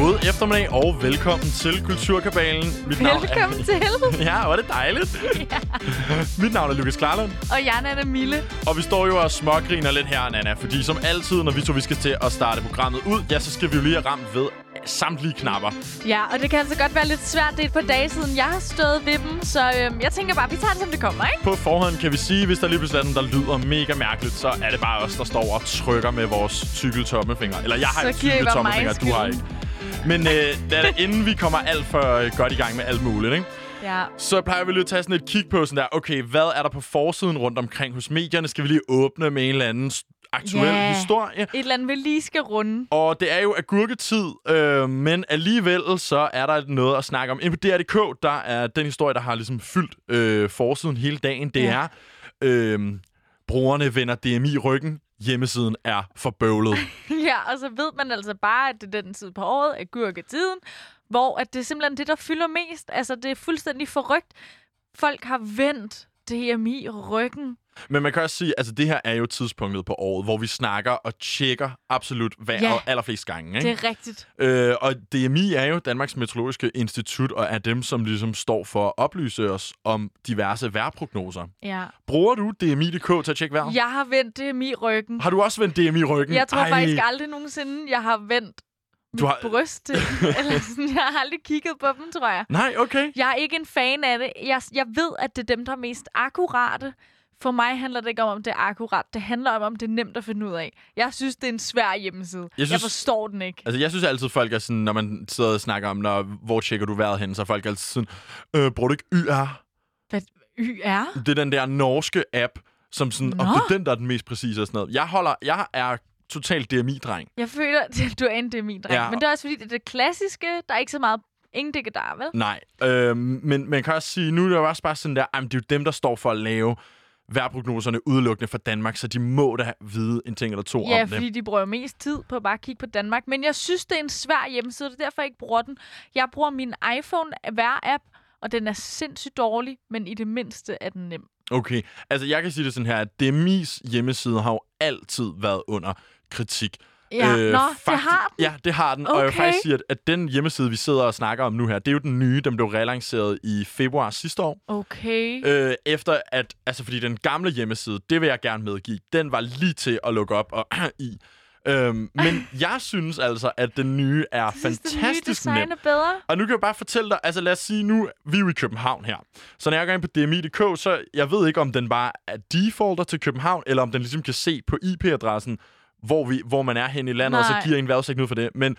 God eftermiddag og velkommen til Kulturkabalen. Velkommen til. Ja, var det dejligt. Ja. Mit navn er Lukas Klarlund. Og jeg er Nana Mille. Og vi står jo og smågriner lidt her, Nana. Fordi som altid, når vi skal til at starte programmet ud, ja, så skal vi jo lige have ramt ved samtlige knapper. Ja, og det kan altså godt være lidt svært. Det er et par dage siden, jeg har stået ved dem. Så jeg tænker bare, vi tager det, som det kommer, ikke? På forhånd kan vi sige, hvis der lige pludselig er den, der lyder mega mærkeligt, så er det bare os, der står og trykker med vores tykke tommelfinger. Eller jeg har jo tykke tommelfinger, du har ikke. Men inden vi kommer alt for godt i gang med alt muligt, ikke? Ja. Så plejer vi lige at tage sådan et kig på sådan der, okay, hvad er der på forsiden rundt omkring hos medierne? Skal vi lige åbne med en eller anden aktuel historie? Et eller andet, vi lige skal runde. Og det er jo agurketid, men alligevel så er der noget at snakke om. Inde på DR.dk, der er den historie, der har ligesom fyldt forsiden hele dagen. Det er, brugerne vender DMI ryggen. Hjemmesiden er forbøvlet. Ja, og så ved man altså bare, at det er den tid på året, agurketiden, hvor at det er simpelthen det, der fylder mest. Altså, det er fuldstændig forrygt. Folk har vendt DMI ryggen. Men man kan også sige, altså det her er jo tidspunktet på året, hvor vi snakker og tjekker absolut og allerflest gange. Ikke? Det er rigtigt. Og DMI er jo Danmarks Meteorologiske Institut, og er dem, som ligesom står for at oplyse os om diverse vejrprognoser. Ja. Bruger du DMI.dk til at tjekke vejr? Jeg har vendt DMI ryggen. Har du også vendt DMI ryggen? Jeg tror faktisk aldrig nogensinde, jeg har vendt bryst til. Eller sådan, jeg har aldrig kigget på dem, tror jeg. Nej, okay. Jeg er ikke en fan af det. Jeg ved, at det er dem, der er mest akkurate. For mig handler det ikke om det er akkurat. Det handler om det er nemt at finde ud af. Jeg synes, det er en svær hjemmeside. Jeg forstår den ikke. Altså, jeg synes altid, folk er sådan, når man sidder og snakker om, hvor tjekker du vejret hen, så er folk altid sådan, bruger du ikke YR? Hvad? YR? Det er den der norske app, som sådan, og det er den, der er den mest præcise og sådan noget. Jeg er totalt DMI-dreng. Jeg føler, at du er en DMI-dreng. Ja. Men det er også fordi, det er det klassiske. Der er ikke så meget ingen digedar, vel? Nej, men man kan også sige, nu er det jo også bare sådan der, det er jo dem, der står for at lave vejrprognoserne udelukkende for Danmark, så de må da vide en ting eller to om det. Ja, fordi de bruger mest tid på at bare kigge på Danmark. Men jeg synes, det er en svær hjemmeside, det er derfor, jeg ikke bruger den. Jeg bruger min iPhone vejr-app, og den er sindssygt dårlig, men i det mindste er den nem. Okay, altså jeg kan sige det sådan her, at DMI's hjemmeside har jo altid været under kritik. Ja, det har den? Ja, det har den. Okay. Og jeg vil faktisk sige, at den hjemmeside, vi sidder og snakker om nu her, det er jo den nye, den blev relanceret i februar sidste år. Okay. Efter at, altså fordi den gamle hjemmeside, det vil jeg gerne medgive, den var lige til at lukke op og i. Men jeg synes altså, at den nye er fantastisk nem. Er bedre. Og nu kan jeg bare fortælle dig, altså lad os sige nu, vi er jo i København her. Så når jeg går ind på DMI.dk, så jeg ved ikke, om den bare er defaulter til København, eller om den ligesom kan se på IP-adressen, hvor man er hen i landet, og så giver en vejrudsigt ud for det. Men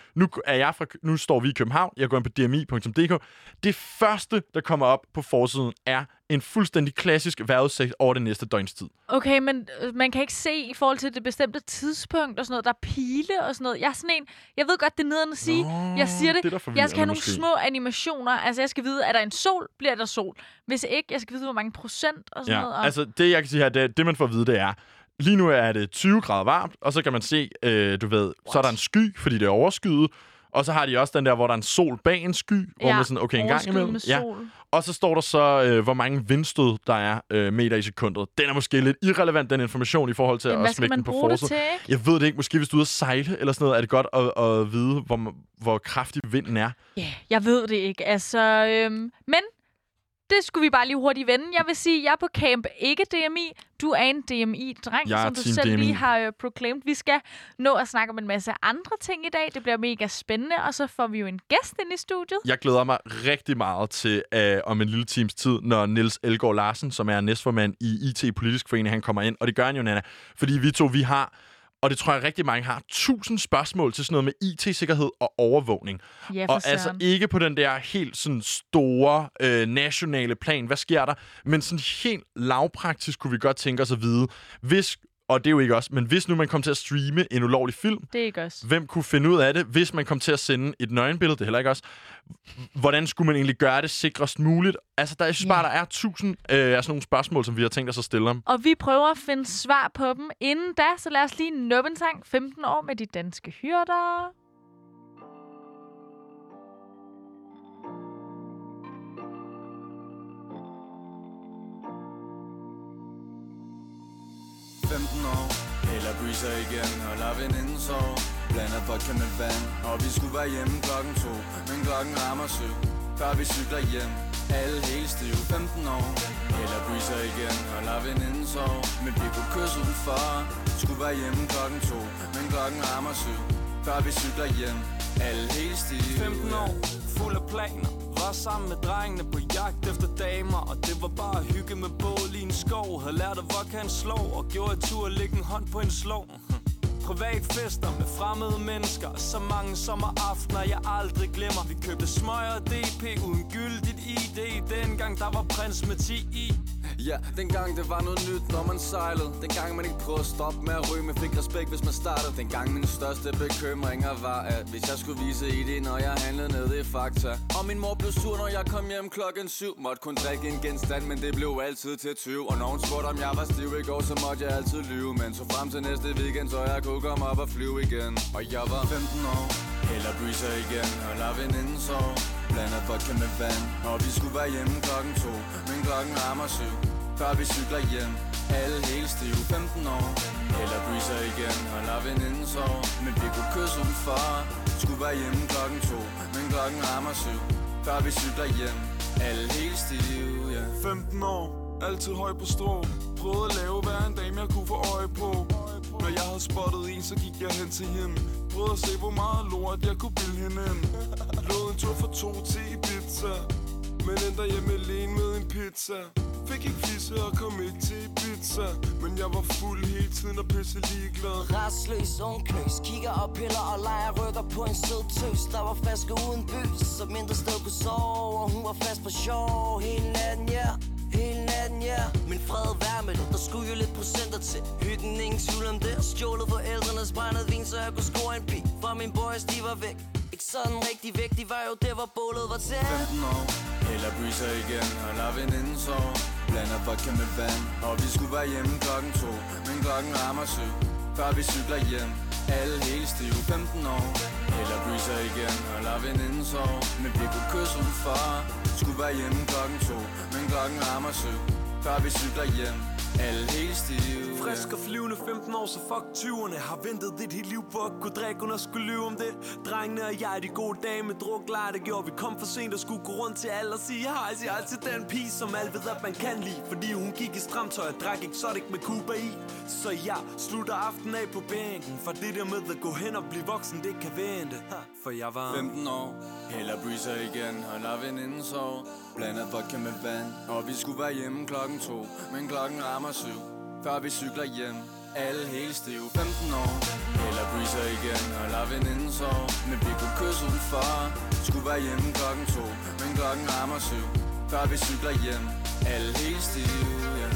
nu står vi i København, jeg går ind på dmi.dk. Det første, der kommer op på forsiden, er en fuldstændig klassisk vejrudsigt over det næste døgns tid. Okay, men man kan ikke se i forhold til det bestemte tidspunkt og sådan noget. Der er pile og sådan noget. Jeg er sådan en, jeg ved godt, det er nederen at sige. Jeg siger det. Jeg skal have nogle små animationer. Altså, jeg skal vide, er der en sol, bliver der sol. Hvis ikke, jeg skal vide, hvor mange procent og sådan noget. Og altså, det jeg kan sige her, det man får at vide, det er, lige nu er det 20 grader varmt, og så kan man se, så er der en sky, fordi det er overskyet. Og så har de også den der, hvor der er en sol bag en sky, hvor man sådan, okay, en gang imellem. Ja. Og så står der så, hvor mange vindstød der er meter i sekundet. Den er måske lidt irrelevant, den information, i forhold til at smække den på forsiden. Jeg ved det ikke. Måske hvis du er ude at sejle eller sådan noget, er det godt at vide, hvor kraftig vinden er. Ja, jeg ved det ikke. Altså, men det skulle vi bare lige hurtigt vende. Jeg vil sige, jeg er på camp ikke DMI. Du er en DMI-dreng, som du selv DMI. Lige har proclaimed. Vi skal nå at snakke om en masse andre ting i dag. Det bliver mega spændende, og så får vi jo en gæst ind i studiet. Jeg glæder mig rigtig meget til om en lille times tid, når Niels Elgaard Larsen, som er næstformand i IT Politisk Forening, han kommer ind. Og det gør han jo, Nana. Fordi vi har, og det tror jeg rigtig mange har, 1000 spørgsmål til sådan noget med IT-sikkerhed og overvågning. Ja, og altså ikke på den der helt sådan store nationale plan. Hvad sker der? Men sådan helt lavpraktisk kunne vi godt tænke os at vide, og det er jo ikke os, men hvis nu man kom til at streame en ulovlig film, det er ikke os. Hvem kunne finde ud af det? Hvis man kom til at sende et nøgenbillede, det er heller ikke os. Hvordan skulle man egentlig gøre det sikrest muligt? Altså, jeg synes bare, der er 1000 sådan nogle spørgsmål, som vi har tænkt os at stille om. Og vi prøver at finde svar på dem. Inden da, så lad os lige nuppe en sang. 15 år med de danske hyrder. År Eller breezer igen, holder veninden sov. Blander vodka med vand, og vi skulle være hjemme 2:00. Men klokken rammer 7, før vi cykler hjem. Alle helt stive, 15 år. Eller breezer igen, holder veninden sov. Men vi kunne kysse udenfor. Skulle være hjemme 2:00, men klokken rammer 7, før vi cykler hjem. Alle helt stive. 15 år, fuld af planer. Var sammen med drengene på jagt efter damer. Og det var bare hygge med bål i en skov. Havde lært at vodkaen slå, og gjorde et tur at lægge en hånd på en slå. Privatfester med fremmede mennesker. Så mange sommeraftener jeg aldrig glemmer. Vi købte smøger og DP uden gyldigt ID. Dengang der var prins med 10 i. Ja, dengang det var noget nyt, når man sejlede. Dengang man ikke prøvede at stoppe med at ryge, men fik respekt, hvis man startede. Dengang min største bekymringer var, at hvis jeg skulle vise ID, når jeg handlede nede i Fakta. Og min mor blev sur, når jeg kom hjem 7:00. Måtte kun drikke en genstand, men det blev altid til 20. Og når hun spurgte, om jeg var stiv i går, så måtte jeg altid lyve. Men så frem til næste weekend, så jeg kunne komme op og flyve igen. Og jeg var 15 år. Eller breezer igen, holder veninden sov. Blander vodka med vand, og vi skulle være hjemme 2:00. Men klokken rammer 7, før vi cykler hjem. Alle helt stive, 15 år. Eller breezer igen, holder veninden sov. Men vi kunne kysse udenfor. Skulle være hjemme 2:00, men klokken rammer 7, før vi cykler hjem. Alle helt stive, ja. 15 år, altid høj på strå. Prøvede at lave hver en dame jeg kunne få øje på. Når jeg havde spottet en, så gik jeg hen til hende. Prøvede at se, hvor meget lort jeg kunne bilde hende ind. Lod en tur for 2 til Ibiza, men endte hjemme alene med en pizza. Fik ikke fisse og kom ikke til Ibiza, men jeg var fuld hele tiden og pisse ligeglad. Restløs, ungknøs, kigger og piller og leger rykker på en sød tøs. Der var flaske uden bøs, så mindre sted kunne sove. Og hun var fast på sjov hele natten, ja. Hele natten, ja. Men fred vær med det, der skulle jo lidt procenter til. Hyggen, ingen tvivl om det. Stjålet forældrenes brændede vin, så jeg kunne score en pig. For mine boys, de var væk. Ikke sådan rigtig væk, de var jo der, hvor bålet var tæt. 15 år, eller breezer igen, holder veninden sov. Blander vodka med vand, og vi skulle være hjemme 2:00. Men klokken rammer 7, før vi cykler hjem. Alle helt stive, 15 år. Eller breezer igen, holder veninden sov. Men vi kunne kysse udenfor. Skulle være hjemme 2:00, men klokken rammer 7, før vi cykler hjem. Alle helt stive. Frisk og flyvende 15 år, så fuck 20'erne. Har ventet dit helt liv på at kunne drikke, uden at skulle lyve om det. Drengene og jeg, de gode dage med druk, lejr, det gjorde vi kom for sent og skulle gå rundt til alle og sige hej. Sig hej til den pige, som alle ved, at man kan lide. Fordi hun gik i stramtøj og drak exotic med Cuba i. Så jeg slutter aftenen af på bænken. For det der med at gå hen og blive voksen, det kan vente. For jeg var 15 år, eller breezer igen, holder veninden sov. Blander vodka med vand, og vi skulle være hjemme 2:00. Men klokken rammer 7, før vi cykler hjem. Alle helt stive, 15 år. Eller breezer igen, holder veninden sov. Men vi kunne kysse udenfor. Skulle være hjemme 2:00, men klokken rammer 7, før vi cykler hjem. Alle helt stive, ja.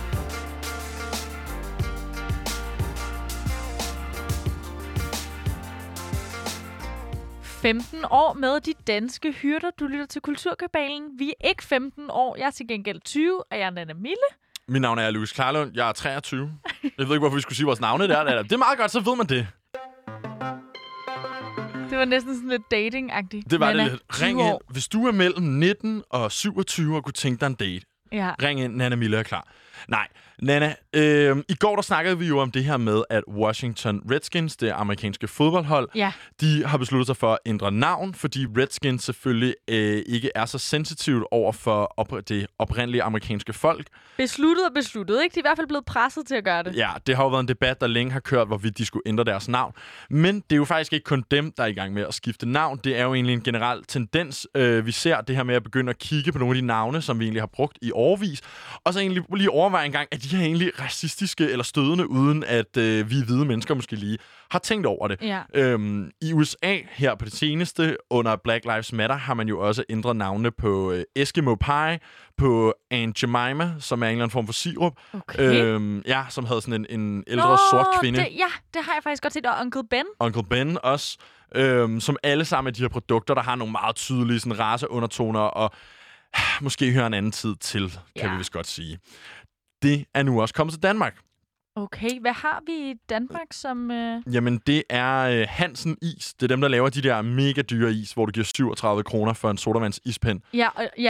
15 år med de danske hyrder. Du lytter til Kulturkabalen. Vi er ikke 15 år. Jeg er til gengæld 20, og jeg er Nana Mille. Mit navn er Louis Klarlund. Jeg er 23. Jeg ved ikke, hvorfor vi skulle sige vores navne der. Det er meget godt, så ved man det. Det var næsten sådan lidt dating-agtigt. Det var Nana, det lidt. Ring ind. Hvis du er mellem 19 og 27 og kunne tænke dig en date. Ja. Ring ind. Nana Mille er klar. Nej, Nana, i går der snakkede vi jo om det her med, at Washington Redskins, det amerikanske fodboldhold, de har besluttet sig for at ændre navn, fordi Redskins selvfølgelig ikke er så sensitivt over for det oprindelige amerikanske folk. Besluttet, ikke? De er i hvert fald blevet presset til at gøre det. Ja, det har jo været en debat, der længe har kørt, hvorvidt de skulle ændre deres navn. Men det er jo faktisk ikke kun dem, der er i gang med at skifte navn. Det er jo egentlig en generel tendens. Vi ser det her med at begynde at kigge på nogle af de navne, som vi egentlig har brugt i årevis, og så egentlig lige overveje en gang, at de er egentlig racistiske eller stødende, uden at vi hvide mennesker måske lige har tænkt over det. Ja. I USA her på det seneste, under Black Lives Matter, har man jo også ændret navnene på Eskimo Pie, på Aunt Jemima, som er en eller anden form for sirup. Okay. Som havde sådan en ældre sort kvinde. Det har jeg faktisk godt set. Og Uncle Ben. Uncle Ben også. Som alle sammen af de her produkter, der har nogle meget tydelige sådan, raceundertoner, og måske hører en anden tid til, kan vi vist godt sige. Det er nu også kommet til Danmark. Okay, hvad har vi i Danmark som... Jamen, det er Hansen Is. Det er dem, der laver de der mega dyre is, hvor du giver 37 kroner for en sodavands ispind. Ja.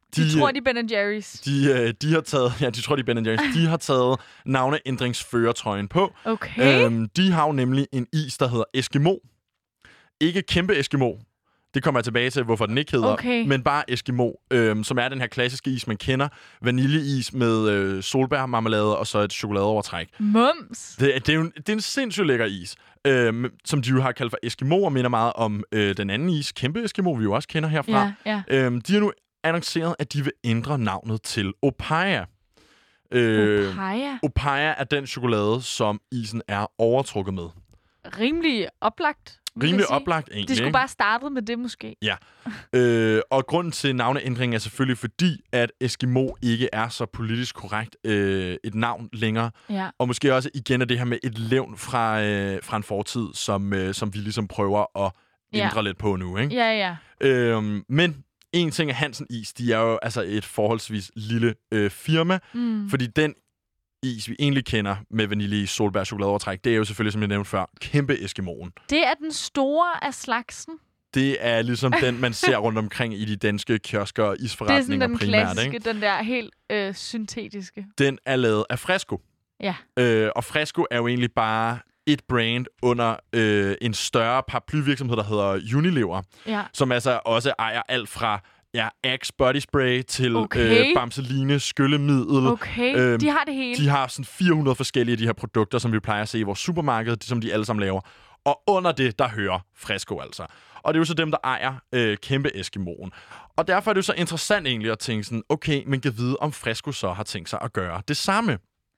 De tror, de er Ben & Jerry's. De har taget... Ja, de tror, de er Ben & Jerry's. De har taget navneændringsførertrøjen på. Okay. De har jo nemlig en is, der hedder Eskimo. Ikke kæmpe Eskimo. Det kommer jeg tilbage til, hvorfor den ikke hedder. Men bare Eskimo, som er den her klassiske is, man kender. Vaniljeis med solbærmarmelade og så et chokoladeovertræk. Mums! Det er en sindssygt lækker is, som de jo har kaldt for Eskimo, og minder meget om den anden is, kæmpe Eskimo, vi jo også kender herfra. Ja. De har nu annonceret, at de vil ændre navnet til Opaya. Opaya er den chokolade, som isen er overtrukket med. Rimelig oplagt. Rimelig oplagt, egentlig. De skulle bare starte med det, måske. Ja. Og grunden til navneændringen er selvfølgelig fordi, at Eskimo ikke er så politisk korrekt et navn længere. Ja. Og måske også igen er det her med et levn fra en fortid, som vi ligesom prøver at ændre lidt på nu. Ikke? Ja. Men en ting er Hansen Is. De er jo altså et forholdsvis lille firma, fordi den is, vi egentlig kender med vanilje, solbær, chokoladeovertræk, det er jo selvfølgelig, som jeg nævnte før, kæmpe Eskimoen. Det er den store af slagsen. Det er ligesom den, man ser rundt omkring i de danske kiosker og isforretninger primært. Det er sådan den klassiske, den der helt syntetiske. Den er lavet af Fresco. Ja. Og Fresco er jo egentlig bare et brand under en større paraplyvirksomhed, der hedder Unilever, som altså også ejer alt fra Axe body spray til Bamseline skyllemiddel. Okay, de har det hele. De har sådan 400 forskellige af de her produkter, som vi plejer at se i vores supermarked, som de alle sammen laver. Og under det, der hører Fresco altså. Og det er jo så dem, der ejer kæmpe Eskimoen. Og derfor er det jo så interessant egentlig at tænke sådan, okay, men kan vide, om Fresco så har tænkt sig at gøre det samme.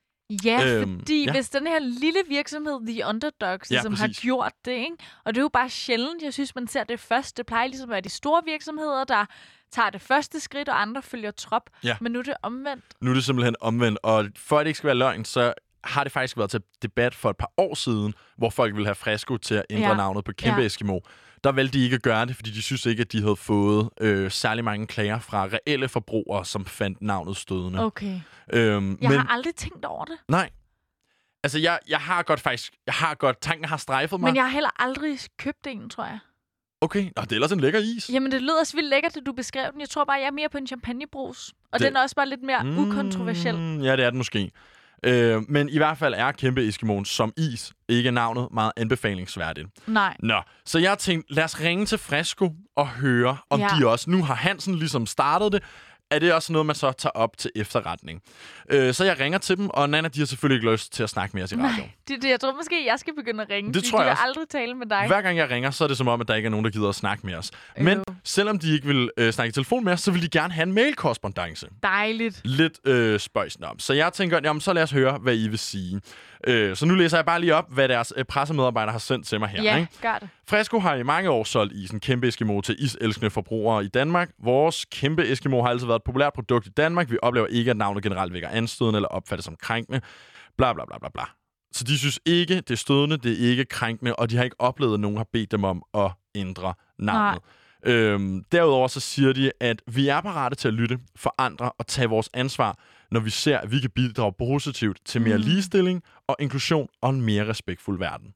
Ja, fordi hvis den her lille virksomhed, The Underdogs, som har gjort det, ikke? Og det er jo bare sjældent, jeg synes, man ser det først. Det plejer ligesom at være de store virksomheder, der tager det første skridt, og andre følger trop. Ja. Men nu er det omvendt. Nu er det simpelthen omvendt, og for at det ikke skal være løgn, så har det faktisk været til debat for et par år siden, hvor folk ville have Fresco til at ændre navnet på kæmpe Eskimo. Der valgte de ikke at gøre det, fordi de synes ikke, at de havde fået særlig mange klager fra reelle forbrugere, som fandt navnet stødende. Okay. Jeg har aldrig tænkt over det. Nej. Altså, jeg har godt, tanken har strejfet mig. Men jeg har heller aldrig købt en, tror jeg. Okay, det er ellers en lækker is. Jamen, det lyder også vildt lækkert, at du beskrev den. Jeg tror bare, jeg er mere på en champagnebrus. Og den er også bare lidt mere ukontroversiel. Ja, det er den måske. Men i hvert fald er kæmpe Eskimoen som is ikke navnet meget anbefalingsværdigt. Nej. Nå, så jeg tænkte, lad os ringe til Fresco og høre, om de også... Nu har Hansen ligesom startet det. Er det også noget, man så tager op til efterretning? Så jeg ringer til dem, og Nana, de har selvfølgelig ikke lyst til at snakke med os i radioen. Nej, jeg tror måske, jeg skal begynde at ringe. Det tror jeg også. De vil aldrig tale med dig. Hver gang jeg ringer, så er det som om, at der ikke er nogen, der gider at snakke med os. Men selvom de ikke vil snakke i telefon med os, så vil de gerne have en mail-korrespondance. Dejligt. Lidt spøjsende om. Så jeg tænker, jamen, så lad os høre, hvad I vil sige. Så nu læser jeg bare lige op, hvad deres pressemedarbejder har sendt til mig her. Ja, ikke? gør det. Fresco har i mange år solgt isen kæmpe Eskimo til iselskende forbrugere i Danmark. Vores kæmpe Eskimo har altid været et populært produkt i Danmark. Vi oplever ikke, at navnet generelt vækker anstødende eller opfattes som krænkende. Bla, bla, bla, bla, bla. Så de synes ikke, det er stødende, det er ikke krænkende, og de har ikke oplevet, at nogen har bedt dem om at ændre navnet. Derudover så siger de, at vi er parate til at lytte, forandre og tage vores ansvar, når vi ser, at vi kan bidrage positivt til mere ligestilling og inklusion og en mere respektfuld verden.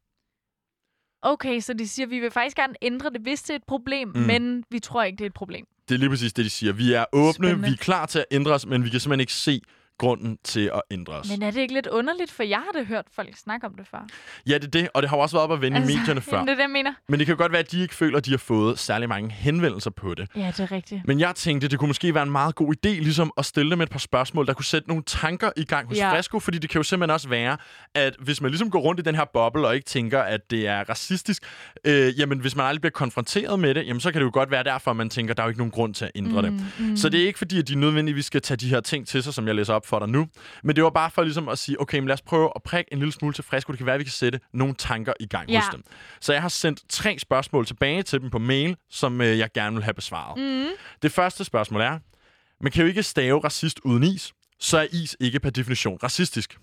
Okay, så de siger, at vi vil faktisk gerne ændre det, hvis det er et problem, men vi tror ikke, det er et problem. Det er lige præcis det, de siger. Vi er åbne, vi er klar til at ændre os, men vi kan simpelthen ikke se grunden til at ændre os. Men er det ikke lidt underligt, for jeg har da hørt folk snakke om det før? Ja, det er det, og det har også været op at vende i medierne før. Det er det, jeg mener. Men det kan godt være, at de ikke føler, at de har fået særlig mange henvendelser på det. Ja, det er rigtigt. Men jeg tænkte, det kunne måske være en meget god idé, ligesom at stille dem et par spørgsmål, der kunne sætte nogle tanker i gang hos Fresco, fordi det kan jo simpelthen også være, at hvis man ligesom går rundt i den her boble og ikke tænker, at det er racistisk, jamen hvis man aldrig bliver konfronteret med det, jamen så kan det jo godt være derfor, at man tænker, at der er jo ikke nogen grund til at ændre det. Så det er ikke fordi, at de nødvendigvis skal tage de her ting til sig, som jeg læser op for dig nu. Men det var bare for ligesom at sige, okay, men lad os prøve at prikke en lille smule til Fresco. Det kan være, at vi kan sætte nogle tanker i gang hos dem. Så jeg har sendt 3 spørgsmål tilbage til dem på mail, som jeg gerne vil have besvaret. Det første spørgsmål er, man kan jo ikke stave racist uden is, så er is ikke per definition racistisk.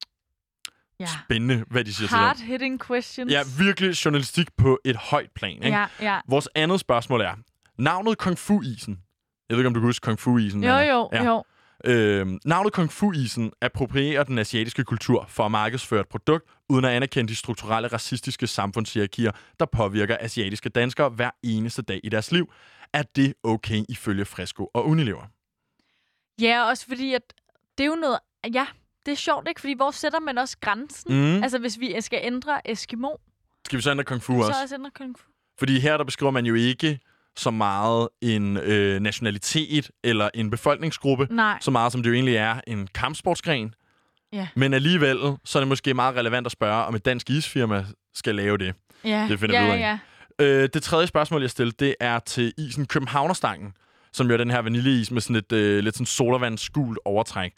Ja. Spændende, hvad de siger til det. Hard-hitting questions. Ja, virkelig journalistik på et højt plan. Ikke? Ja. Vores andet spørgsmål er, navnet Kung Fu-isen. Jeg ved ikke, om du kan huske Kung Fu-isen? Jo. Navnet Kung Fu-isen approprierer den asiatiske kultur for at markedsføre et produkt, uden at anerkende de strukturelle racistiske samfundshierarkier, der påvirker asiatiske danskere hver eneste dag i deres liv. Er det okay ifølge Fresco og Unilever? Ja, også fordi, at det er jo noget... Ja, det er sjovt, ikke? Fordi hvor sætter man også grænsen? Altså, hvis vi skal ændre Eskimo... Skal vi så ændre Kung Fu også? Så også ændre Kung Fu. Fordi her, der beskriver man jo ikke så meget en nationalitet eller en befolkningsgruppe, så meget som det jo egentlig er en kampsportsgren. Ja. Men alligevel, så er det måske meget relevant at spørge, om et dansk isfirma skal lave det. Ja. Det finder vi ud af. Det tredje spørgsmål, jeg stillede, det er til isen Københavnerstangen, som jo er den her vaniljeis med sådan et lidt sådan sodavandsgult overtræk.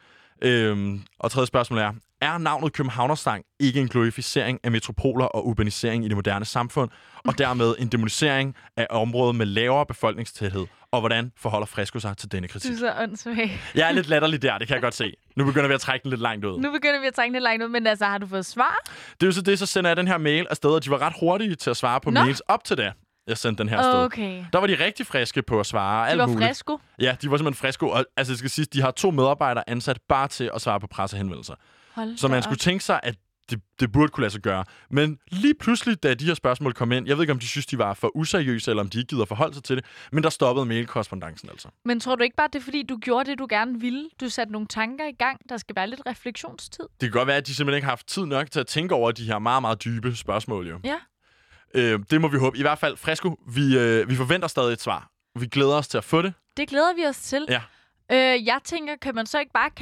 Og tredje spørgsmål er navnet Københavnerstang ikke en glorificering af metropoler og urbanisering i det moderne samfund, og dermed en demonisering af området med lavere befolkningstæthed? Og hvordan forholder Fresco sig til denne kritik? Du er så åndssvag. Jeg er lidt latterlig der, det kan jeg godt se. Nu begynder vi at trække den lidt langt ud. Men altså, har du fået svar? Det er jo så det, så sender jeg den her mail afsted, og de var ret hurtige til at svare på mails op til det. Jeg sendte den her afsted. Okay. Der var de rigtig friske på at svare. De var Fresco? Ja, de var simpelthen Fresco. Og altså, jeg skal sige, de har 2 medarbejdere ansat bare til at svare på pressehenvendelser. Så man skulle tænke sig, at det burde kunne lade sig gøre. Men lige pludselig, da de her spørgsmål kom ind, jeg ved ikke, om de synes, de var for useriøse, eller om de ikke gider forholde sig til det, men der stoppede mailkorrespondancen altså. Men tror du ikke bare, det er fordi, du gjorde det, du gerne ville? Du satte nogle tanker i gang. Der skal være lidt refleksionstid. Det kan godt være, at de simpelthen ikke har haft tid nok til at tænke over de her meget, meget dybe spørgsmål, jo. Ja. Det må vi håbe. I hvert fald, Fresco, vi forventer stadig et svar. Vi glæder os til at få det. Det glæder vi os til. Ja. Jeg tænker, kan man så ikke bare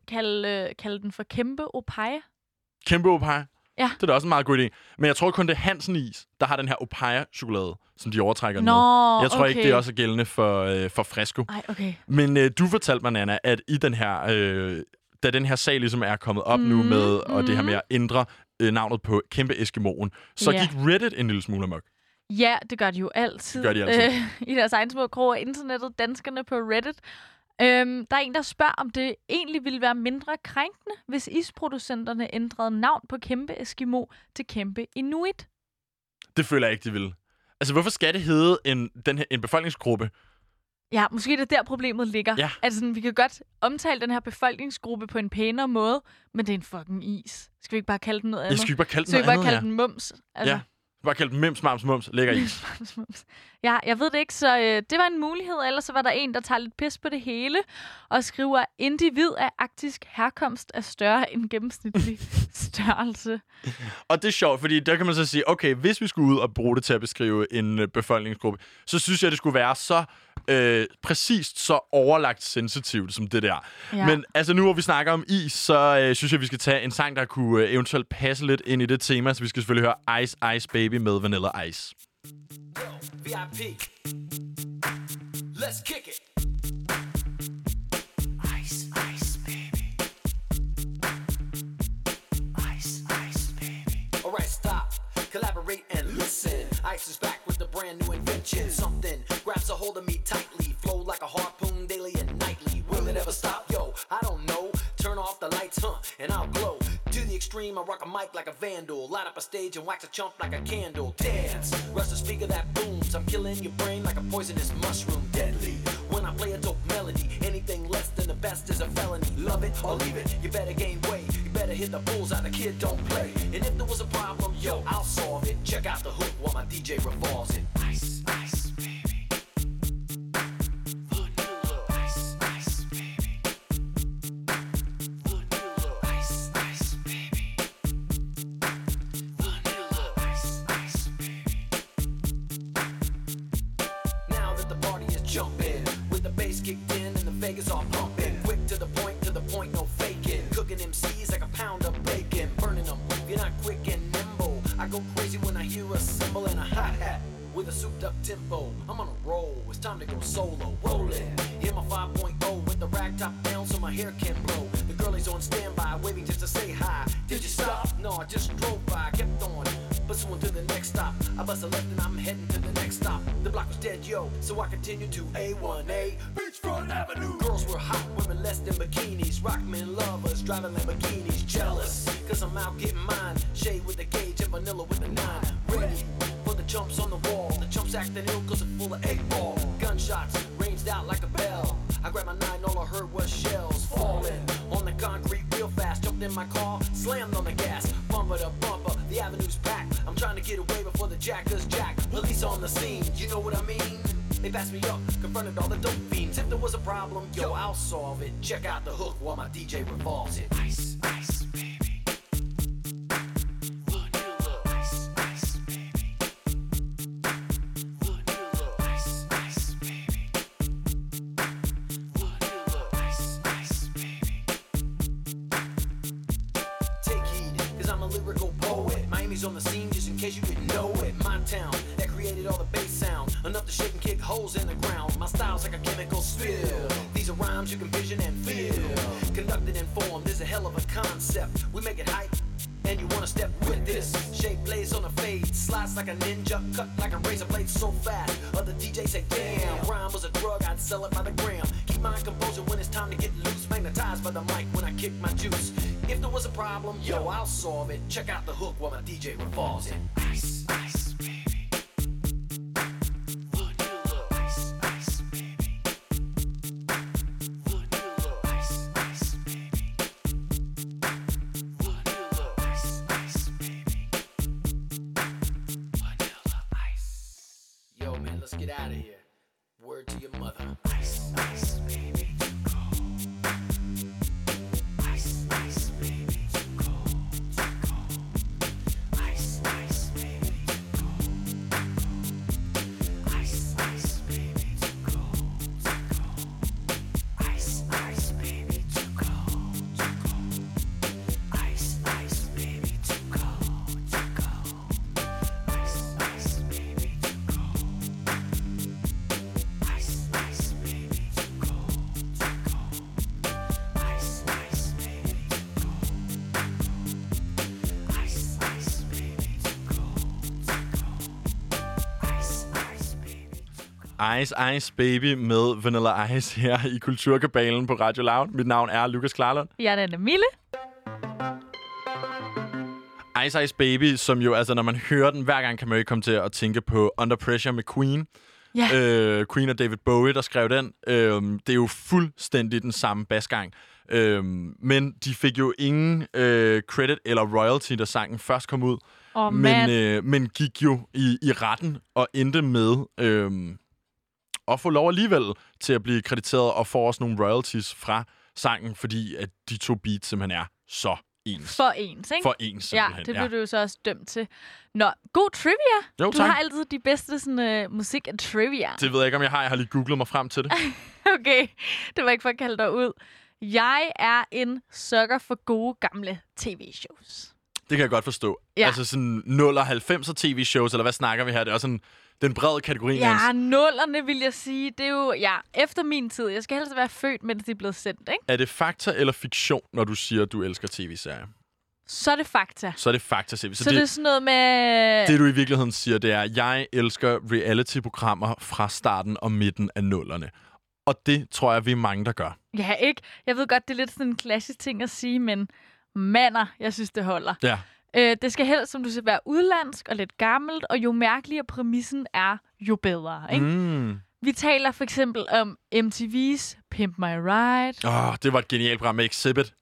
kalde den for Kæmpe Opaya? Kæmpe Opaya? Ja. Det er da også en meget god idé. Men jeg tror kun, det er Hansen Is, der har den her Opaya-chokolade, som de overtrækker med. Jeg tror ikke, det er også gældende for Fresco. Ej, okay. Men du fortalte mig, Nana, at i den her, da den her sag ligesom er kommet op nu med, og det her med at ændre navnet på Kæmpe Eskimoen, så gik Reddit en lille smule amok. Ja, det gør de jo altid. Det gør de altid. I deres egen små kroge af internettet, danskerne på Reddit. Der er en, der spørger, om det egentlig ville være mindre krænkende, hvis isproducenterne ændrede navn på Kæmpe Eskimo til Kæmpe Inuit. Det føler jeg ikke, de vil. Altså, hvorfor skal det hedde en befolkningsgruppe? Ja, måske det er der, problemet ligger. Ja. Altså, vi kan godt omtale den her befolkningsgruppe på en pænere måde, men det er en fucking is. Skal vi ikke bare kalde den noget andet? Skal vi ikke bare kalde den noget andet? Skal vi bare kalde den mums? Altså. Ja. Bare kaldt den Mims, Mams, Mums, lækker is. Ja, jeg ved det ikke, så det var en mulighed. Ellers så var der en, der tager lidt pis på det hele og skriver, individ af arktisk herkomst er større end gennemsnitlig størrelse. Og det er sjovt, fordi der kan man så sige, okay, hvis vi skulle ud og bruge det til at beskrive en befolkningsgruppe, så synes jeg, det skulle være så præcist, så overlagt sensitivt som det der. Ja. Men altså nu, hvor vi snakker om is, så synes jeg, vi skal tage en sang, der kunne eventuelt passe lidt ind i det tema, så vi skal selvfølgelig høre Ice Ice Baby med Vanilla Ice. VIP. Let's kick it. Ice, ice, baby. Ice, ice, baby. Alright, stop. Collaborate and listen. Ice is back with a brand new invention. Something grabs a hold of me tightly. Flow like a harpoon daily and nightly. Will it ever stop? Yo, I don't know. Turn off the lights, and I'll glow. To the extreme, I rock a mic like a vandal. Light up a stage and wax a chump like a candle. Dance, rush the speaker that booms. I'm killing your brain like a poisonous mushroom. Deadly, when I play a dope melody. Anything less than the best is a felony. Love it or leave it, you better gain weight. You better hit the bullseye, the kid don't play. And if there was a problem, yo, I'll solve it. Check out the hook while my DJ revolves it. Ice, ice, baby. Jumping with the bass kicked in and the Vegas all pumping. Quick to the point, no faking. Cooking MCs like a pound of bacon. Burning them, you're not quick and nimble. I go crazy when I hear a cymbal and a hi-hat with a souped up tempo. I'm on a roll, it's time to go solo. Rolling, hit my 5.0 with the rag top down so my hair can't blow. The girlie's on standby, waiting just to say hi. Did you stop? No, I just drove by, kept on. Pursuing to the next stop. I bust a left and I'm heading to the next stop. The block was dead, yo, so I continued to A1A Beachfront Avenue. Girls were hot, women less than bikinis. Rockmen lovers, driving Lamborghinis. Jealous, cause I'm out getting mine. Shade with the gauge and vanilla with the 9. Ready for the chumps on the wall. The chumps acting ill cause it's full of 8-ball. Gunshots ranged out like a bell. I grabbed my 9, all I heard was shells falling on the concrete real fast. Jumped in my car, slammed on the gas. Bumper to bumper, the avenue's packed. I'm trying to get away before the jackers jack. Police on the scene, you know what I mean? They passed me up, confronted all the dope fiends. If there was a problem, yo, I'll solve it. Check out the hook while my DJ revolves it. Ice, ice, baby. On the scene, just in case you didn't know it. My town that created all the bass sound, enough to shake and kick holes in the ground. My style's like a chemical spill. These are rhymes you can vision and feel. Conducted and formed, there's a hell of a concept. We make it hype, and you wanna step with this. Shape plays on a fade, slice like a ninja, cut like a razor blade so fast. Other DJs say, damn, rhyme was a drug, I'd sell it by the gram. Keep my composure when it's time to get loose. Magnetized by the mic when I kick my juice. If there was a problem, yo, I'll solve it. Check out the hook while my DJ revolves it. Ice, ice, baby. Vanilla. Ice, ice, baby. Vanilla. Ice, ice, baby. Vanilla. Ice, ice, baby. Vanilla ice. Yo, man, let's get out of here. Word to your mother. Ice, ice, baby. Ice Ice Baby med Vanilla Ice her i Kulturkabalen på Radio Loud. Mit navn er Lukas Klarlund. Jeg er Mille. Ice Ice Baby, som jo, altså når man hører den, hver gang kan man jo ikke komme til at tænke på Under Pressure med Queen. Yeah. Queen og David Bowie, der skrev den. Det er jo fuldstændig den samme basgang. Men de fik jo ingen credit eller royalty, da sangen først kom ud. Men gik jo i retten og endte med at få lov alligevel til at blive krediteret og få også nogle royalties fra sangen, fordi at de to beats simpelthen er så ens. For ens, ikke? For ens, simpelthen. Ja, det blev du jo så også dømt til. Nå, god trivia. Jo, du har altid de bedste sådan, musik og trivia. Det ved jeg ikke, om jeg har. Jeg har lige googlet mig frem til det. Okay, det var ikke for at kalde dig ud. Jeg er en sukker for gode gamle tv-shows. Det kan jeg godt forstå. Ja. Altså sådan 0'er 90'er tv-shows, eller hvad snakker vi her? Det er også sådan den brede kategori. Ja, nullerne vil jeg sige. Det er jo, efter min tid. Jeg skal helst være født, mens de er blevet sendt, ikke? Er det fakta eller fiktion, når du siger, at du elsker tv-serier? Så er det fakta. Så er det fakta, siger vi. Så det er sådan noget med... Det, du i virkeligheden siger, det er, jeg elsker reality-programmer fra starten og midten af nullerne. Og det tror jeg, vi er mange, der gør. Ja, ikke? Jeg ved godt, det er lidt sådan en klassisk ting at sige, men mander, jeg synes, det holder. Ja. Det skal helst, som du siger, være udlandsk og lidt gammelt, og jo mærkeligere præmissen er, jo bedre. Ikke? Vi taler for eksempel om MTV's Pimp My Ride. Det var et genialt program med Exhibit.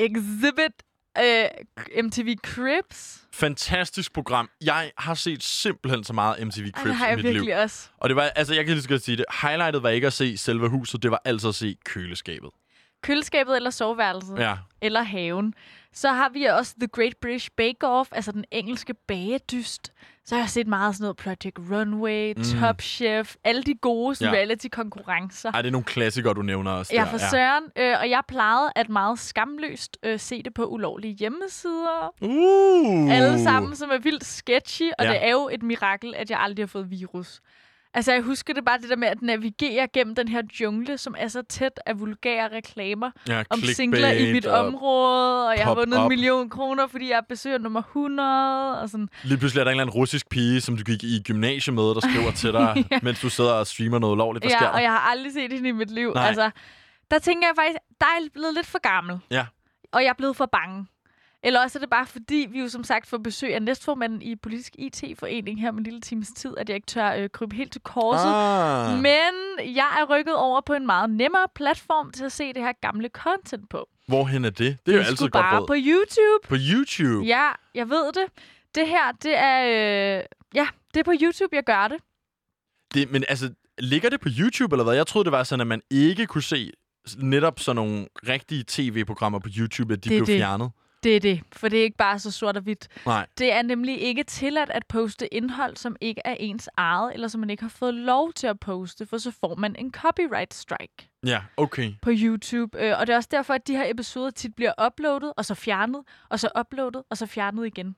MTV Cribs. Fantastisk program. Jeg har set simpelthen så meget MTV Cribs i mit liv. Det har jeg virkelig også. Og det var, altså jeg kan lige så godt sige det, highlightet var ikke at se selve huset, det var altså at se køleskabet. Køleskabet eller soveværelset. Ja. Eller haven. Så har vi også The Great British Bake Off, altså den engelske bagedyst. Så har jeg set meget sådan noget Project Runway, Top Chef, alle de gode reality-konkurrencer. Ej, det er nogle klassikere, du nævner også. Ja, for søren. Og jeg plejede at meget skamløst se det på ulovlige hjemmesider. Alle sammen, som er vildt sketchy, og det er jo et mirakel, at jeg aldrig har fået virus. Altså, jeg husker det bare det der med at navigere gennem den her jungle, som er så tæt af vulgære reklamer om singler i mit område, og jeg har vundet 1 million kroner, fordi jeg besøger nummer 100, og sådan. Lige pludselig er der en eller anden russisk pige, som du gik i gymnasiet med, der skriver til dig, mens du sidder og streamer noget ulovligt. Hvad sker der? Og jeg har aldrig set hende i mit liv. Altså, der tænker jeg faktisk, der er blevet lidt for gammel. Ja. Og jeg er blevet for bange. Eller også er det bare fordi, vi jo som sagt får besøg af næstformanden i Politisk IT-forening her med en lille times tid, at jeg ikke tør krybe helt til korset. Men jeg er rykket over på en meget nemmere platform til at se det her gamle content på. Hvorhen er det? Det er jo altid godt bare råd. På YouTube. På YouTube? Ja, jeg ved det. Det her, det er... det er på YouTube, jeg gør det. Men altså, ligger det på YouTube, eller hvad? Jeg troede, det var sådan, at man ikke kunne se netop sådan nogle rigtige tv-programmer på YouTube, at de blev fjernet. Det er det, for det er ikke bare så sort og hvidt. Nej. Det er nemlig ikke tilladt at poste indhold, som ikke er ens eget, eller som man ikke har fået lov til at poste, for så får man en copyright strike. Ja, okay. På YouTube. Og det er også derfor, at de her episoder tit bliver uploadet, og så fjernet, og så uploadet, og så fjernet igen.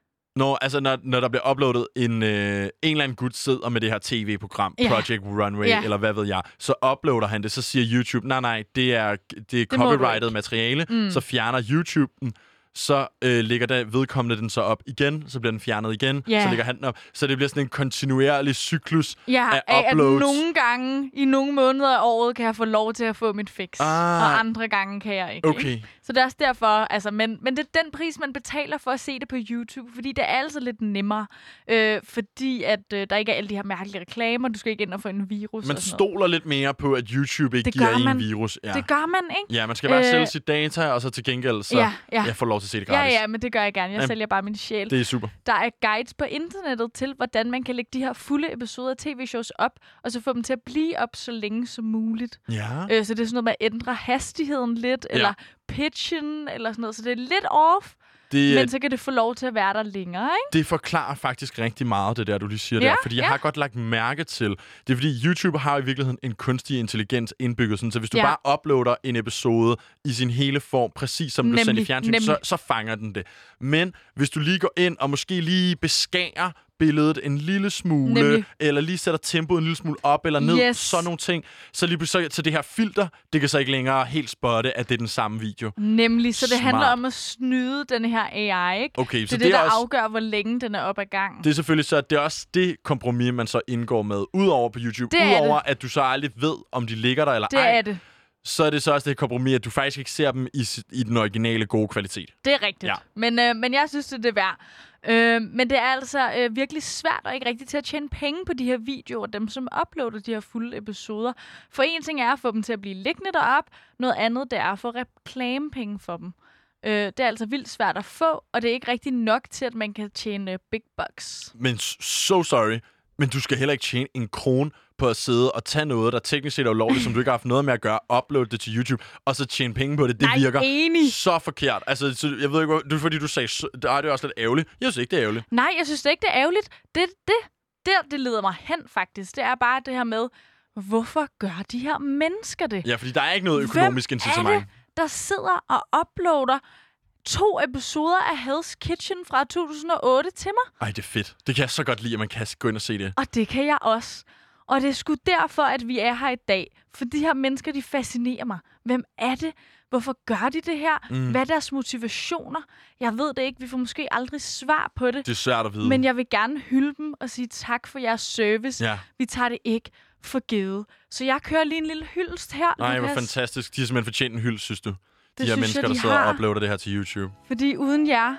Når der bliver uploadet en eller anden gut sidder med det her tv-program, Project Runway, eller hvad ved jeg, så uploader han det, så siger YouTube, nej, det er copyrighted materiale, så fjerner YouTube den, så ligger der vedkommende den så op igen, så bliver den fjernet igen, så ligger han den op. Så det bliver sådan en kontinuerlig cyklus af uploads. At nogle gange, i nogle måneder af året, kan jeg få lov til at få mit fix, og andre gange kan jeg ikke. Okay. Ikke? Så det er også derfor, altså, men det er den pris, man betaler for at se det på YouTube, fordi det er altså lidt nemmere, fordi at der ikke er alle de her mærkelige reklamer, du skal ikke ind og få en virus. Man stoler lidt mere på, at YouTube ikke giver en virus. Ja. Det gør man, ikke? Ja, man skal bare sælge sit data, og så til gengæld, så jeg får lov til at se det gratis. Ja, men det gør jeg gerne. Jeg sælger bare min sjæl. Det er super. Der er guides på internettet til, hvordan man kan lægge de her fulde episoder af tv-shows op, og så få dem til at blive op så længe som muligt. Ja. Så det er sådan noget med at ændre hastigheden lidt, eller pitchen, eller sådan noget. Så det er lidt off, men så kan det få lov til at være der længere, ikke? Det forklarer faktisk rigtig meget, det der, du lige siger der. Fordi jeg har godt lagt mærke til, det er fordi YouTube har i virkeligheden en kunstig intelligens indbygget, sådan, så hvis du bare uploader en episode i sin hele form, præcis som du sender i fjernsyn, så fanger den det. Men hvis du lige går ind og måske lige beskærer billedet en lille smule, eller lige sætter tempoet en lille smule op eller ned, sådan nogle ting, så lige så det her filter, det kan så ikke længere helt spotte, at det er den samme video. Nemlig, så det handler om at snyde den her AI, ikke? Okay, det er det, der også afgør, hvor længe den er op ad gangen. Det er selvfølgelig så, at det er også det kompromis, man så indgår med, udover på YouTube, udover at du så aldrig ved, om de ligger der eller ej. Det er det. Så er det så også det kompromis, at du faktisk ikke ser dem i den originale gode kvalitet. Det er rigtigt. Ja. Men jeg synes, det er værd. Men det er altså virkelig svært og ikke rigtigt til at tjene penge på de her videoer, dem som uploader de her fulde episoder. For en ting er at få dem til at blive liggende derop, noget andet det er at få reklamepenge for dem. Det er altså vildt svært at få, og det er ikke rigtig nok til, at man kan tjene big bucks. Men sorry, men du skal heller ikke tjene en krone på at sidde og tage noget, der teknisk set er ulovligt, som du ikke har haft noget med at gøre, uploade det til YouTube, og så tjene penge på det. Det virker så forkert. Altså, så jeg ved ikke, fordi du sagde, det er også lidt ærgerligt. Jeg synes ikke, det er ærgerligt. Nej, jeg synes ikke, det er ærgerligt. Det leder mig hen, faktisk. Det er bare det her med, hvorfor gør de her mennesker det? Ja, fordi der er ikke noget økonomisk incitament. Hvem er det, der sidder og uploader 2 episoder af Hell's Kitchen fra 2008 til mig? Ej, det er fedt. Det kan jeg så godt lide, at man kan gå ind og se det. Og det kan jeg også. Og det er sgu derfor, at vi er her i dag. For de her mennesker, de fascinerer mig. Hvem er det? Hvorfor gør de det her? Hvad er deres motivationer? Jeg ved det ikke. Vi får måske aldrig svar på det. Det er svært at vide. Men jeg vil gerne hylde dem og sige tak for jeres service. Ja. Vi tager det ikke for givet. Så jeg kører lige en lille hyldest her. Nej, hvor fantastisk. De har simpelthen fortjent en hyldest, synes du? De her mennesker, der sidder og uploader det her til YouTube. Fordi uden jer,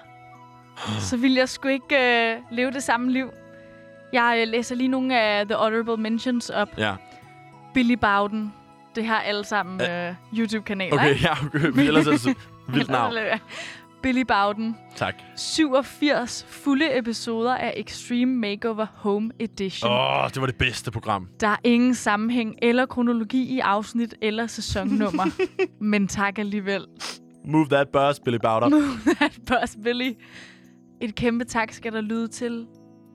så ville jeg sgu ikke leve det samme liv. Jeg læser lige nogle af The Honorable Mentions op. Ja. Billy Bowden. Det har alle sammen YouTube-kanaler. Okay, ja, okay. Vi ellers er det så vildt navn. Billy Bowden. Tak. 87 fulde episoder af Extreme Makeover Home Edition. Det var det bedste program. Der er ingen sammenhæng eller kronologi i afsnit eller sæsonnummer. Men tak alligevel. Move that bus, Billy Bowden. Move that bus, Billy. Et kæmpe tak skal der lyde til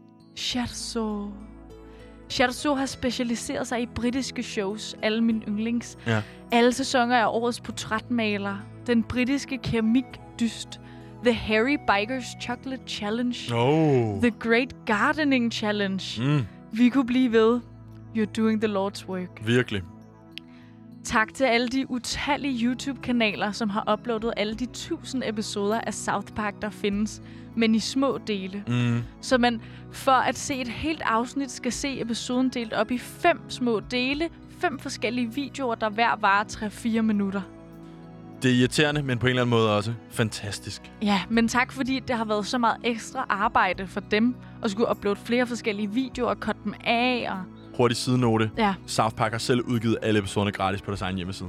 Scherzo. Scherzo har specialiseret sig i britiske shows, alle mine yndlings. Ja. Alle sæsoner er årets portrætmaler. Den britiske keramikdyst. The Harry Bikers Chocolate Challenge. The Great Gardening Challenge. Vi kunne blive ved. You're doing the Lord's work. Virkelig. Tak til alle de utallige YouTube-kanaler, som har uploadet alle de 1000 episoder af South Park, der findes, men i små dele. Så man for at se et helt afsnit skal se episoden delt op i 5 små dele, 5 forskellige videoer, der hver varer 3-4 minutter. Det er irriterende, men på en eller anden måde også fantastisk. Ja, men tak fordi det har været så meget ekstra arbejde for dem, at skulle uploade flere forskellige videoer og cutte dem af. Og hurtig sidenote. Ja. South Park har selv udgivet alle episoderne gratis på deres egen hjemmeside.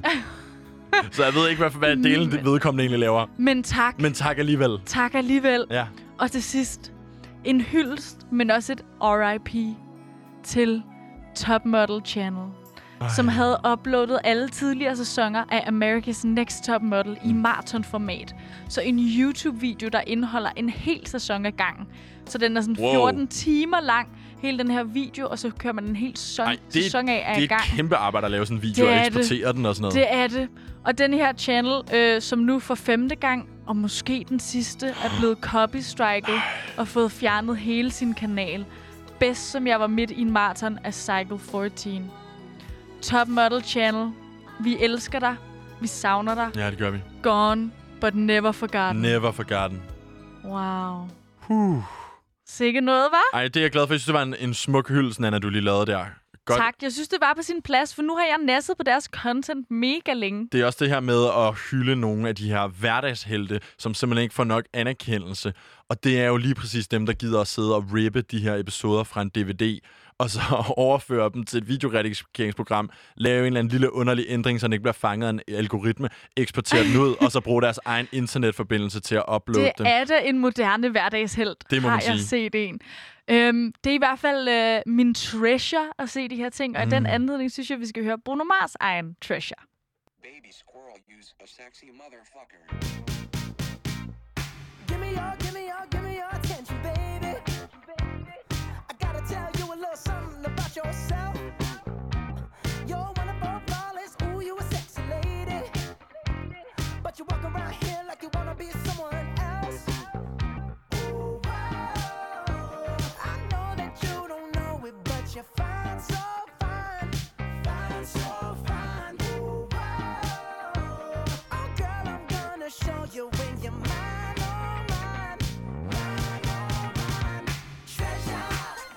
Så jeg ved ikke, hvad delen vedkommende egentlig laver. Men tak. Men tak alligevel. Tak alligevel. Ja. Og til sidst, en hyldest, men også et RIP til Top Model Channel, som havde uploadet alle tidligere sæsoner af America's Next Top Model i maratonformat. Så en YouTube-video, der indeholder en hel sæson ad gangen. Så den er sådan 14 timer lang, hele den her video, og så kører man en hel sæson af det gang. Det er et kæmpe arbejde at lave sådan en video og eksportere den og sådan noget. Det er det. Og den her channel, som nu for 5. gang, og måske den sidste, er blevet copystriket og fået fjernet hele sin kanal. Bedst som jeg var midt i en maraton af Cycle 14. Top Model Channel. Vi elsker dig. Vi savner dig. Ja, det gør vi. Gone, but never forgotten. Never forgotten. Wow. Sikke noget, hva'? Ej, det er jeg glad for. Jeg synes, det var en smuk hyldest, Nana, du lige lavede der. Godt. Tak. Jeg synes, det var på sin plads, for nu har jeg nasset på deres content mega længe. Det er også det her med at hylde nogle af de her hverdagshelte, som simpelthen ikke får nok anerkendelse. Og det er jo lige præcis dem, der gider at sidde og rippe de her episoder fra en DVD, og så overføre dem til et videoredigeringsprogram, lave en eller anden lille underlig ændring, så den ikke bliver fanget af en algoritme, eksportere den ud, og så bruge deres egen internetforbindelse til at uploade den. Det er da en moderne hverdagshelt, det må man har jeg set en. Det er i hvert fald min treasure at se de her ting, og i den anledning synes jeg, vi skal høre Bruno Mars egen treasure. Baby squirrel use a sexy motherfucker. Give me your attention, baby. I gotta tell you a little something about yourself. You're wonderful, flawless, ooh, you a sexy lady. But you walk around here like you wanna be someone else. Ooh, wow. I know that you don't know it, but you're fine, so fine. Fine, so fine. Ooh, wow. Oh, girl, I'm gonna show you when you're mine, oh, mine. Mine, oh, mine. Treasure.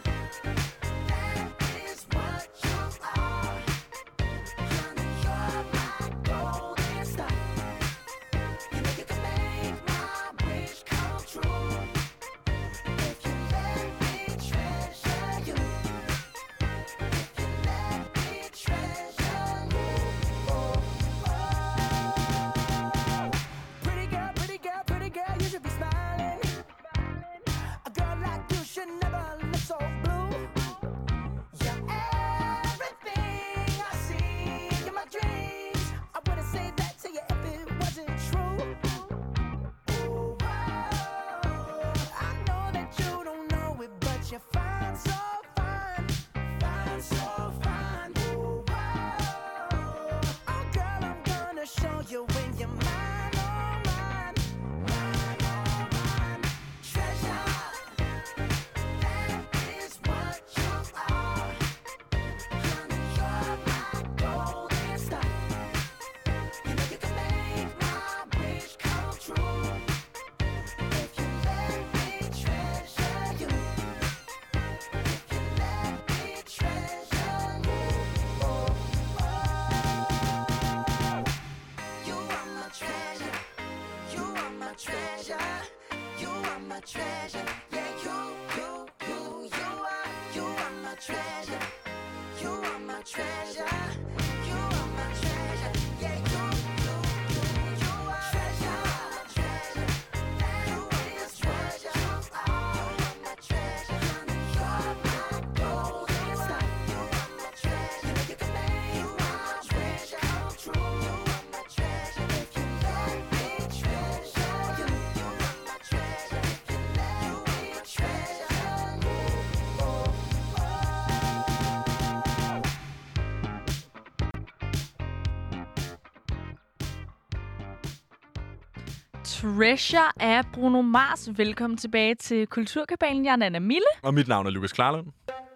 That is what you are. Honey, you're my golden star. You know you can make my wish come true. If you let me treasure you. If you let me treasure you. Oh, oh. Pretty girl, pretty girl, pretty girl, you should be smiling. A girl like you should never look so blue. You're everything I see in my dreams. I wouldn't say that to you if it wasn't true. Ooh, wow. I know that you don't know it, but you're fine, so fine. Fine, so fine. Ooh, wow. Oh, girl, I'm gonna show you when you're mine, oh, mine. Mine, oh, mine. Treasure. That is what you are. Honey, you're my golden star. You know you can make my wish come true. If you let me treasure you. If you let me treasure you. Oh, oh. You are my treasure. You are my treasure. You are my treasure. Yeah, you are my treasure. You are my treasure. You are my treasure. Yeah, you are treasure. You are my treasure. You are my treasure. You're my golden star. You are my treasure. You know you can make my wish come true. You are my treasure. If you let me treasure you. You are my treasure. If you let me treasure you. Oh, oh. Treasure af Bruno Mars. Velkommen tilbage til Kulturkabalen. Jeg er Nana Mille. Og mit navn er Lukas Klarlund.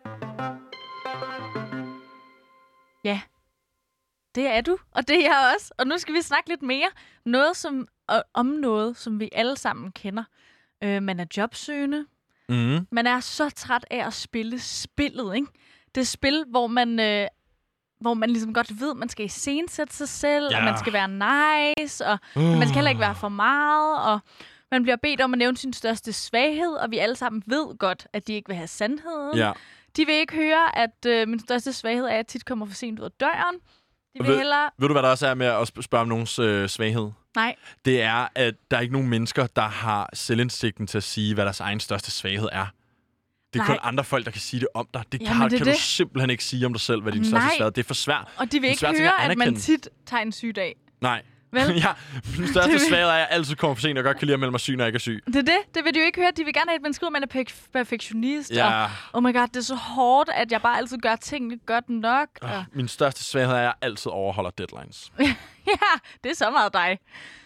Ja, det er du, og det er jeg også. Og nu skal vi snakke lidt mere om noget, som vi alle sammen kender. Man er jobsøgende. Man er så træt af at spille spillet, ikke? Det er spil, hvor man ligesom godt ved, at man skal iscenesætte sig selv, og man skal være nice, og man skal heller ikke være for meget, og man bliver bedt om at nævne sin største svaghed, og vi alle sammen ved godt, at de ikke vil have sandheden. Ja. De vil ikke høre, at min største svaghed er, at jeg tit kommer for sent ud af døren. De vil hellere... Ved du, hvad der også er med at spørge om nogens svaghed? Nej. Det er, at der er ikke nogen mennesker, der har selvindsigten til at sige, hvad deres egen største svaghed er. Det er kun andre folk, der kan sige det om dig. Det Jamen, kan du simpelthen ikke sige om dig selv, hvad din største svaghed. Det er for svært. Og de vil ikke høre, at man tit tager en sygedag. Nej. Vel? Ja, min største svaghed er, at jeg altid kommer for sent, og godt kan lide at melde mig syg, når jeg ikke er syg. Det er det. Det vil de jo ikke høre. De vil gerne have, at man skriver, at man er perfektionist. Ja. Og, oh my god, det er så hårdt, at jeg bare altid gør tingene godt nok. Min største svaghed er, at jeg altid overholder deadlines. Ja, det er så meget dig.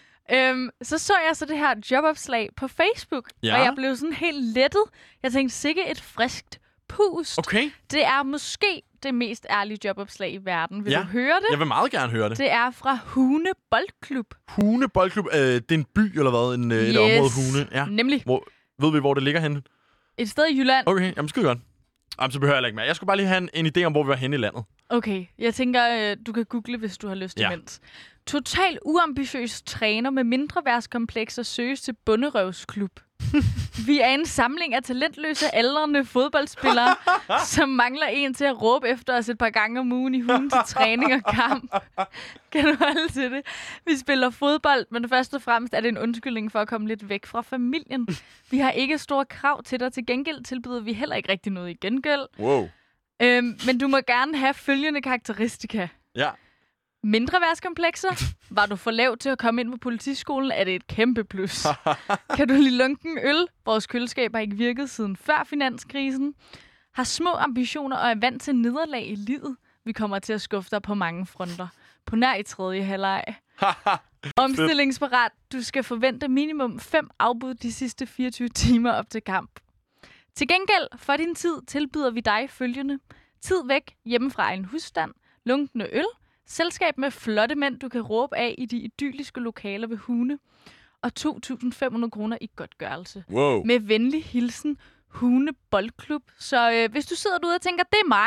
Så jeg så det her jobopslag på Facebook, og jeg blev sådan helt lettet. Jeg tænkte, sikke et friskt pust. Okay. Det er måske det mest ærlige jobopslag i verden. Vil du høre det? Jeg vil meget gerne høre det. Det er fra Hune Boldklub. Hune Boldklub? Det er en by, eller hvad? Et område, Hune? Ja. Nemlig. Ved vi, hvor det ligger henne? Et sted i Jylland. Okay, jamen skide godt. Jamen, så behøver jeg ikke mere. Jeg skulle bare lige have en idé om, hvor vi var henne i landet. Okay, jeg tænker, du kan google, hvis du har lyst imens. Total uambitiøs træner med mindreværdskomplekser søges til bunderøvsklub. Vi er en samling af talentløse, aldrende fodboldspillere, som mangler en til at råbe efter os et par gange om ugen i hunden til træning og kamp. Kan du holde til det? Vi spiller fodbold, men først og fremmest er det en undskyldning for at komme lidt væk fra familien. Vi har ikke store krav til dig. Til gengæld tilbyder vi heller ikke rigtig noget i gengæld. Wow. Men du må gerne have følgende karakteristika. Ja. Mindreværdskomplekser. Var du for lav til at komme ind på politiskolen, er det et kæmpe plus. Kan du lide lunken øl? Vores køleskab har ikke virket siden før finanskrisen. Har små ambitioner og er vant til nederlag i livet. Vi kommer til at skuffe dig på mange fronter. På nær i tredje halvleg. Omstillingsparat. Du skal forvente minimum 5 afbud de sidste 24 timer op til kamp. Til gengæld for din tid tilbyder vi dig følgende. Tid væk hjemmefra en husstand. Lunkende øl. Selskab med flotte mænd, du kan råbe af i de idylliske lokaler ved Hune. Og 2.500 kroner i godtgørelse. Wow. Med venlig hilsen, Hune Boldklub. Så hvis du sidder derude og tænker, det er mig,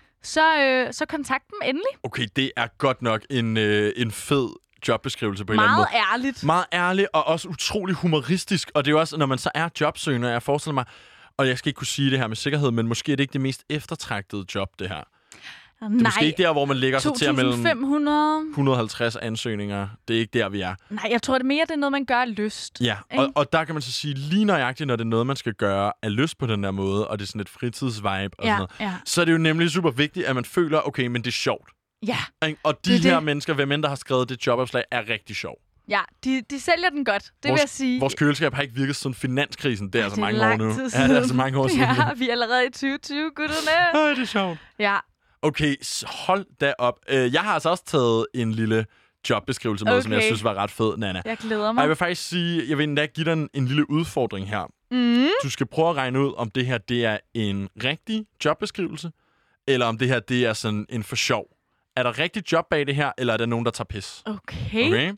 så kontakt dem endelig. Okay, det er godt nok en fed jobbeskrivelse på en eller anden måde. Meget ærligt. Meget ærligt, og også utrolig humoristisk. Og det er jo også, når man så er jobsøgende, jeg forestiller mig, og jeg skal ikke kunne sige det her med sikkerhed, men måske er det ikke det mest eftertragtede job, det her. Det er måske ikke der, hvor man ligger så til mellem 150 ansøgninger. Det er ikke der, vi er. Nej, jeg tror det mere, det er noget, man gør af lyst. Ja, og der kan man så sige lige nøjagtigt, når det er noget, man skal gøre af lyst på den der måde, og det er sådan et fritidsvibe og sådan noget, så er det jo nemlig super vigtigt, at man føler, okay, men det er sjovt. Ja. Og de her mennesker, hvem end der har skrevet det jobopslag, er rigtig sjov. Ja, de sælger den godt, det vil jeg sige. Vores køleskab har ikke virket siden finanskrisen. Det er altså mange år nu. Ja, det er altså mange år siden. Ja, vi er allerede i 2020, gutterne. Det er sjovt. Ja. Okay, hold da op. Jeg har altså også taget en lille jobbeskrivelse med, som jeg synes var ret fed, Nana. Jeg glæder mig. Og jeg vil faktisk sige, jeg vil endda give dig en lille udfordring her. Du skal prøve at regne ud, om det her det er en rigtig jobbeskrivelse, eller om det her det er sådan en for sjov. Er der rigtig job bag det her, eller er der nogen, der tager pis? Okay.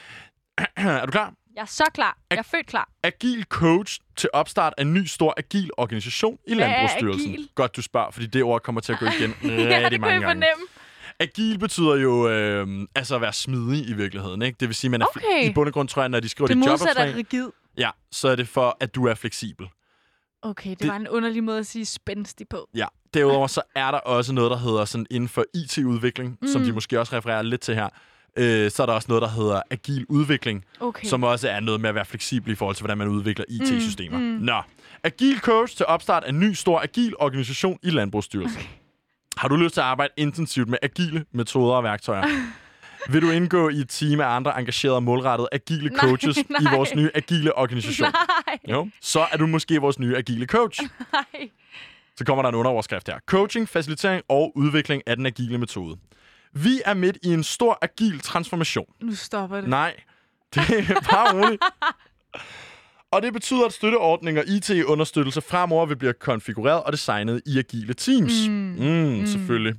Er du klar? Jeg er så klar. Jeg er født klar. Agil coach til opstart af en ny stor agil organisation i Landbrugsstyrelsen. Godt, du spørger, fordi det ord kommer til at gå igen rigtig mange gange. Agil betyder jo at være smidig i virkeligheden, ikke? Det vil sige, man er i bund og grund, tror jeg, når de skriver dit jobopslag. Det modsatte er rigid. Ja, så er det for, at du er fleksibel. Okay, det var en underlig måde at sige spændstig på. Ja, derudover så er der også noget, der hedder sådan inden for IT-udvikling, som de måske også refererer lidt til her. Så er der også noget, der hedder agil udvikling, som også er noget med at være fleksibel i forhold til, hvordan man udvikler IT-systemer. Nå, agil coach til opstart af en ny stor agil organisation i Landbrugsstyrelsen. Okay. Har du lyst til at arbejde intensivt med agile metoder og værktøjer? Vil du indgå i et team af andre engagerede og målrettede agile coaches i vores nye agile organisation? Nej. Jo, så er du måske vores nye agile coach. Nej. Så kommer der en underoverskrift her. Coaching, facilitering og udvikling af den agile metode. Vi er midt i en stor agil transformation. Nu stopper det. Nej, det er bare roligt. Og det betyder, at støtteordninger og IT-understøttelse fremover vil blive konfigureret og designet i agile teams. Selvfølgelig.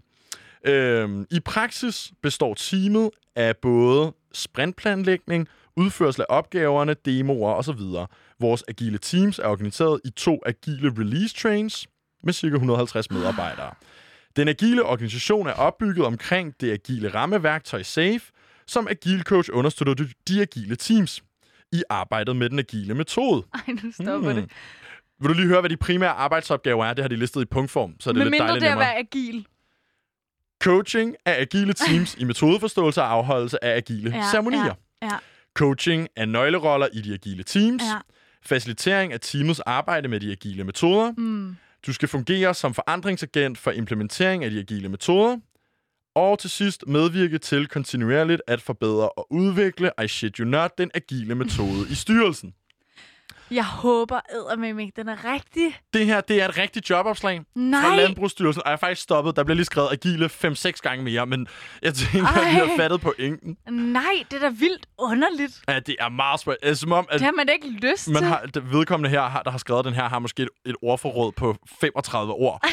I praksis består teamet af både sprintplanlægning, udførsel af opgaverne, demoer osv. Vores agile teams er organiseret i 2 agile release trains med ca. 150 medarbejdere. Den agile organisation er opbygget omkring det agile rammeværktøj SAFe, som Agile Coach understøtter de agile teams i arbejdet med den agile metode. Ej, nu stopper det. Vil du lige høre, hvad de primære arbejdsopgaver er? Det har de listet i punktform, så det er lidt dejligt nemmere. Med mindre det at være agil. Coaching af agile teams i metodeforståelse og afholdelse af agile ceremonier. Ja. Coaching af nøgleroller i de agile teams. Facilitering af teamets arbejde med de agile metoder. Du skal fungere som forandringsagent for implementering af de agile metoder. Og til sidst medvirke til kontinuerligt at forbedre og udvikle, I shit you not, den agile metode i styrelsen. Jeg håber eddermame, den er rigtig. Det her, det er et rigtigt jobopslag fra Landbrugsstyrelsen, og jeg er faktisk stoppet. Der bliver lige skrevet agile 5-6 gange mere, men jeg tænker, at vi har fattet pointen. Nej, det er da vildt underligt. Ja, det er meget spørgsmål. Som om, at det har man da ikke lyst til. Vedkommende her, der har skrevet den her, har måske et ordforråd på 35 ord,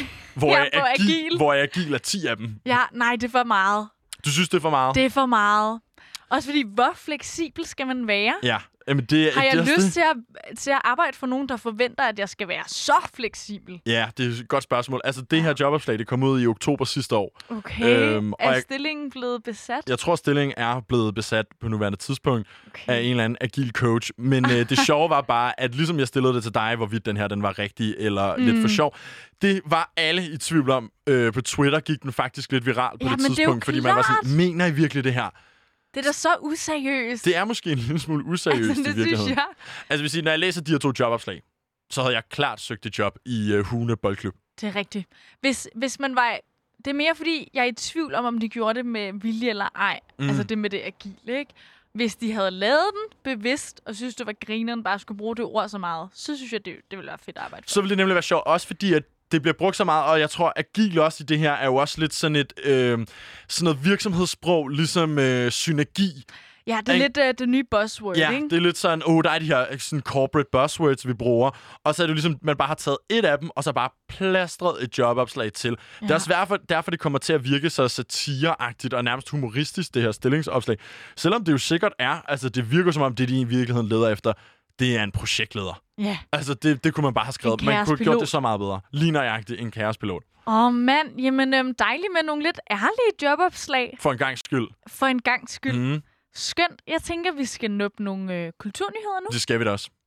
hvor agil er 10 af dem. Ja, nej, det er for meget. Du synes, det er for meget? Det er for meget. Også fordi, hvor fleksibel skal man være? Ja. Jamen, har jeg lyst til at arbejde for nogen, der forventer, at jeg skal være så fleksibel? Ja, det er et godt spørgsmål. Altså, det her jobopslag, det kom ud i oktober sidste år. Okay. Er stillingen blevet besat? Jeg tror, stillingen er blevet besat på nuværende tidspunkt af en eller anden agil coach. Men det sjove var bare, at ligesom jeg stillede det til dig, hvorvidt den var rigtig eller lidt for sjov, det var alle i tvivl om. På Twitter gik den faktisk lidt viral på det tidspunkt, fordi man var sådan, mener I virkelig det her? Det er da så useriøst. Det er måske en lille smule useriøst i virkeligheden. Synes jeg. Altså, vil sige, når jeg læser de her 2 jobopslag, så havde jeg klart søgt et job i Hune Boldklub. Det er rigtigt. Hvis man var... Det er mere, fordi jeg er i tvivl om de gjorde det med vilje eller ej. Altså det med det agile, ikke? Hvis de havde lavet den bevidst, og synes det var grineren bare skulle bruge det ord så meget, så synes jeg, det ville være fedt arbejde for. Så ville det nemlig være sjovt, også fordi, at det bliver brugt så meget, og jeg tror, agil også i det her er jo også lidt sådan et sådan noget virksomhedssprog, ligesom synergi. Ja, det er lidt det nye buzzword, ja, ikke? Det er lidt sådan, der er de her sådan corporate buzzwords, vi bruger, og så er det jo ligesom, man bare har taget et af dem, og så bare plastret et jobopslag til. Ja. Det er også derfor, det kommer til at virke så satireagtigt og nærmest humoristisk, det her stillingsopslag. Selvom det jo sikkert er, altså det virker som om, det de i virkeligheden leder efter, det er en projektleder. Ja. Altså, det kunne man bare have skrevet. Man kunne have gjort det så meget bedre. Lige nøjagtigt en kaospilot. Mand, jamen dejligt med nogle lidt ærlige jobopslag. For en gangs skyld. For en gangs skyld. Skønt. Jeg tænker, vi skal nuppe nogle kulturnyheder nu. Det skal vi da også.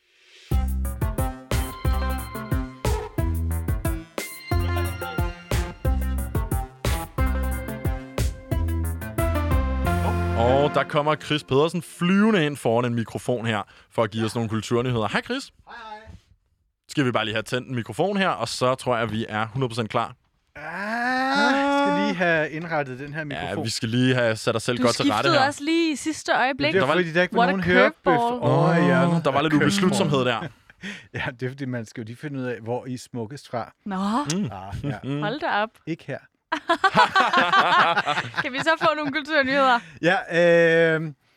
Og der kommer Chris Pedersen flyvende ind foran en mikrofon her, for at give os nogle kulturnyheder. Hej Chris. Hej. Skal vi bare lige have tændt en mikrofon her, og så tror jeg, at vi er 100% klar. Skal lige have indrettet den her mikrofon. Ja, vi skal lige have sat os selv godt til rette her. Du skiftede også lige i sidste øjeblik. Det er fordi, der ikke var nogen hørebøf. Der var lidt ubeslutsomhed der. Ja, det er fordi, man skal jo lige finde ud af, hvor I er smukkest fra. Nå, hold da op. Ikke her. Kan vi så få nogle kulturnyheder? Ja,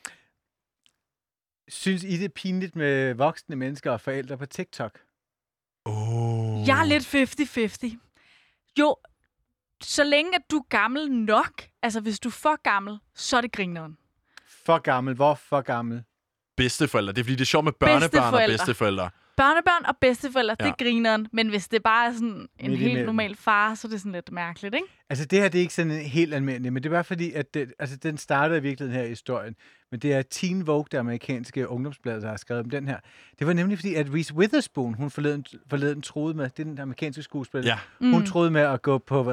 synes I, det er pinligt med voksne mennesker og forældre på TikTok? Jeg er lidt 50-50. Jo, så længe at du er gammel nok, altså hvis du er for gammel, så er det grineren. For gammel? Hvor for gammel? Bedsteforældre. Det er fordi, det er sjovt med børnebørn og bedsteforældre. Børnebørn og bedsteforældre, det er grineren. Men hvis det bare er sådan en helt normal far, så er det sådan lidt mærkeligt, ikke? Altså det her, det er ikke sådan helt almindeligt, men det er bare fordi, at den startede i virkeligheden her i historien. Men det er Teen Vogue, det amerikanske ungdomsblad, der har skrevet om den her. Det var nemlig fordi, at Reese Witherspoon, hun forleden troede med, det er den amerikanske skuespiller, hun troede med at gå på,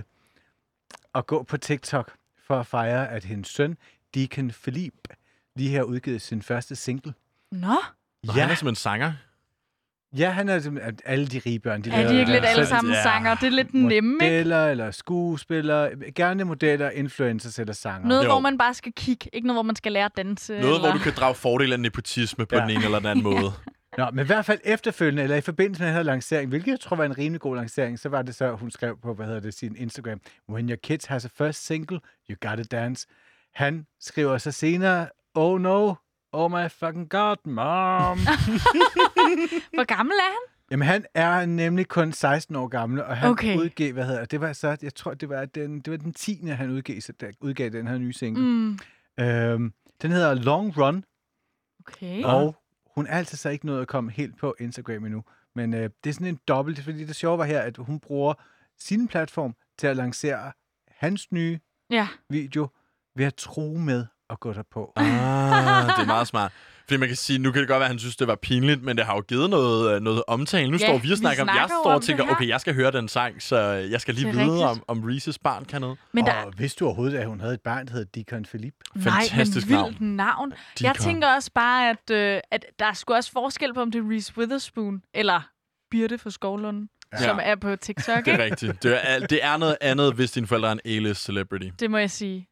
at gå på TikTok for at fejre, at hendes søn, Deacon Philippe, lige har udgivet sin første single. Nå? Ja. Han er som en sanger. Ja, han er som alle de rige børn. De er ikke lidt alle sammen sanger? Det er lidt nemme, ikke? Modeller eller skuespillere. Gerne modeller, influencers eller sanger. Noget, hvor man bare skal kigge. Ikke noget, hvor man skal lære at danse. Noget, hvor du kan drage fordel af nepotisme på den ene eller den anden måde. Nå, men i hvert fald efterfølgende, eller i forbindelse med den her lancering, hvilket jeg tror var en rimelig god lancering, så var det så, hun skrev på, sin Instagram, "When your kids has a first single, you gotta dance." Han skriver så senere, "Oh no, oh my fucking god, mom." Hvor gammel er han? Jamen, han er nemlig kun 16 år gammel, og han udgav, det var så, jeg tror, det var den 10. han udgav den her nye single. Den hedder Long Run. Okay. Og hun er altså så ikke nået at komme helt på Instagram endnu. Men det er sådan en dobbelt, fordi det sjove var her, at hun bruger sin platform til at lancere hans nye video ved at true med at gå derpå. Det er meget smart. Fordi man kan sige, nu kan det godt være, at han synes, det var pinligt, men det har jo givet noget omtale. Nu står vi og snakker om, jeg står og tænker, okay, jeg skal høre den sang, så jeg skal lige vide, om Reeses barn kan noget. Men og vidste du overhovedet, at hun havde et barn, der hed Deacon Philippe? Fantastisk navn. Nej, men navn. Jeg tænker også bare, at der er sgu også forskel på, om det er Reese Witherspoon, eller Birte fra Skovlunden. som er på TikTok. Det er rigtigt. Det er noget andet, hvis dine forældre er en A-list celebrity. Det må jeg sige.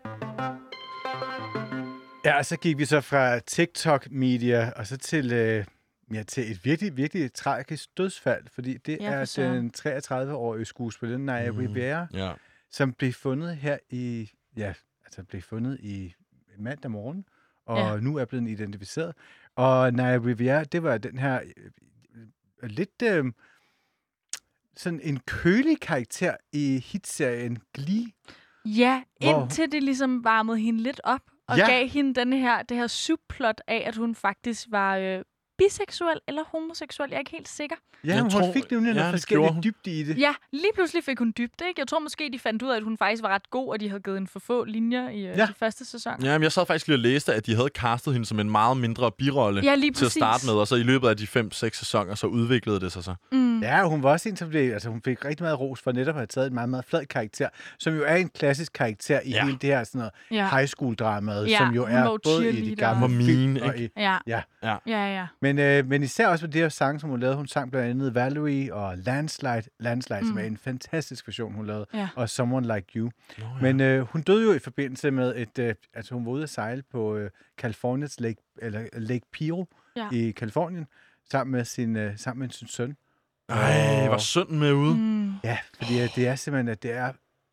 Ja, og så gik vi så fra TikTok-media og så til et virkelig, virkelig tragisk dødsfald, fordi det er den 33-årige skuespiller Naya Rivera, som blev fundet her blev fundet i mandag morgen, og nu er blevet identificeret. Og Naya Rivera, det var den her lidt sådan en kølig karakter i hitserien Glee. Ja, indtil det ligesom varmede hende lidt op, og gav hende det her subplot af, at hun faktisk var biseksuel eller homoseksuel. Jeg er ikke helt sikker. Ja, hun fik nemlig noget forskellige dybde i det. Ja, lige pludselig fik hun dybde, ikke? Jeg tror måske, de fandt ud af, at hun faktisk var ret god, og de havde givet hende for få linjer i de første sæson. Ja, men jeg sad faktisk lige og læste, at de havde castet hende som en meget mindre birolle til at starte med, og så i løbet af de 5-6 sæsoner, så udviklede det sig så. Ja, hun var også en, som hun fik rigtig meget ros for netop at have taget en meget, meget flad karakter, som jo er en klassisk karakter i hele det her sådan noget high school-dramaet, som jo er både i de gamle film og i... Ja. Men især også med det her sang, som hun lavede. Hun sang blandt andet Valerie og Landslide, som er en fantastisk version, hun lavede, og Someone Like You. Men hun døde jo i forbindelse med hun var ude at sejle på Californias Lake Piro i Kalifornien, sammen med sin søn. Var sønnen med ude? Ja, fordi det er simpelthen,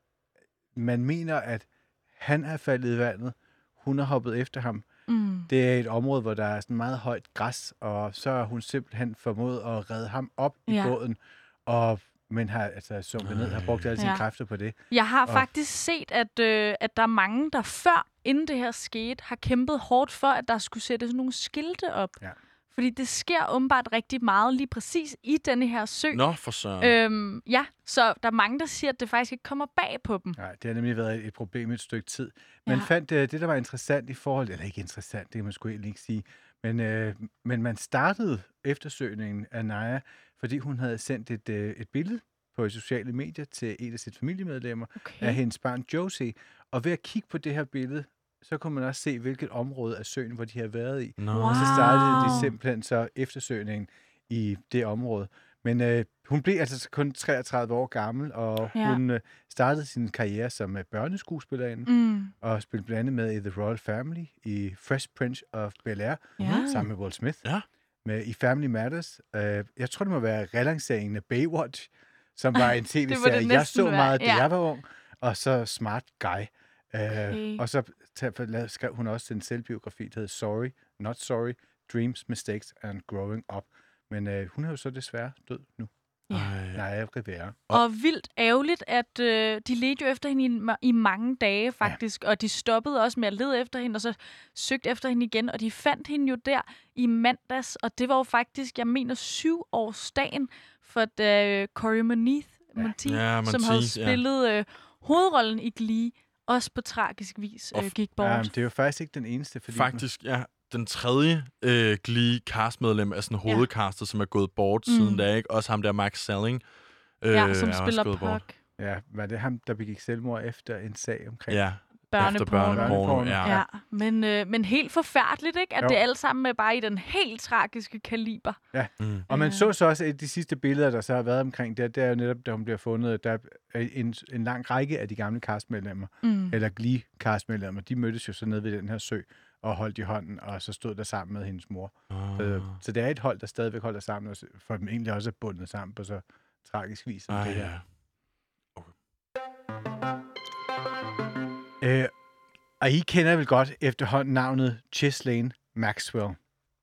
man mener, at han er faldet i vandet, hun har hoppet efter ham. Det er et område, hvor der er sådan meget højt græs, og så har hun simpelthen formået at redde ham op i båden, men har sunket ned, har brugt alle sine kræfter på det. Jeg har faktisk set, at der er mange, der før, inden det her skete, har kæmpet hårdt for, at der skulle sættes sådan nogle skilte op. Ja. Fordi det sker åbenbart rigtig meget lige præcis i denne her sø. Nå, for søren. Så der er mange, der siger, at det faktisk ikke kommer bag på dem. Nej, det har nemlig været et problem i et stykke tid. Man fandt det, der var interessant i forhold... Eller ikke interessant, det kan man sgu egentlig ikke sige. Men man startede eftersøgningen af Naya, fordi hun havde sendt et billede på sociale medier til et af sit familiemedlemmer af hendes barn Josie. Og ved at kigge på det her billede, så kunne man også se, hvilket område af søen, hvor de har været i. No. Og så startede de simpelthen så eftersøgningen i det område. Men hun blev altså kun 33 år gammel, og hun startede sin karriere som børneskuespillerinde, og spillede blandt andet med i The Royal Family, i Fresh Prince of Bel-Air, sammen med Will Smith, i Family Matters. Jeg tror, det må være relanceringen af Baywatch, som var en tv-serie, jeg så meget, da jeg var ung, og så Smart Guy. Og så skrev hun også en selvbiografi, der hedder Sorry, Not Sorry, Dreams, Mistakes and Growing Up. Men hun er jo så desværre død nu. Nej, Rivera. Og vildt ærgerligt, at de ledte jo efter hende i mange dage faktisk, og de stoppede også med at lede efter hende, og så søgte efter hende igen, og de fandt hende jo der i mandags, og det var jo faktisk, jeg mener, 7-årsdagen for Corey Monteith, som havde spillet hovedrollen i Glee, også på tragisk vis gik bort. Det er jo faktisk ikke den eneste. Fordi faktisk, den tredje Glee-castmedlem er sådan hovedcastet, som er gået bort siden da, ikke? Også ham der, Mark Salling. Som spiller Puck. Ja, var det ham, der begik selvmord efter en sag omkring? Ja, efter børneporno. Men helt forfærdeligt, ikke? At det alt sammen er bare i den helt tragiske kaliber. Ja, og man så også at de sidste billeder, der så har været omkring det er jo netop, da hun bliver fundet, der er en lang række af de gamle castmedlemmer, eller Glee-castmedlemmer, de mødtes jo så nede ved den her sø, og holdt i hånden, og så stod der sammen med hendes mor. Så det er et hold, der stadigvæk holder sammen, og for dem egentlig også er bundet sammen på så tragisk vis som det her. Og I kender vel godt efterhånden navnet Ghislaine Maxwell.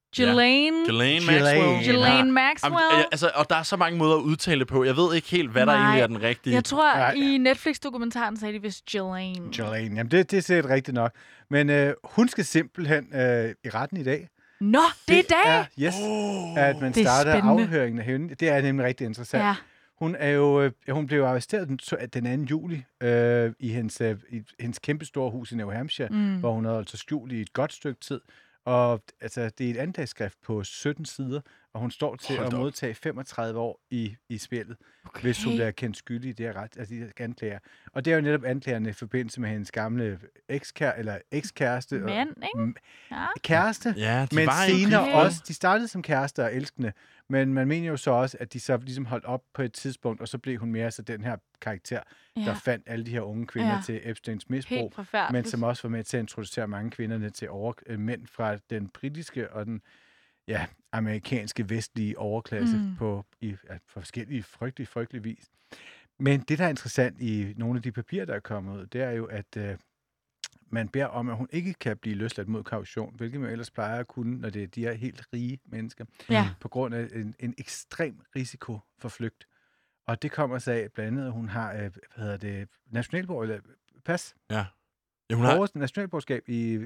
Ghislaine Maxwell. Og der er så mange måder at udtale på. Jeg ved ikke helt, hvad der egentlig er den rigtige. Jeg tror, i Netflix-dokumentaren sagde de vist Ghislaine. Jamen, det er sikkert rigtigt nok. Men hun skal simpelthen i retten i dag. Nå, det er i dag? At man starter afhøringen af hende. Det er nemlig rigtig interessant. Ja. Hun blev arresteret den 2. juli i hendes kæmpestore hus i New Hampshire, hvor hun havde altså skjult i et godt stykke tid. Og altså, det er et anklagsskrift på 17 sider, Og hun står til at modtage 35 år i spillet, hvis hun bliver kendt skyldig i det her ret, altså de anklager. Og det er jo netop anklagerne i forbindelse med hendes gamle ekskæreste. Mand, ikke? Kæreste, ja, men senere også. De startede som kærester og elskende, men man mener jo så også, at de så ligesom holdt op på et tidspunkt, og så blev hun mere så den her karakter, der fandt alle de her unge kvinder til Epsteins misbrug, men som også var med til at introducere mange kvinderne til mænd fra den britiske og den amerikanske vestlige overklasse på forskellige frygtelige vis. Men det, der er interessant i nogle af de papirer, der er kommet ud, det er jo, at man beder om, at hun ikke kan blive løsladt mod kaution, hvilket man ellers plejer at kunne, når det er de her helt rige mennesker, på grund af en ekstrem risiko for flygt. Og det kommer sig af, blandt andet, at hun har, nationalborg, eller pas. Ja. Hun har nationalborgskab i,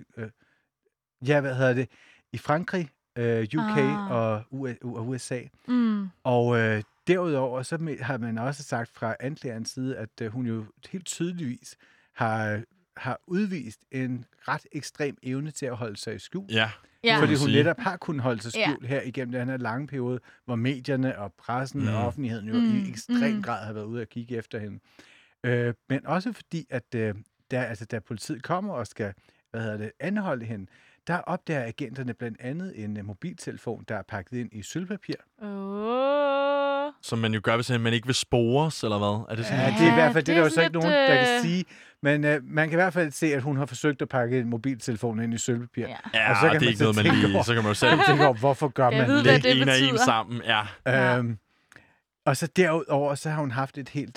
i Frankrig, UK og USA. Og derudover så har man også sagt fra anklagerens side, at hun jo helt tydeligvis har udvist en ret ekstrem evne til at holde sig i skjul. Ja. Fordi hun netop har kunnet holde sig skjult her igennem den her lange periode, hvor medierne og pressen og offentligheden jo i ekstrem grad har været ude at kigge efter hende. Men også fordi, at da politiet kommer og skal anholde hende, der opdager agenterne blandt andet en mobiltelefon, der er pakket ind i sølvpapir. Som man jo gør, hvis man ikke vil spores, eller hvad? Er det sådan? Det er i hvert fald det er der jo så ikke nogen, der kan sige. Men man kan i hvert fald se, at hun har forsøgt at pakke en mobiltelefon ind i sølvpapir. Ja, og så kan det er ikke noget, man lige... Så kan man jo selv tænke over, hvorfor gør man det en af en sammen? Ja. Og så derudover, så har hun haft et helt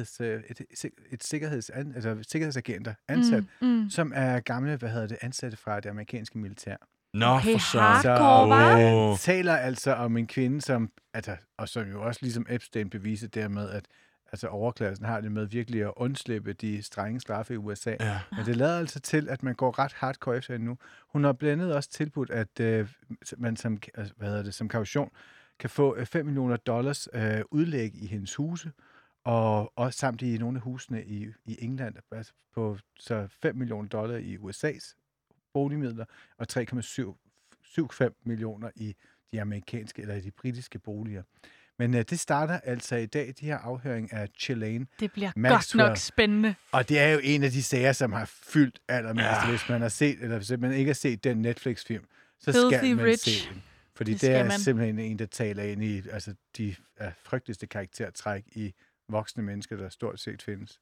sikkerhedsagenter ansat, som er gamle, ansatte fra det amerikanske militær. Nå, for så taler altså om en kvinde, som jo også ligesom Epstein beviser dermed, at overklassen har det med virkelig at undslippe de strenge straffe i USA. Ja. Men det lader altså til, at man går ret hardcore efter hende nu. Hun har blandt andet også tilbudt, at man som kaution kan få $5 millioner udlæg i hendes huse, og også samt i nogle af husene i England, altså på så $5 millioner i USA's boligmidler, og 3,75 millioner i de amerikanske eller i de britiske boliger. Men det starter altså i dag, de her afhøring af Ghislaine Det bliver Maxwell. godt nok spændende. Og det er jo en af de sager, som har fyldt allermest, hvis man har set, eller hvis man ikke har set den Netflix-film, så skal man se den. Fordi det er simpelthen en, der taler ind i de frygteligste karaktertræk i voksne mennesker, der stort set findes.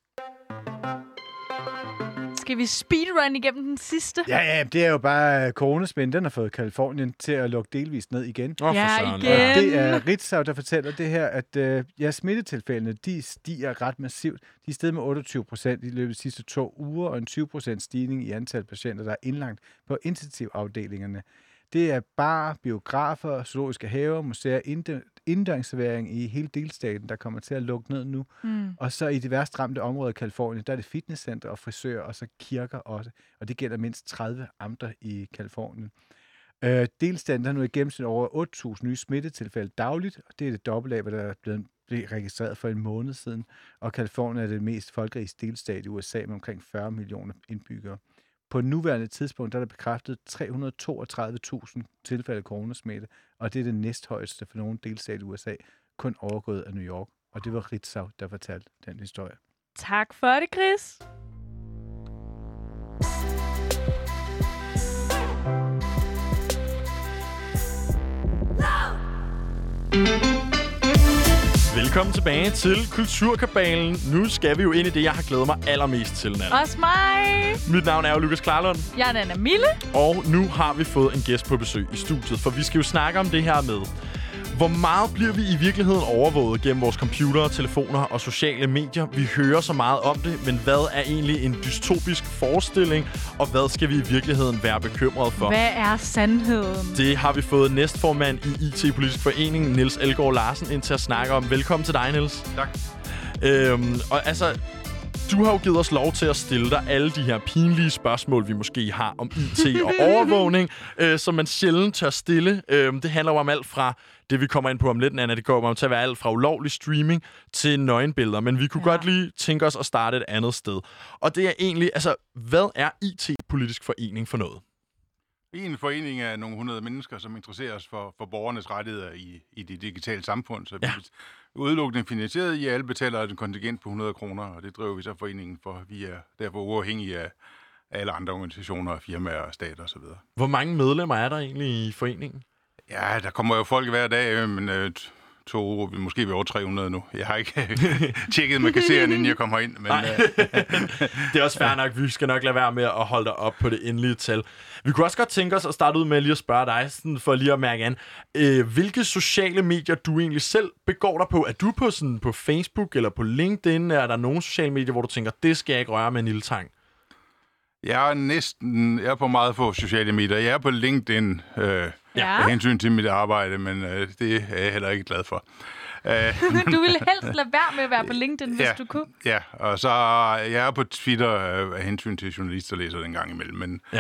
Skal vi speedrun igennem den sidste? Ja, det er jo bare coronaspænden. Den har fået Kalifornien til at lukke delvist ned igen. Igen. Og det er Ritzau, der fortæller det her, at smittetilfældene, de stiger ret massivt. De er steget med 28% i løbet af de sidste 2 uger, og en 20% stigning i antal patienter, der er indlagt på intensivafdelingerne. Det er bare biografer, zoologiske haver, museer, indendørsservering i hele delstaten, der kommer til at lukke ned nu. Og så i de værst ramte områder i Kalifornien, der er det fitnesscenter og frisører, og så kirker også. Og det gælder mindst 30 amter i Kalifornien. Delstaten har nu i gennemsnit over 8.000 nye smittetilfælde dagligt, og det er det dobbelt af, hvad der er blevet registreret for en måned siden. Og Kalifornien er det mest folkerige delstat i USA med omkring 40 millioner indbyggere. På nuværende tidspunkt der er der bekræftet 332.000 tilfælde af coronasmitte, og det er det næsthøjeste for nogle delstat i USA, kun overgået af New York. Og det var Ritzau, der fortalte den historie. Tak for det, Chris. Velkommen tilbage til Kulturkabalen. Nu skal vi jo ind i det, jeg har glædet mig allermest til, Nana. Også mig. Mit navn er jo Lukas Klarlund. Jeg er Nana Mille. Og nu har vi fået en gæst på besøg i studiet, for vi skal jo snakke om det her med, hvor meget bliver vi i virkeligheden overvåget gennem vores computere, telefoner og sociale medier? Vi hører så meget om det, men hvad er egentlig en dystopisk forestilling? Og hvad skal vi i virkeligheden være bekymret for? Hvad er sandheden? Det har vi fået næstformand i IT-politisk forening, Niels Elgaard Larsen, ind til at snakke om. Velkommen til dig, Niels. Tak. Og altså, du har jo givet os lov til at stille dig alle de her pinlige spørgsmål, vi måske har om IT og overvågning, som man sjældent tør stille. Det handler jo om alt fra det, vi kommer ind på om lidt, Anna. Det går om til at være alt fra ulovlig streaming til nøgenbilleder. Men vi kunne godt lige tænke os at starte et andet sted. Og det er egentlig, altså, hvad er IT-politisk forening for noget? Vi er en forening af nogle 100 mennesker, som interesserer os for borgernes rettigheder i det digitale samfund. Så vi er udelukkende finansieret i, at alle betaler et kontingent på 100 kroner, og det driver vi så foreningen for. Vi er derfor uafhængige af alle andre organisationer, firmaer, stater osv. Hvor mange medlemmer er der egentlig i foreningen? Ja, der kommer jo folk hver dag, men måske ved over 300 nu. Jeg har ikke tjekket med kasseren, inden jeg kommer ind. Men, det er også fair nok. Vi skal nok lade være med at holde dig op på det endelige tal. Vi kunne også godt tænke os at starte ud med lige at spørge dig, sådan for lige at mærke an. Hvilke sociale medier du egentlig selv begår dig på? Er du på Facebook eller på LinkedIn? Er der nogle sociale medier, hvor du tænker, det skal jeg ikke røre med en lille tang? Jeg er på meget få sociale medier. Jeg er på LinkedIn af hensyn til mit arbejde, men det er jeg heller ikke glad for. Du ville helst lade være med at være på LinkedIn, hvis du kunne. Ja, og så jeg er på Twitter af hensyn til journalister, der læser den gang imellem.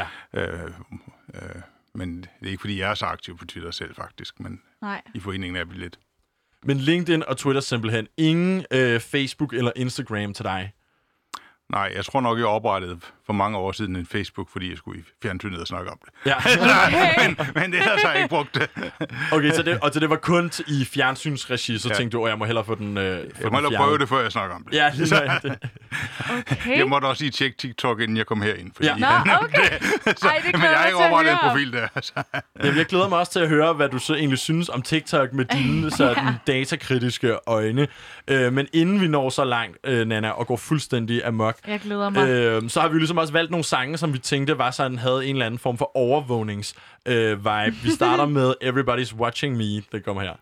Men det er ikke, fordi jeg er så aktiv på Twitter selv, faktisk. Men i foreningen er vi lidt. Men LinkedIn og Twitter simpelthen. Ingen Facebook eller Instagram til dig? Nej, jeg tror nok, jeg oprettede for mange år siden en Facebook, fordi jeg skulle i fjernsynet og snakke om det. Ja. men det har jeg ikke brugt det. Okay, så det var kun i fjernsynsregi, så tænkte du, jeg må hellere få den jeg må hellere prøve det, før jeg snakker om det. Ja, lige okay. Jeg måtte også lige tjekke TikTok, inden jeg kom herind. Fordi, okay. Men jeg har ikke oprettet en profil der. Jamen, jeg glæder mig også til at høre, hvad du så egentlig synes om TikTok med dine sådan datakritiske øjne. Men inden vi når så langt, Nanna, og går fuldstændig amok, jeg glæder mig. Så har vi jo ligesom også valgt nogle sange, som vi tænkte havde en eller anden form for overvågnings-vibe. Vi starter med Everybody's Watching Me. Det kommer her.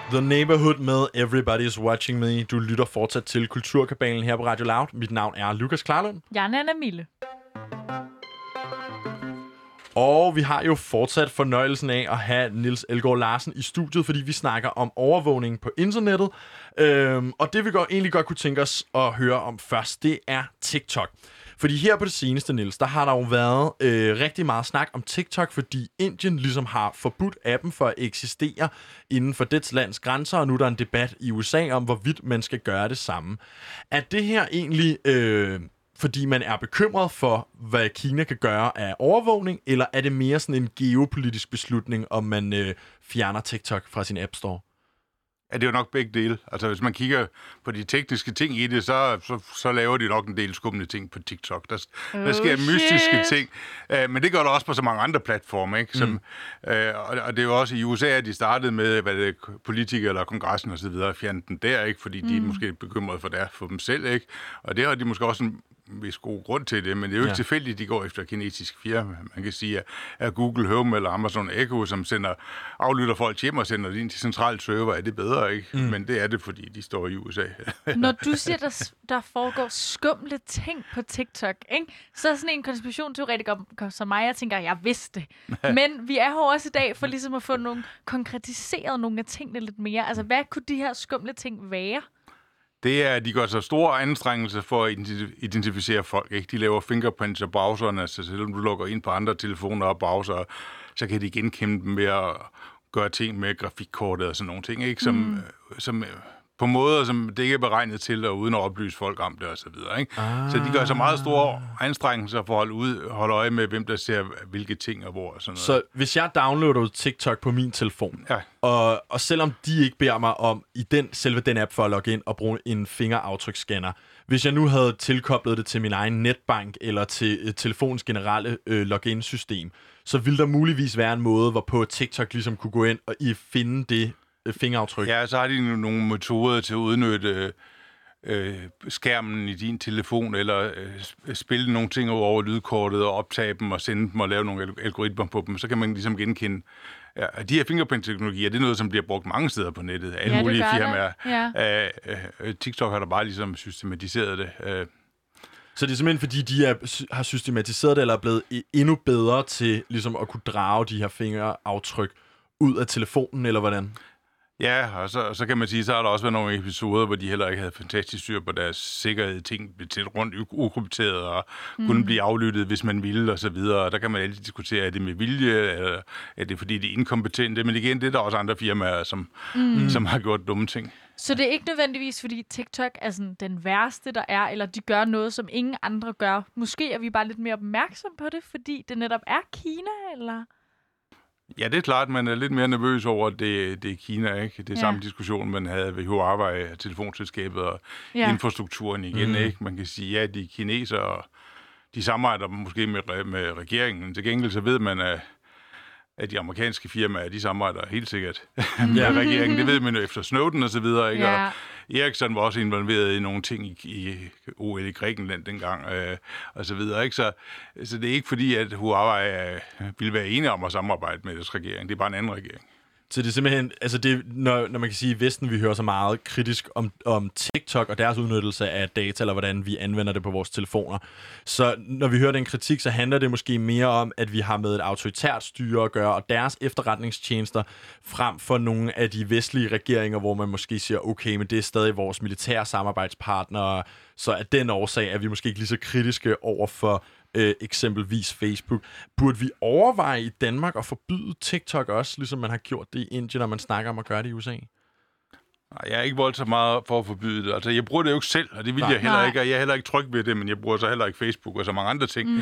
The Neighborhood med Everybody's Watching Me. Du lytter fortsat til Kulturkabalen her på Radio Loud. Mit navn er Lukas Klarlund. Jeg er Nana Mille. Og vi har jo fortsat fornøjelsen af at have Niels Elgaard Larsen i studiet, fordi vi snakker om overvågning på internettet. Og det vi egentlig godt kunne tænke os at høre om først, det er TikTok. Fordi her på det seneste, Niels, der har der jo været rigtig meget snak om TikTok, fordi Indien ligesom har forbudt appen for at eksistere inden for dets lands grænser, og nu er der en debat i USA om, hvorvidt man skal gøre det samme. Er det her egentlig... fordi man er bekymret for, hvad Kina kan gøre af overvågning, eller er det mere sådan en geopolitisk beslutning, om man fjerner TikTok fra sin App Store? Ja, det er jo nok begge dele. Altså, hvis man kigger på de tekniske ting i det, så laver de nok en del skummende ting på TikTok. Der sker mystiske ting. Men det gør der også på så mange andre platforme, ikke? Som, og det er jo også i USA, at de startede med, hvad det politikere eller kongressen og så videre, fjernede den der, ikke? Fordi de er måske bekymrede for dem selv, ikke? Og det har de måske også en vis god grund til det, men det er jo ikke tilfældigt, de går efter kinesisk firma. Man kan sige, at Google Home eller Amazon Echo, som aflytter folk hjem og sender det ind til central server, er det bedre, ikke? Men det er det, fordi de står i USA. Når du siger, der foregår skumle ting på TikTok, ikke? Så er sådan en konspirationsteoretiker som mig, jeg tænker, jeg vidste det. Men vi er her også i dag for ligesom at få konkretiseret nogle af tingene lidt mere. Altså, hvad kunne de her skumle ting være? Det er, at de gør så store anstrengelser for at identificere folk, ikke? De laver fingerprints af browserne, så selvom du logger ind på andre telefoner og browser, så kan de genkende dem med at gøre ting med grafikkortet og sådan nogle ting, ikke? Som på måder, som det ikke er beregnet til, og uden at oplyse folk om det og så videre, ikke? Så de gør så meget store anstrengelser for at holde øje med, hvem der ser hvilke ting og hvor og sådan noget. Så hvis jeg downloader TikTok på min telefon, og selvom de ikke beder mig om i selve den app for at logge ind og bruge en fingeraftryksscanner, hvis jeg nu havde tilkoblet det til min egen netbank eller til telefonens generelle login-system, så ville der muligvis være en måde, hvorpå TikTok ligesom kunne gå ind og finde det fingeraftryk. Ja, så har de nogle metoder til at udnytte skærmen i din telefon, eller spille nogle ting over lydkortet og optage dem og sende dem og lave nogle algoritmer på dem. Så kan man ligesom genkende. Ja, de her fingerprint-teknologier, det er noget, som bliver brugt mange steder på nettet. Alle mulige firmaer. Ja. TikTok har da bare ligesom systematiseret det. Så det er simpelthen, fordi de har systematiseret det, eller er blevet endnu bedre til ligesom at kunne drage de her fingeraftryk ud af telefonen, eller hvordan? Ja, og så kan man sige, så har der også været nogle episoder, hvor de heller ikke havde fantastisk styr på deres sikkerhed. Ting blev tæt rundt ukrypteret og kunne blive aflyttet, hvis man ville, og så videre. Og der kan man altid diskutere, er det med vilje, eller er det fordi, det er inkompetente? Men igen, det er der også andre firmaer, som har gjort dumme ting. Så det er ikke nødvendigvis, fordi TikTok er sådan den værste, der er, eller de gør noget, som ingen andre gør. Måske er vi bare lidt mere opmærksom på det, fordi det netop er Kina, eller... Ja, det er klart, man er lidt mere nervøs over, at det er Kina, ikke? Det er samme diskussion, man havde ved Huawei, telefonselskabet og infrastrukturen igen, ikke? Man kan sige, ja, de kinesere, og de samarbejder måske med regeringen. Til gengæld så ved man, at de amerikanske firmaer, de samarbejder helt sikkert med regeringen. Det ved man jo efter Snowden og så videre, ikke? Og Ericsson var også involveret i nogle ting i OL i Grækenland dengang, og så videre, ikke? Så det er ikke fordi, at Huawei ville være enige om at samarbejde med deres regering. Det er bare en anden regering. Så det er simpelthen, altså det, når man kan sige, at i Vesten, vi hører så meget kritisk om TikTok og deres udnyttelse af data, eller hvordan vi anvender det på vores telefoner. Så når vi hører den kritik, så handler det måske mere om, at vi har med et autoritært styre at gøre, og deres efterretningstjenester, frem for nogle af de vestlige regeringer, hvor man måske siger, okay, men det er stadig vores militære samarbejdspartnere, så af den årsag er vi måske ikke lige så kritiske over for eksempelvis Facebook. Burde vi overveje i Danmark at forbyde TikTok også, ligesom man har gjort det i Indien, når man snakker om at gøre det i USA? Nej, jeg er ikke voldsomt meget for at forbyde det. Altså, jeg bruger det jo ikke selv, og det vil jeg heller ikke, og jeg er heller ikke tryg ved det, men jeg bruger så heller ikke Facebook og så mange andre ting.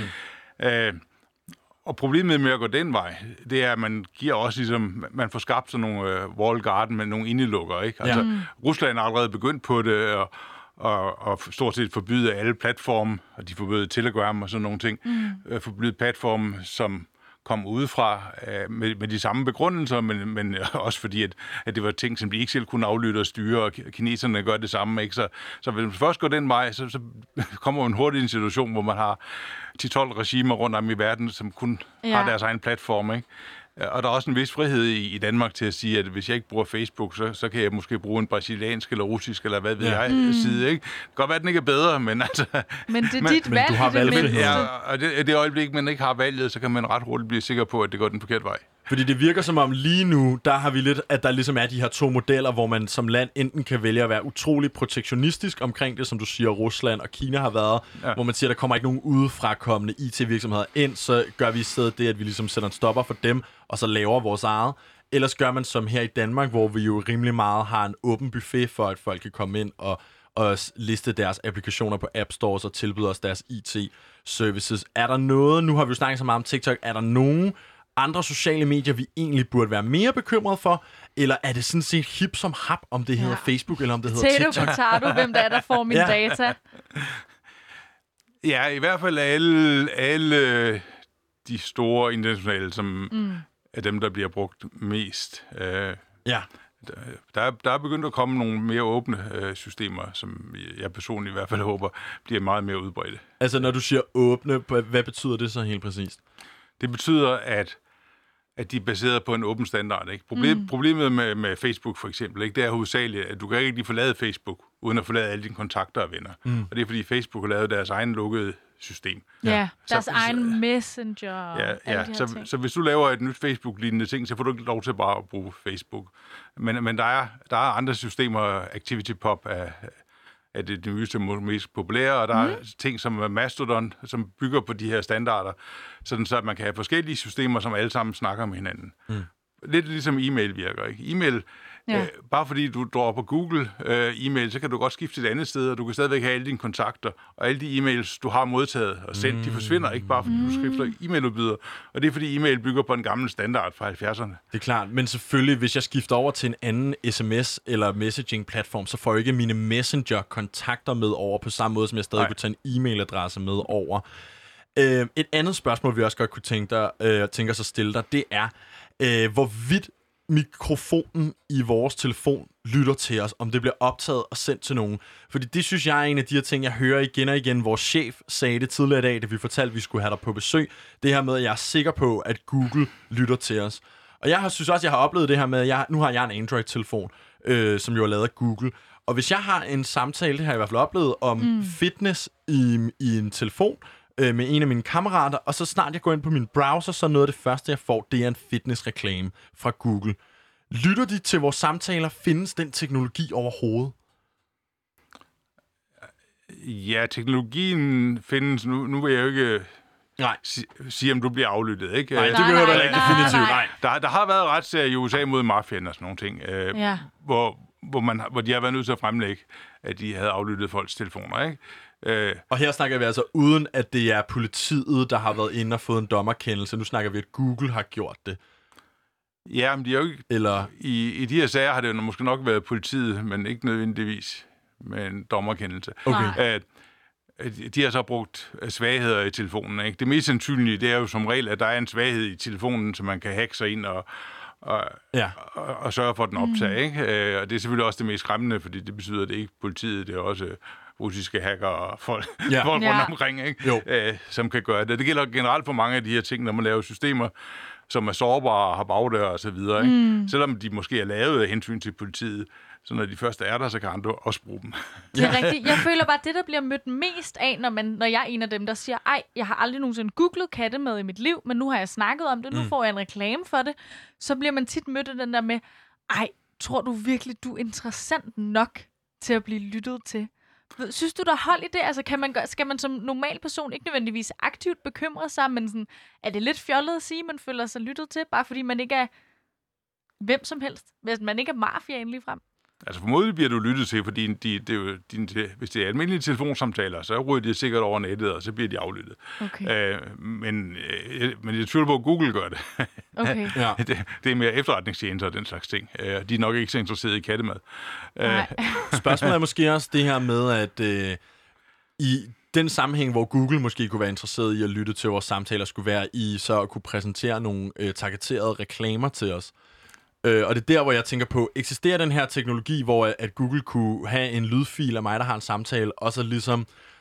Og problemet med at gå den vej, det er, at man giver også ligesom, man får skabt sådan nogle walled garden med nogle indelukker, ikke? Altså, Rusland er allerede begyndt på det, og stort set forbyde alle platforme, og de forbød Telegram og sådan nogle ting, forbyde platforme, som kom udefra med de samme begrundelser, men også fordi, at det var ting, som de ikke selv kunne aflytte og styre, og kineserne gør det samme, ikke? Så hvis man først går den vej, så kommer en hurtig en situation, hvor man har 10-12 regimer rundt om i verden, som kun har deres egen platform, ikke? Og der er også en vis frihed i Danmark til at sige, at hvis jeg ikke bruger Facebook, så kan jeg måske bruge en brasiliansk eller russisk, eller hvad ved jeg, side, ikke? Det kan godt være, at den ikke er bedre, men altså... Men det er dit valg, du har valgfrihed. Ja, og det øjeblik, man ikke har valget, så kan man ret hurtigt blive sikker på, at det går den forkerte vej. Fordi det virker som om lige nu, der har vi lidt, at der ligesom er de her to modeller, hvor man som land enten kan vælge at være utrolig protektionistisk omkring det, som du siger, Rusland og Kina har været, hvor man siger, at der kommer ikke nogen udefrakommende IT-virksomheder ind, så gør vi i stedet det, at vi ligesom sætter en stopper for dem, og så laver vores eget. Ellers gør man som her i Danmark, hvor vi jo rimelig meget har en åben buffet for, at folk kan komme ind og liste deres applikationer på App Stores og tilbyde os deres IT-services. Er der noget, nu har vi jo snakket så meget om TikTok, er der nogen andre sociale medier, vi egentlig burde være mere bekymrede for? Eller er det sådan set hip som hap, om det hedder Facebook, eller om det hedder TikTok? Tager du, hvem der får mine data? Ja, i hvert fald alle de store internationale, som er dem, der bliver brugt mest. Der er begyndt at komme nogle mere åbne systemer, som jeg personligt i hvert fald håber, bliver meget mere udbredte. Altså, når du siger åbne, hvad betyder det så helt præcist? Det betyder, at de er baseret på en åben standard. Ikke? Problemet med Facebook for eksempel, ikke, det er hovedsageligt, at du kan ikke lige forlade Facebook, uden at forlade alle dine kontakter og venner. Og det er, fordi Facebook har lavet deres egen lukkede system. Ja, deres egen messenger. Så hvis du laver et nyt Facebook-lignende ting, så får du ikke lov til bare at bruge Facebook. Men der er andre systemer, ActivityPub er det nyeste, mest populære, og der er ting som Mastodon, som bygger på de her standarder, sådan så at man kan have forskellige systemer, som alle sammen snakker med hinanden. Lidt ligesom e-mail virker, ikke? E-mail, bare fordi du drar på Google e-mail, så kan du godt skifte et andet sted, og du kan stadigvæk have alle dine kontakter, og alle de e-mails, du har modtaget og sendt, de forsvinder ikke bare, fordi du skifter e-mailudbyder, og det er fordi e-mail bygger på en gammel standard fra 70'erne. Det er klart, men selvfølgelig, hvis jeg skifter over til en anden sms- eller messaging-platform, så får jeg ikke mine messenger-kontakter med over på samme måde, som jeg stadig kunne tage en e-mailadresse med over. Et andet spørgsmål, vi også godt kunne tænke os at stille dig, det er, hvorvidt mikrofonen i vores telefon lytter til os, om det bliver optaget og sendt til nogen. Fordi det synes jeg er en af de her ting, jeg hører igen og igen. Vores chef sagde det tidligere i dag, da vi fortalte, at vi skulle have dig på besøg. Det her med, at jeg er sikker på, at Google lytter til os. Og jeg synes også, jeg har oplevet det her med, at nu har jeg en Android-telefon, som jo er lavet af Google. Og hvis jeg har en samtale, det har jeg i hvert fald oplevet, om fitness i en telefon, med en af mine kammerater, og så snart jeg går ind på min browser, så noget af det første, jeg får, det er en fitnessreklame fra Google. Lytter de til vores samtaler? Findes den teknologi overhovedet? Ja, teknologien findes. Nu vil jeg jo ikke sige, om du bliver aflyttet, ikke? Nej, det behøver du ikke definitivt. Der har været retssager i USA mod mafiaen og sådan nogle ting, hvor de har været nødt til at fremlægge, at de havde aflyttet folks telefoner, ikke? Og her snakker vi altså uden, at det er politiet, der har været inde og fået en dommerkendelse. Nu snakker vi, at Google har gjort det. Ja, men de er jo ikke... Eller... I de her sager har det måske nok været politiet, men ikke nødvendigvis med en dommerkendelse. Okay. De har så brugt svagheder i telefonen, ikke? Det mest sandsynlige, det er jo som regel, at der er en svaghed i telefonen, så man kan hacke sig ind og sørge for, at den optager, ikke? Og det er selvfølgelig også det mest skræmmende, fordi det betyder, at det ikke politiet, det er også russiske hacker og folk rundt omkring, ikke? Som kan gøre det. Det gælder generelt for mange af de her ting, når man laver systemer, som er sårbare og har bagdøre og så videre, ikke? Selvom de måske er lavet af hensyn til politiet, så når de først er der, så kan andre også bruge dem. Det er rigtigt. Jeg føler bare, at det, der bliver mødt mest af, når jeg er en af dem, der siger, jeg har aldrig nogensinde googlet kattemad i mit liv, men nu har jeg snakket om det, nu får jeg en reklame for det, så bliver man tit mødt af den der med, tror du virkelig, du er interessant nok til at blive lyttet til? Synes du, der er hold i det? Altså, skal man som normal person ikke nødvendigvis aktivt bekymre sig, men sådan, er det lidt fjollet at sige, at man føler sig lyttet til, bare fordi man ikke er hvem som helst? Hvis man ikke er mafiaen lige frem? Altså formodentlig bliver du lyttet til, fordi hvis det er almindelige telefonsamtaler, så ryger de sikkert over nettet, og så bliver de aflyttet. Okay. Men jeg tvivler på, at Google gør det. Okay. Det er mere efterretningstjenester og den slags ting. De er nok ikke så interesserede i kattemad. Spørgsmålet er måske også det her med, at i den sammenhæng, hvor Google måske kunne være interesseret i at lytte til vores samtaler, skulle være i så at kunne præsentere nogle targeterede reklamer til os. Og det er der, hvor jeg tænker på, eksisterer den her teknologi, hvor at Google kunne have en lydfil af mig, der har en samtale, og så ligesom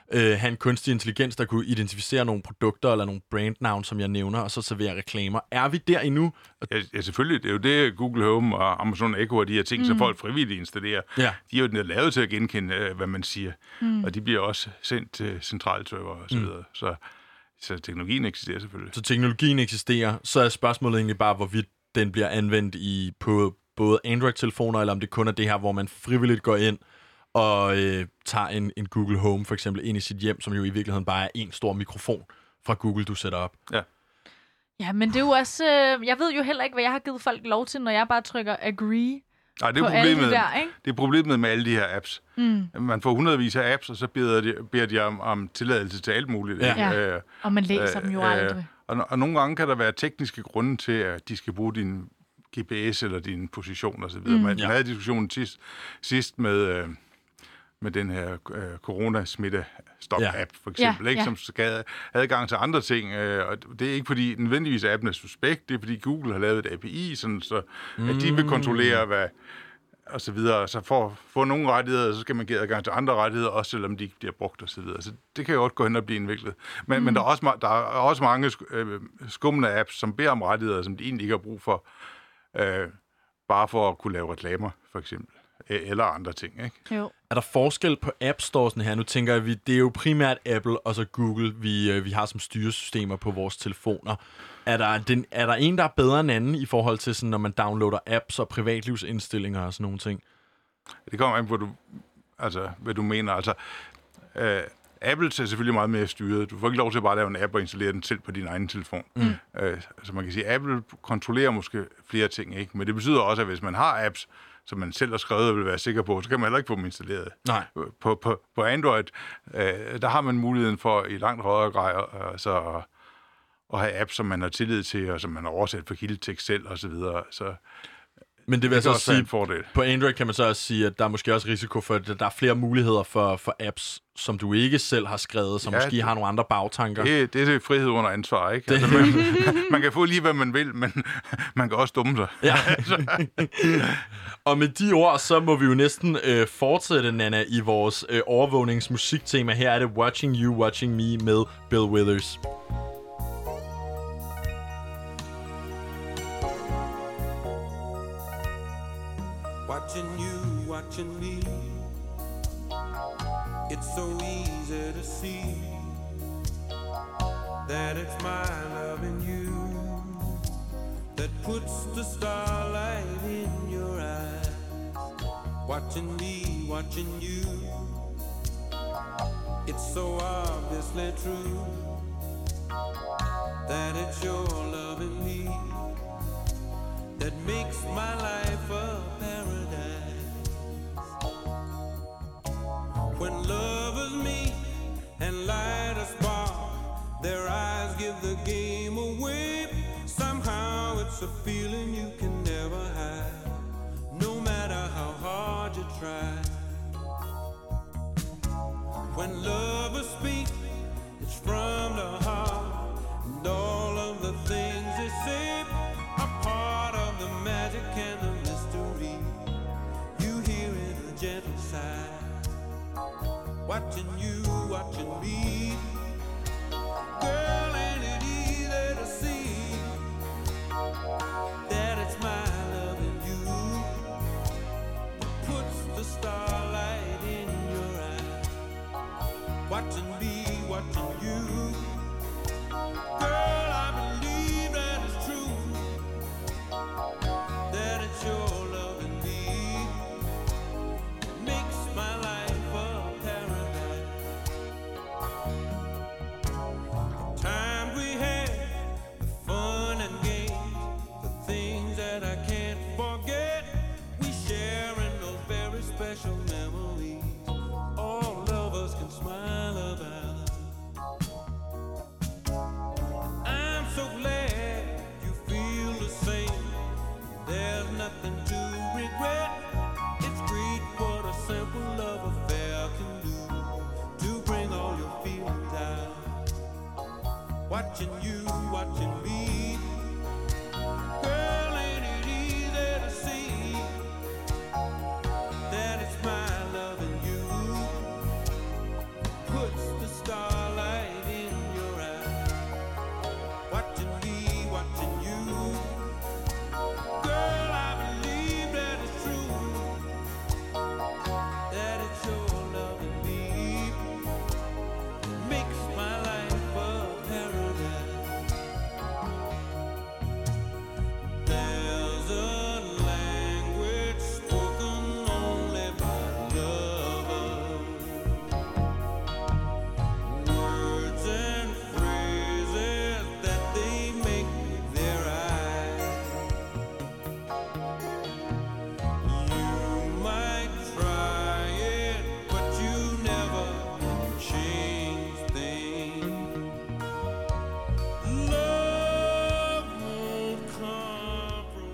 have en kunstig intelligens, der kunne identificere nogle produkter eller nogle brandnavn, som jeg nævner, og så servere reklamer. Er vi der endnu? Ja, selvfølgelig. Det er jo det, Google Home og Amazon Echo og de her ting, som folk frivilligt installerer. Ja. De er jo lavet til at genkende, hvad man siger. Og de bliver også sendt til centralserver og så videre. Så teknologien eksisterer selvfølgelig. Så teknologien eksisterer, så er spørgsmålet egentlig bare, hvorvidt den bliver anvendt på både Android-telefoner, eller om det kun er det her, hvor man frivilligt går ind og tager en Google Home for eksempel ind i sit hjem, som jo i virkeligheden bare er en stor mikrofon fra Google, du sætter op. Ja. Ja, men det er jo også... jeg ved jo heller ikke, hvad jeg har givet folk lov til, når jeg bare trykker agree. Nej, det er problemet. Det er problemet med alle de her apps. Man får hundredvis af apps, og så beder de om tilladelse til alt muligt. Ja. Og man læser dem jo aldrig. Og nogle gange kan der være tekniske grunde til, at de skal bruge din GPS eller din position og så videre. Man havde diskussionen sidst med den her corona-smitte-stop-app, for eksempel, ikke, som skal have adgang til andre ting. Og det er ikke fordi nødvendigvis appen er suspekt, det er fordi Google har lavet et API, sådan, så at de vil kontrollere, hvad og så videre. Så for at få nogle rettigheder, så skal man give adgang til andre rettigheder, også selvom de ikke bliver brugt og så videre. Så det kan jo godt gå hen og blive indviklet. Men der er også mange skumne apps, som beder om rettigheder, som de egentlig ikke har brug for, bare for at kunne lave reklamer, for eksempel. Eller andre ting, ikke? Jo. Er der forskel på App Stores'en her? Nu tænker jeg, det er jo primært Apple og så Google, vi har som styresystemer på vores telefoner. Er der en, der er bedre end anden i forhold til, sådan, når man downloader apps og privatlivsindstillinger og sådan nogle ting? Det kommer an på, hvad du mener. Altså, Apple er selvfølgelig meget mere styret. Du får ikke lov til at bare lave en app og installere den selv på din egen telefon. Så man kan sige, at Apple kontrollerer måske flere ting, ikke? Men det betyder også, at hvis man har apps, som man selv har skrevet og vil være sikker på, så kan man heller ikke få dem installeret. Nej. På Android, der har man muligheden for i langt højere grad at have apps, som man har tillid til, og som man har oversat for kildetekst selv, og så videre. Så men det vil så også sige, på Android kan man så også sige, at der er måske også risiko for, at der er flere muligheder for apps, som du ikke selv har skrevet, som måske har nogle andre bagtanker. Det er frihed under ansvar, ikke? Altså, man kan få lige, hvad man vil, men man kan også dumme sig. Ja. Og med de ord, så må vi jo næsten fortsætte, Nana, i vores overvågningsmusiktema. Her er det Watching You, Watching Me med Bill Withers. Watching you, watching me. It's so easy to see that it's my loving you that puts the starlight in your eyes. Watching me, watching you. It's so obviously true that it's your loving me that makes my life a paradise. When lovers meet and light a spark, their eyes give the game away. Somehow it's a feeling you can never hide, no matter how hard you try. When lovers speak, it's from the heart, and all of the things they say are part of the magic and the mystery. You hear in a gentle sigh. Watching you, watching me. Girl, ain't it easy to see that it's my loving you that puts the starlight in your eyes. Watching me, watching you. Girl, I believe that it's true, that it's your loving me that makes my life a paradise.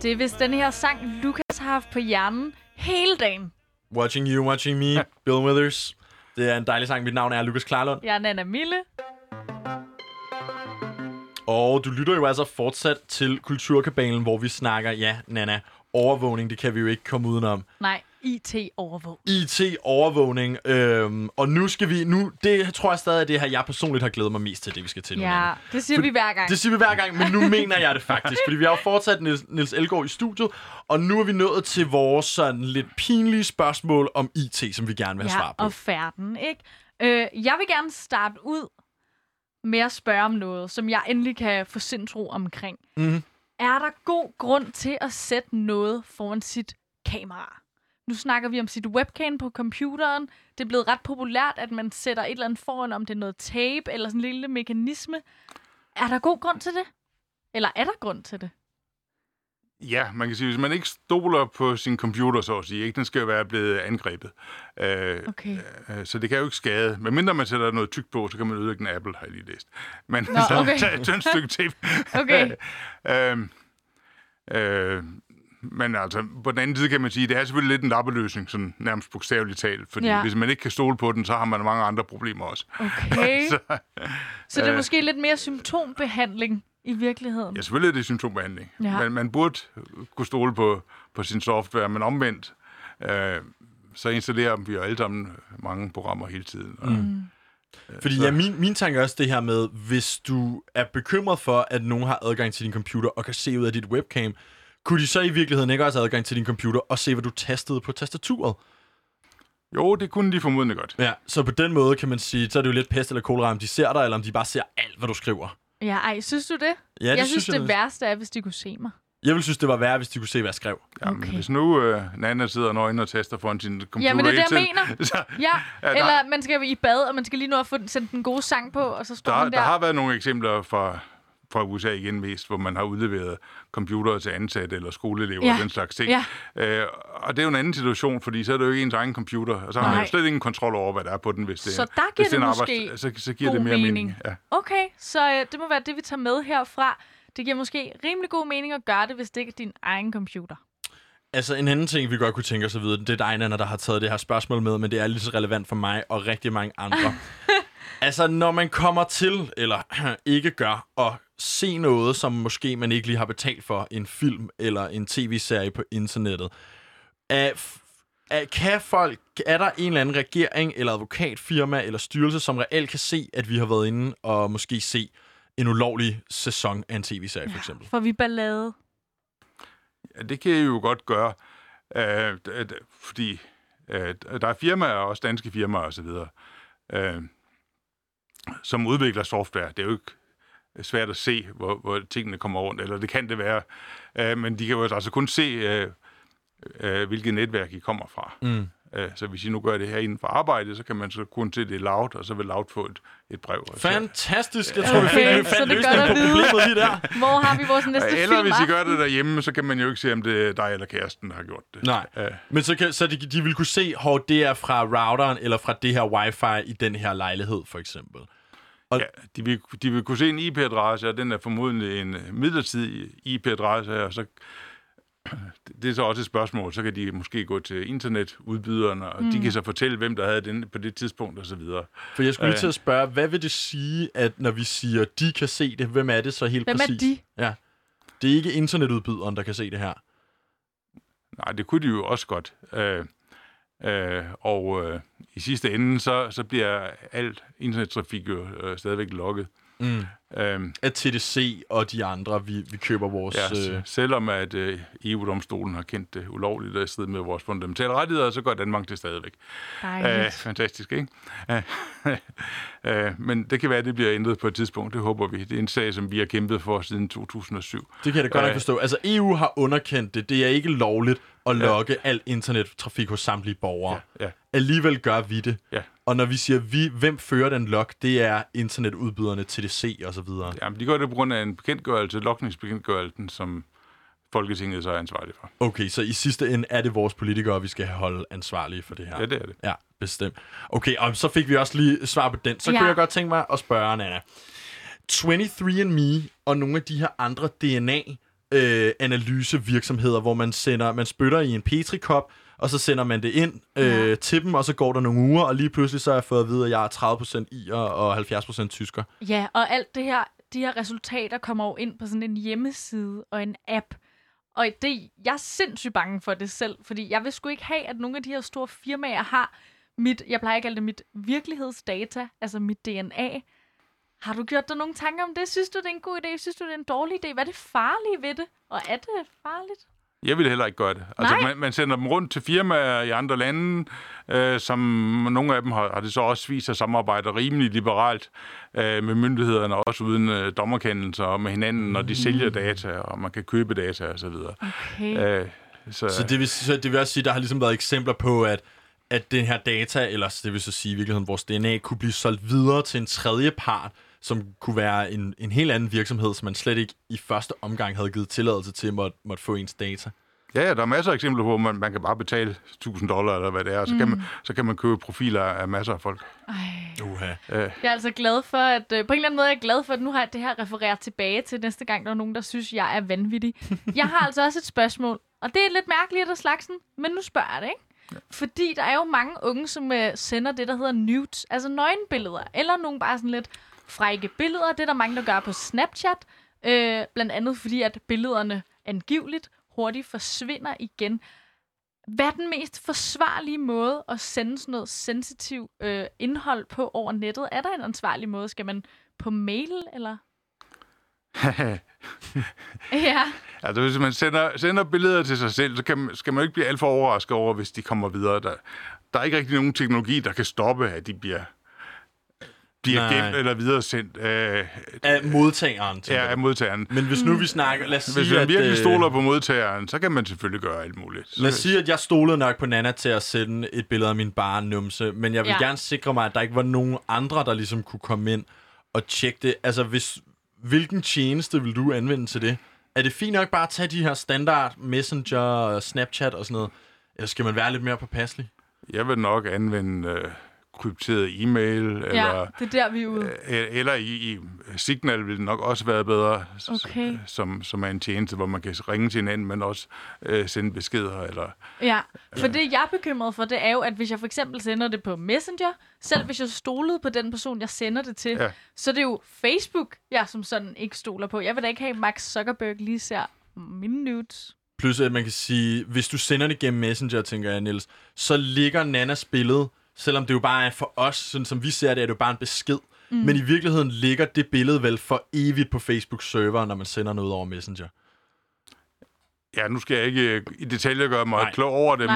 Det er vist den her sang, Lukas har haft på hjernen hele dagen. Watching You, Watching Me, Bill Withers. Det er en dejlig sang. Mit navn er Lukas Klarlund. Jeg er Nana Mille. Og du lytter jo altså fortsat til Kulturkabalen, hvor vi snakker, ja, Nana, overvågning, det kan vi jo ikke komme udenom. Nej, IT-overvågning. IT-overvågning. Og nu skal vi... Det tror jeg stadig er det her, jeg personligt har glædet mig mest til, det vi skal til nu. Ja, det siger vi hver gang. Det siger vi hver gang, men nu mener jeg det faktisk. Fordi vi har jo fortsat Niels Elgaard i studiet, og nu er vi nået til vores sådan lidt pinlige spørgsmål om IT, som vi gerne vil have svar på. Ja, og færden, ikke? Jeg vil gerne starte ud med at spørge om noget, som jeg endelig kan få sindsro omkring. Mm-hmm. Er der god grund til at sætte noget foran sit kamera? Nu snakker vi om sit webcam på computeren. Det er blevet ret populært, at man sætter et eller andet foran, om det er noget tape eller sådan en lille mekanisme. Er der god grund til det? Eller er der grund til det? Ja, man kan sige, hvis man ikke stoler på sin computer, så at sige, ikke? Den skal jo være blevet angrebet. Okay. Så det kan jo ikke skade. Men mindre man sætter noget tykt på, så kan man ødelægge en Apple, har jeg lige læst. Men Nå, okay. så et tyndt stykke tape. Okay. Men altså, på den anden side kan man sige, det er selvfølgelig lidt en lappeløsning, sådan nærmest bogstaveligt talt. Fordi hvis man ikke kan stole på den, så har man mange andre problemer også. Okay. Så det er måske lidt mere symptombehandling i virkeligheden? Ja, selvfølgelig er det symptombehandling. Ja. Men man burde kunne stole på sin software, men omvendt, så installerer vi jo alle sammen mange programmer hele tiden. Fordi ja, min tanke er også det her med, hvis du er bekymret for, at nogen har adgang til din computer og kan se ud af dit webcam, kunne de så i virkeligheden ikke også have adgang til din computer og se, hvad du tastede på tastaturet? Jo, det kunne de formodentlig godt. Ja, så på den måde kan man sige, så er det jo lidt pest eller kolera, om de ser dig, eller om de bare ser alt, hvad du skriver. Ja, synes du det? Ja, jeg synes, det værste er, hvis de kunne se mig. Jeg ville synes, det var værre, hvis de kunne se, hvad jeg skrev. Jamen, hvis nu Nana sidder nøgen og taster foran sin computer... Jamen, det er det, jeg mener. Så, eller man skal i bad, og man skal lige nå at få sendt den gode sang på, og så står der. Der har været nogle eksempler fra USA igen mest, hvor man har udleveret computere til ansatte eller skoleelever og den slags ting. Ja. Og det er jo en anden situation, fordi så er det jo ikke ens egen computer, og så har man jo slet ingen kontrol over, hvad der er på den, hvis det så der giver det måske så giver det mere mening. Ja. Okay, så det må være det, vi tager med herfra. Det giver måske rimelig god mening at gøre det, hvis det ikke er din egen computer. Altså, en anden ting, vi godt kunne tænke os at vide, det er dig, Nana, der har taget det her spørgsmål med, men det er lige så relevant for mig og rigtig mange andre. Altså, når man kommer til, eller ikke gør, og se noget, som måske man ikke lige har betalt for, en film eller en tv-serie på internettet, er der en eller anden regering, eller advokatfirma, eller styrelse, som reelt kan se, at vi har været inde og måske se en ulovlig sæson af en tv-serie, for eksempel? Får vi ballade? Ja, det kan I jo godt gøre, fordi der er firmaer, også danske firmaer osv., som udvikler software. Det er jo ikke svært at se, hvor tingene kommer rundt, eller det kan det være. Men de kan jo altså kun se, hvilket netværk I kommer fra. Så hvis I nu gør det her inden for arbejde, så kan man så kun se det loud, og så vil loud få et brev. Fantastisk! Jeg tror, vi fandt løsning på problemet lige der. Hvor har vi vores næste film? Eller hvis I gør det derhjemme, så kan man jo ikke se, om det er dig eller kæresten, der har gjort det. Nej, men så de vil kunne se, hvor det er fra routeren, eller fra det her wifi i den her lejlighed, for eksempel. Og ja, de vil kunne se en IP-adresse, og den er formodentlig en midlertidig IP-adresse, og så det er så også et spørgsmål. Så kan de måske gå til internetudbyderne, og de kan så fortælle, hvem der havde den på det tidspunkt, og så videre. For jeg skulle lige til at spørge, hvad vil det sige, at når vi siger, de kan se det, hvem er det så helt præcis? Hvem er de? Ja. Det er ikke internetudbyderen, der kan se det her. Nej, det kunne de jo også godt. Og i sidste ende, så bliver alt internettrafik jo stadigvæk logget. At TDC og de andre, vi køber vores... Ja, selvom at EU-domstolen har kendt det ulovligt og i strid med vores fundamentale rettigheder, så gør Danmark det stadigvæk. Fantastisk, ikke? Men det kan være, at det bliver ændret på et tidspunkt. Det håber vi. Det er en sag, som vi har kæmpet for siden 2007. Det kan jeg da godt nok forstå. Altså, EU har underkendt det. Det er ikke lovligt at logge al internettrafik hos samtlige borgere. Ja. Alligevel gør vi det. Ja. Og når vi siger vi, hvem fører den log? Det er internetudbyderne, TDC og så videre. Jamen, de gør det på grund af en bekendtgørelse, logningsbekendtgørelsen, som Folketinget så er ansvarlig for. Okay, så i sidste ende er det vores politikere, vi skal holde ansvarlige for det her. Ja, det er det. Ja, bestemt. Okay, og så fik vi også lige svar på den. Så kunne jeg godt tænke mig at spørge, Nana. 23andMe og nogle af de her andre DNA analysevirksomheder, hvor man spytter i en petrikop, og så sender man det ind til dem, og så går der nogle uger, og lige pludselig så har jeg fået at vide, at jeg er 30% irer og 70% tysker. Ja, og alt det her, de her resultater kommer jo ind på sådan en hjemmeside og en app. Og jeg er sindssygt bange for det selv, fordi jeg vil sgu ikke have, at nogle af de her store firmaer har jeg plejer ikke at kalde det mit virkelighedsdata, altså mit DNA. Har du gjort dig nogle tanker om det? Synes du, det er en god idé? Synes du, det er en dårlig idé? Hvad er det farlige ved det? Og er det farligt? Jeg vil heller ikke gøre det. Altså, man sender dem rundt til firmaer i andre lande, som nogle af dem har det så også vist at samarbejde rimelig liberalt med myndighederne, også uden dommerkendelser og med hinanden, når de sælger data, og man kan købe data og så videre. Okay. Så det vil også sige, at der har ligesom været eksempler på, at den her data, eller det vil så sige i virkeligheden vores DNA, kunne blive solgt videre til en tredje part, som kunne være en helt anden virksomhed, som man slet ikke i første omgang havde givet tilladelse til, måtte få ens data. Ja, der er masser af eksempler på, at man kan bare betale $1.000 eller hvad det er, og så kan man købe profiler af masser af folk. Jeg er altså glad for, at på en eller anden måde er jeg glad for, at nu har jeg det her refereret tilbage til næste gang, der er nogen, der synes, jeg er vanvittig. Jeg har altså også et spørgsmål, og det er lidt mærkeligt af slagsen, men nu spørger jeg det, ikke? Ja. Fordi der er jo mange unge, som sender det, der hedder nudes, altså nøgenbilleder, eller nogle bare sådan lidt frække billeder. Det er der mange, der gør på Snapchat, blandt andet fordi, at billederne angiveligt hurtigt forsvinder igen. Hvad er den mest forsvarlige måde at sende sådan noget sensitivt indhold på over nettet? Er der en ansvarlig måde? Skal man på mail, eller? Ja. Altså, hvis man sender billeder til sig selv, så skal man ikke blive alt for overrasket over, hvis de kommer videre. Der er ikke rigtig nogen teknologi, der kan stoppe, at de bliver gemt eller videresendt. Af modtageren. Ja, af modtageren. Men hvis nu vi snakker... Hvis man virkelig stoler på modtageren, så kan man selvfølgelig gøre alt muligt. Lad os sige, at jeg stolede nok på Nana til at sende et billede af min barnnumse, men jeg vil gerne sikre mig, at der ikke var nogen andre, der ligesom kunne komme ind og tjekke det. Altså, hvilken tjeneste vil du anvende til det? Er det fint nok bare at tage de her standard Messenger, Snapchat og sådan noget? Eller skal man være lidt mere påpasselig? Jeg vil nok anvende krypteret e-mail. Eller, det er der, vi er ude. Eller i Signal vil det nok også være bedre, som er en tjeneste, hvor man kan ringe til hinanden, men også sende beskeder. Eller, for det, jeg er bekymret for, det er jo, at hvis jeg for eksempel sender det på Messenger, selv hvis jeg stolede på den person, jeg sender det til, så er det jo Facebook, jeg som sådan ikke stoler på. Jeg vil da ikke have, at Mark Zuckerberg lige ser mine nudes. Plus, at man kan sige, hvis du sender det gennem Messenger, tænker jeg, Niels, så ligger Nanas billede, selvom det jo bare er for os, sådan som vi ser det, er det jo bare en besked. Men i virkeligheden ligger det billede vel for evigt på Facebook-serveren, når man sender noget over Messenger. Ja, nu skal jeg ikke i detaljer gøre mig klog over det,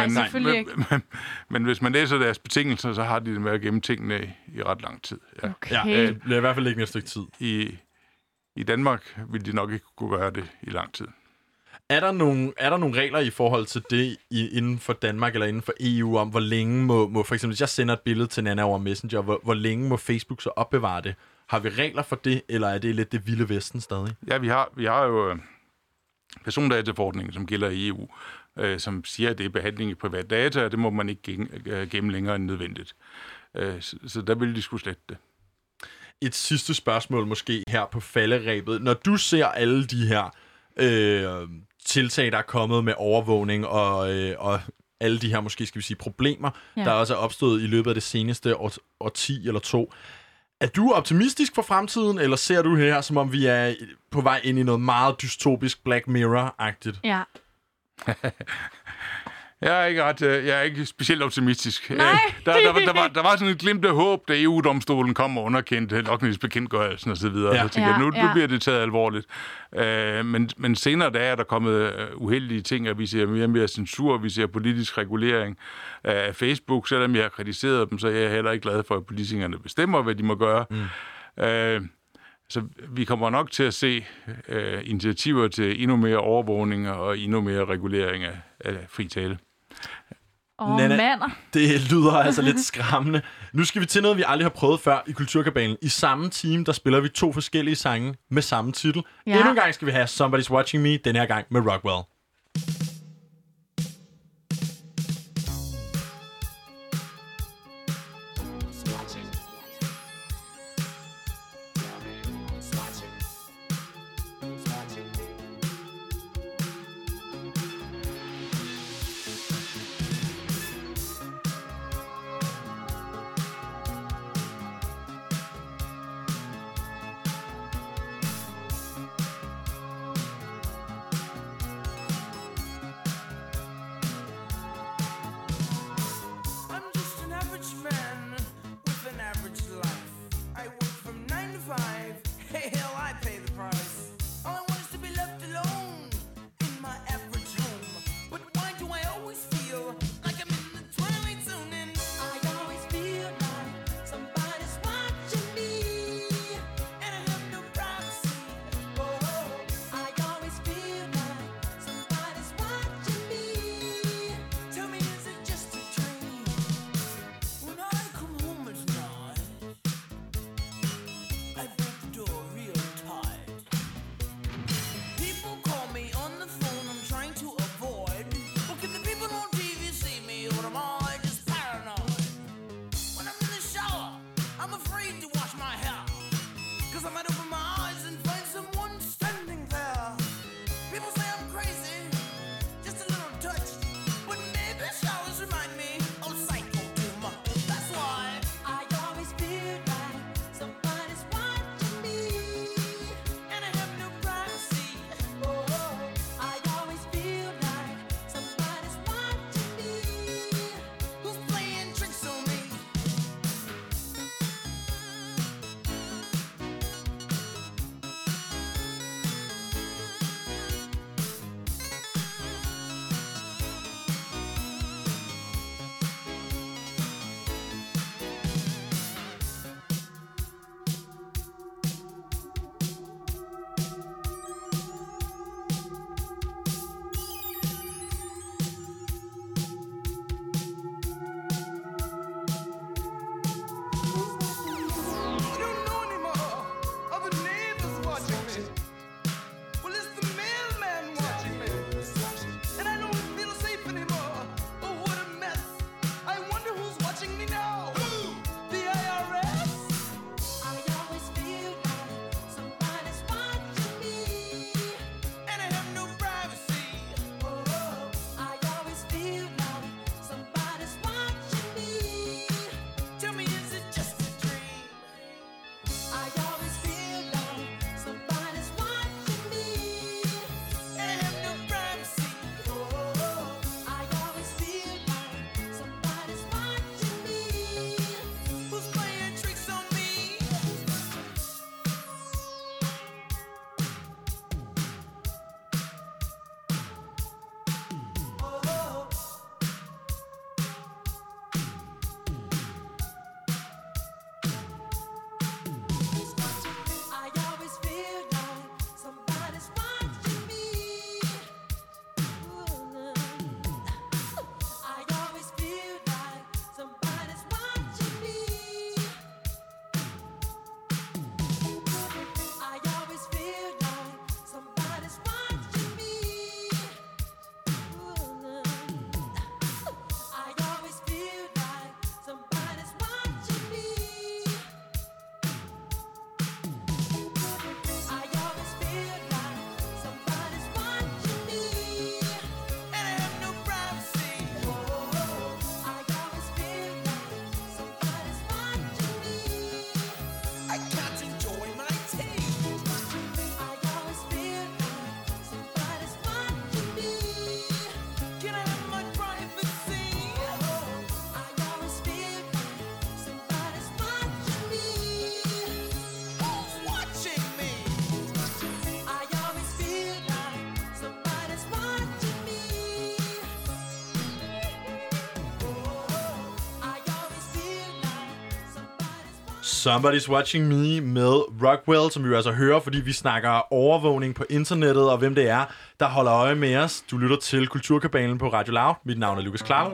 men hvis man læser deres betingelser, så har de det med at gemme tingene i ret lang tid. Ja. Okay. Det bliver i hvert fald ikke et stykke tid. I Danmark vil de nok ikke kunne gøre det i lang tid. Er der nogle regler i forhold til det inden for Danmark eller inden for EU om, hvor længe må for eksempel, hvis jeg sender et billede til Nana over Messenger, hvor længe må Facebook så opbevare det? Har vi regler for det, eller er det lidt det vilde vesten stadig? Ja, vi har jo persondataforordningen, som gælder i EU, som siger, at det er behandling i privat data, og det må man ikke gemme længere end nødvendigt. Så der vil de skulle slette det. Et sidste spørgsmål måske her på falderebet. Når du ser alle de her tiltag, der er kommet med overvågning og alle de her, måske skal vi sige, problemer, der også er opstået i løbet af det seneste årti eller to. Er du optimistisk for fremtiden, eller ser du her, som om vi er på vej ind i noget meget dystopisk Black Mirror-agtigt? Ja. Jeg er ikke specielt optimistisk. Der var sådan et glimt af håb, da EU-domstolen kom og underkendte logningsbekendtgørelsen og så videre. Så tænkte jeg, nu bliver det taget alvorligt. Men senere der er der kommet uheldige ting, at vi ser mere og mere censur, vi ser politisk regulering af Facebook. Selvom jeg har kritiseret dem, så er jeg heller ikke glad for, at politikerne bestemmer, hvad de må gøre. Så vi kommer nok til at se initiativer til endnu mere overvågning og endnu mere regulering af fri tale. Nana, det lyder altså lidt skræmmende. Nu skal vi til noget, vi aldrig har prøvet før i Kulturkabalen. I samme team, der spiller vi 2 forskellige sange med samme titel. Endnu en gang skal vi have Somebody's Watching Me, den her gang med Rockwell. Somebody's Watching Me med Rockwell, som vi jo altså hører, fordi vi snakker overvågning på internettet, og hvem det er, der holder øje med os. Du lytter til Kulturkabalen på Radio Loud. Mit navn er Lukas Klarlund.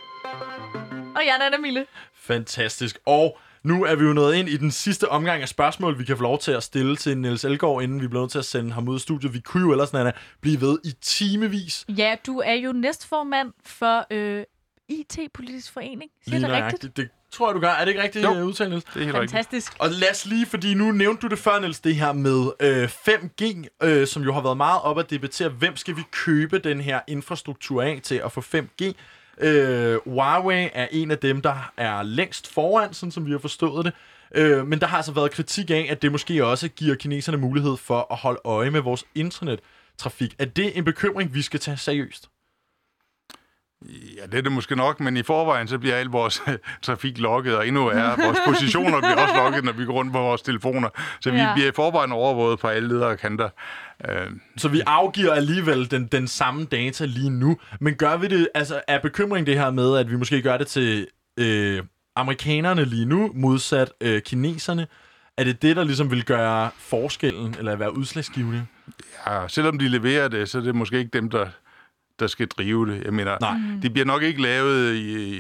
Og jeg er Anna Mille. Fantastisk. Og nu er vi jo nået ind i den sidste omgang af spørgsmål, vi kan få lov til at stille til Niels Elgaard, inden vi bliver nødt til at sende ham ud af studiet. Vi kunne jo ellers, Anna, blive ved i timevis. Ja, du er jo næstformand for IT-politisk forening. Siger det rigtigt? Det tror jeg, du gør. Er det ikke rigtigt udtalt, Niels? Det er helt fantastisk. Rigtigt. Og lad os lige, fordi nu nævnte du det før, Niels, det her med 5G, som jo har været meget op at debattere. Hvem skal vi købe den her infrastruktur af til at få 5G? Huawei er en af dem, der er længst foran, sådan som vi har forstået det. Men der har altså været kritik af, at det måske også giver kineserne mulighed for at holde øje med vores internettrafik. Er det en bekymring, vi skal tage seriøst? Ja, det er det måske nok, men i forvejen så bliver al vores trafik logget, og endnu er vores positioner bliver også logget, når vi går rundt på vores telefoner. Så vi bliver i forvejen overvåget på alle ledere og kanter. Så vi afgiver alligevel den samme data lige nu, men gør vi det, altså er bekymringen det her med, at vi måske gør det til amerikanerne lige nu, modsat kineserne? Er det det, der ligesom vil gøre forskellen, eller være udslagsgivende? Ja, selvom de leverer det, så er det måske ikke dem, der skal drive det. Jeg mener, det bliver nok ikke lavet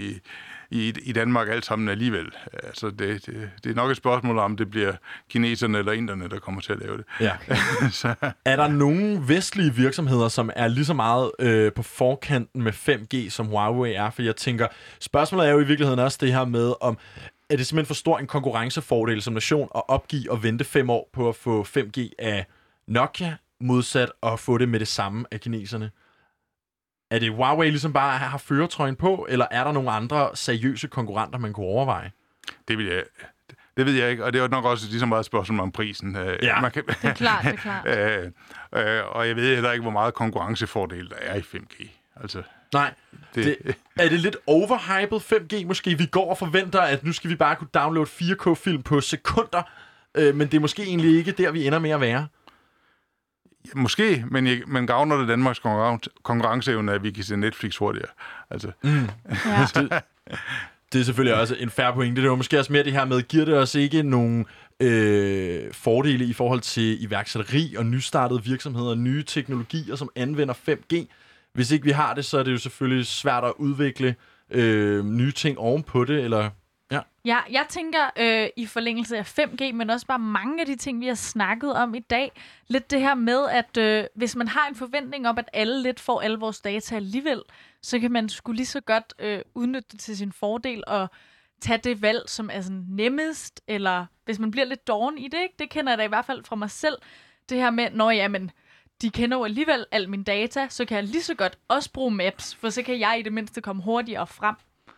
i Danmark alt sammen alligevel. Altså, det er nok et spørgsmål om, det bliver kineserne eller inderne, der kommer til at lave det. Ja. Er der nogle vestlige virksomheder, som er lige så meget på forkanten med 5G, som Huawei er? For jeg tænker, spørgsmålet er jo i virkeligheden også det her med, om er det simpelthen for stor en konkurrencefordel som nation at opgive og vente 5 år på at få 5G af Nokia, modsat at få det med det samme af kineserne? Er det Huawei ligesom bare har førertrøjen på, eller er der nogle andre seriøse konkurrenter, man kunne overveje? Det ved jeg ikke, og det er nok også lige så meget et spørgsmål om prisen. Ja, det er klart, det er klart. Og jeg ved heller ikke, hvor meget konkurrencefordel der er i 5G. Altså, nej, er det lidt overhypet 5G måske? Vi går og forventer, at nu skal vi bare kunne downloade 4K-film på sekunder, men det er måske egentlig ikke der, vi ender med at være. Ja, måske, men gavner det Danmarks konkurrenceevne, at vi kan se Netflix hurtigere. Altså. Ja. Det er selvfølgelig også en fair pointe. Det var måske også mere det her med, giver det os ikke nogle fordele i forhold til iværksætteri og nystartede virksomheder, nye teknologier, som anvender 5G. Hvis ikke vi har det, så er det jo selvfølgelig svært at udvikle nye ting ovenpå det, eller... Ja, jeg tænker i forlængelse af 5G, men også bare mange af de ting, vi har snakket om i dag. Lidt det her med, at hvis man har en forventning om, at alle lidt får alle vores data alligevel, så kan man sgu lige så godt udnytte det til sin fordel og tage det valg, som er sådan nemmest, eller hvis man bliver lidt doven i det, ikke? Det kender jeg da i hvert fald fra mig selv. Det her med, men de kender jo alligevel al min data, så kan jeg lige så godt også bruge Maps, for så kan jeg i det mindste komme hurtigere frem.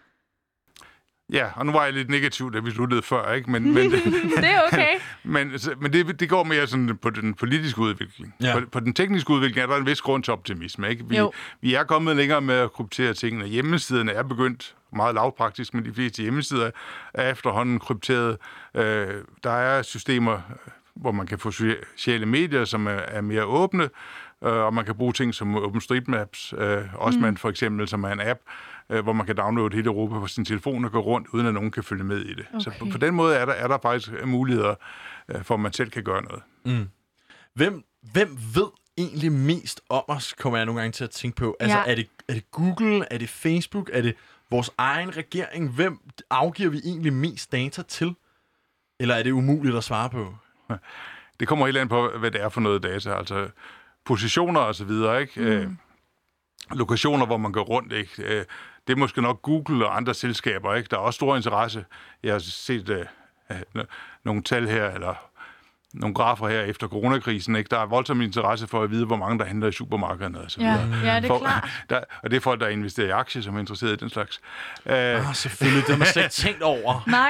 Ja, og nu var jeg lidt negativ, da vi sluttede før, ikke? Men det er okay. men det går mere sådan på den politiske udvikling. Ja. På den tekniske udvikling er der en vis grund til optimisme, ikke? Vi er kommet længere med at kryptere tingene. Hjemmesiderne er begyndt meget lavpraktisk, men de fleste hjemmesider er efterhånden krypteret. Der er systemer, hvor man kan få sociale medier, som er mere åbne, og man kan bruge ting som OpenStreetMaps, Osman for eksempel, som er en app, hvor man kan downloade hele Europa på sin telefon og gå rundt, uden at nogen kan følge med i det. Okay. Så på den måde er der faktisk muligheder for, at man selv kan gøre noget. Mm. Hvem ved egentlig mest om os, kommer jeg nogle gange til at tænke på? Altså, er det Google? Er det Facebook? Er det vores egen regering? Hvem afgiver vi egentlig mest data til? Eller er det umuligt at svare på? Det kommer helt an på, hvad det er for noget data. Altså positioner og så videre, ikke? Lokationer, hvor man går rundt, ikke? Det er måske nok Google og andre selskaber, ikke? Der er også stor interesse. Jeg har set nogle tal her, eller nogle grafer her efter coronakrisen, ikke? Der er voldsom interesse for at vide, hvor mange der handler i supermarkederne og så videre. Ja, det er klart. Og det er folk, der investerer i aktier, som er interesseret i den slags. Selvfølgelig. Det har man slet ikke tænkt over. Nej,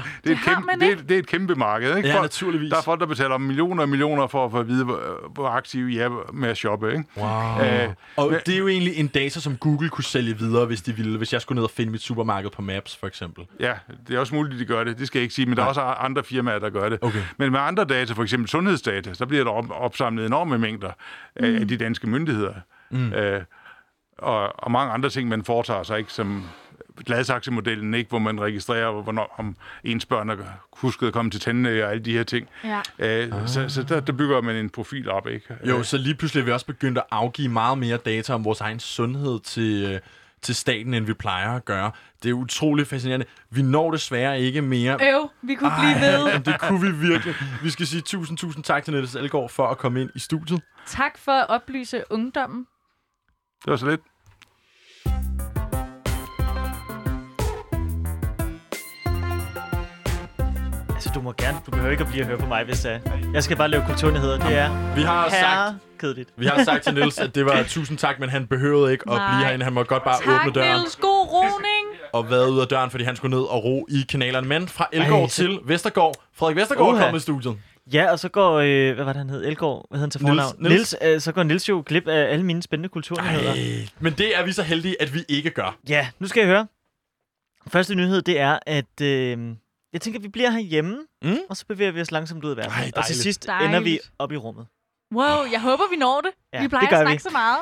det er et kæmpe marked, ikke? Ja, naturligvis. Der er folk, der betaler millioner og millioner for at vide, hvor aktive I er med at shoppe, ikke? Wow. Og det er jo egentlig en data, som Google kunne sælge videre, hvis de ville. Hvis jeg skulle ned og finde mit supermarked på Maps, for eksempel. Ja, det er også muligt, at de gør det. Det skal jeg ikke sige, men der er også andre firmaer, der gør det. Okay. Men med andre data, for eksempel sundhedsdata, så bliver der opsamlet enorme mængder af de danske myndigheder. Og mange andre ting, man foretager sig, ikke, som Gladsaxe-modellen, ikke, hvor man registrerer, hvornår om ens børn er husket at komme til tandlæge og alle de her ting. Ja. Så der bygger man en profil op, ikke? Jo, så lige pludselig er vi også begyndt at afgive meget mere data om vores egen sundhed til staten, end vi plejer at gøre. Det er utroligt fascinerende. Vi når desværre ikke mere. Vi kunne blive ved. Det kunne vi virkelig. Vi skal sige tusind tak til Niels Elgaard for at komme ind i studiet. Tak for at oplyse ungdommen. Det var så lidt. Altså, du må gerne. Du behøver ikke at blive at høre på mig, hvis jeg skal bare lave kulturnyheder. Det er vi har kedeligt. Vi har sagt til Niels, at det var 1000 tak, men han behøvede ikke at blive herinde. Han må godt bare åbne døren. Tak, Niels. God roning. Og været ud af døren, fordi han skulle ned og ro i kanalerne. Men fra Elgaard til Vestergaard. Frederik Vestergaard er kommet i studiet. Ja, og så går, hvad var det, han hed? Elgaard? Hvad hed han til fornavn? Niels. Så går Niels jo glip af alle mine spændende kulturnyheder. Men det er vi så heldige, at vi ikke gør. Ja, nu skal jeg høre. Første nyhed, det er, at jeg tænker, at vi bliver herhjemme, og så bevæger vi os langsomt ud af verden. Og til sidst ender vi op i rummet. Wow, jeg håber, vi når det. Ja, vi plejer at snakke så meget.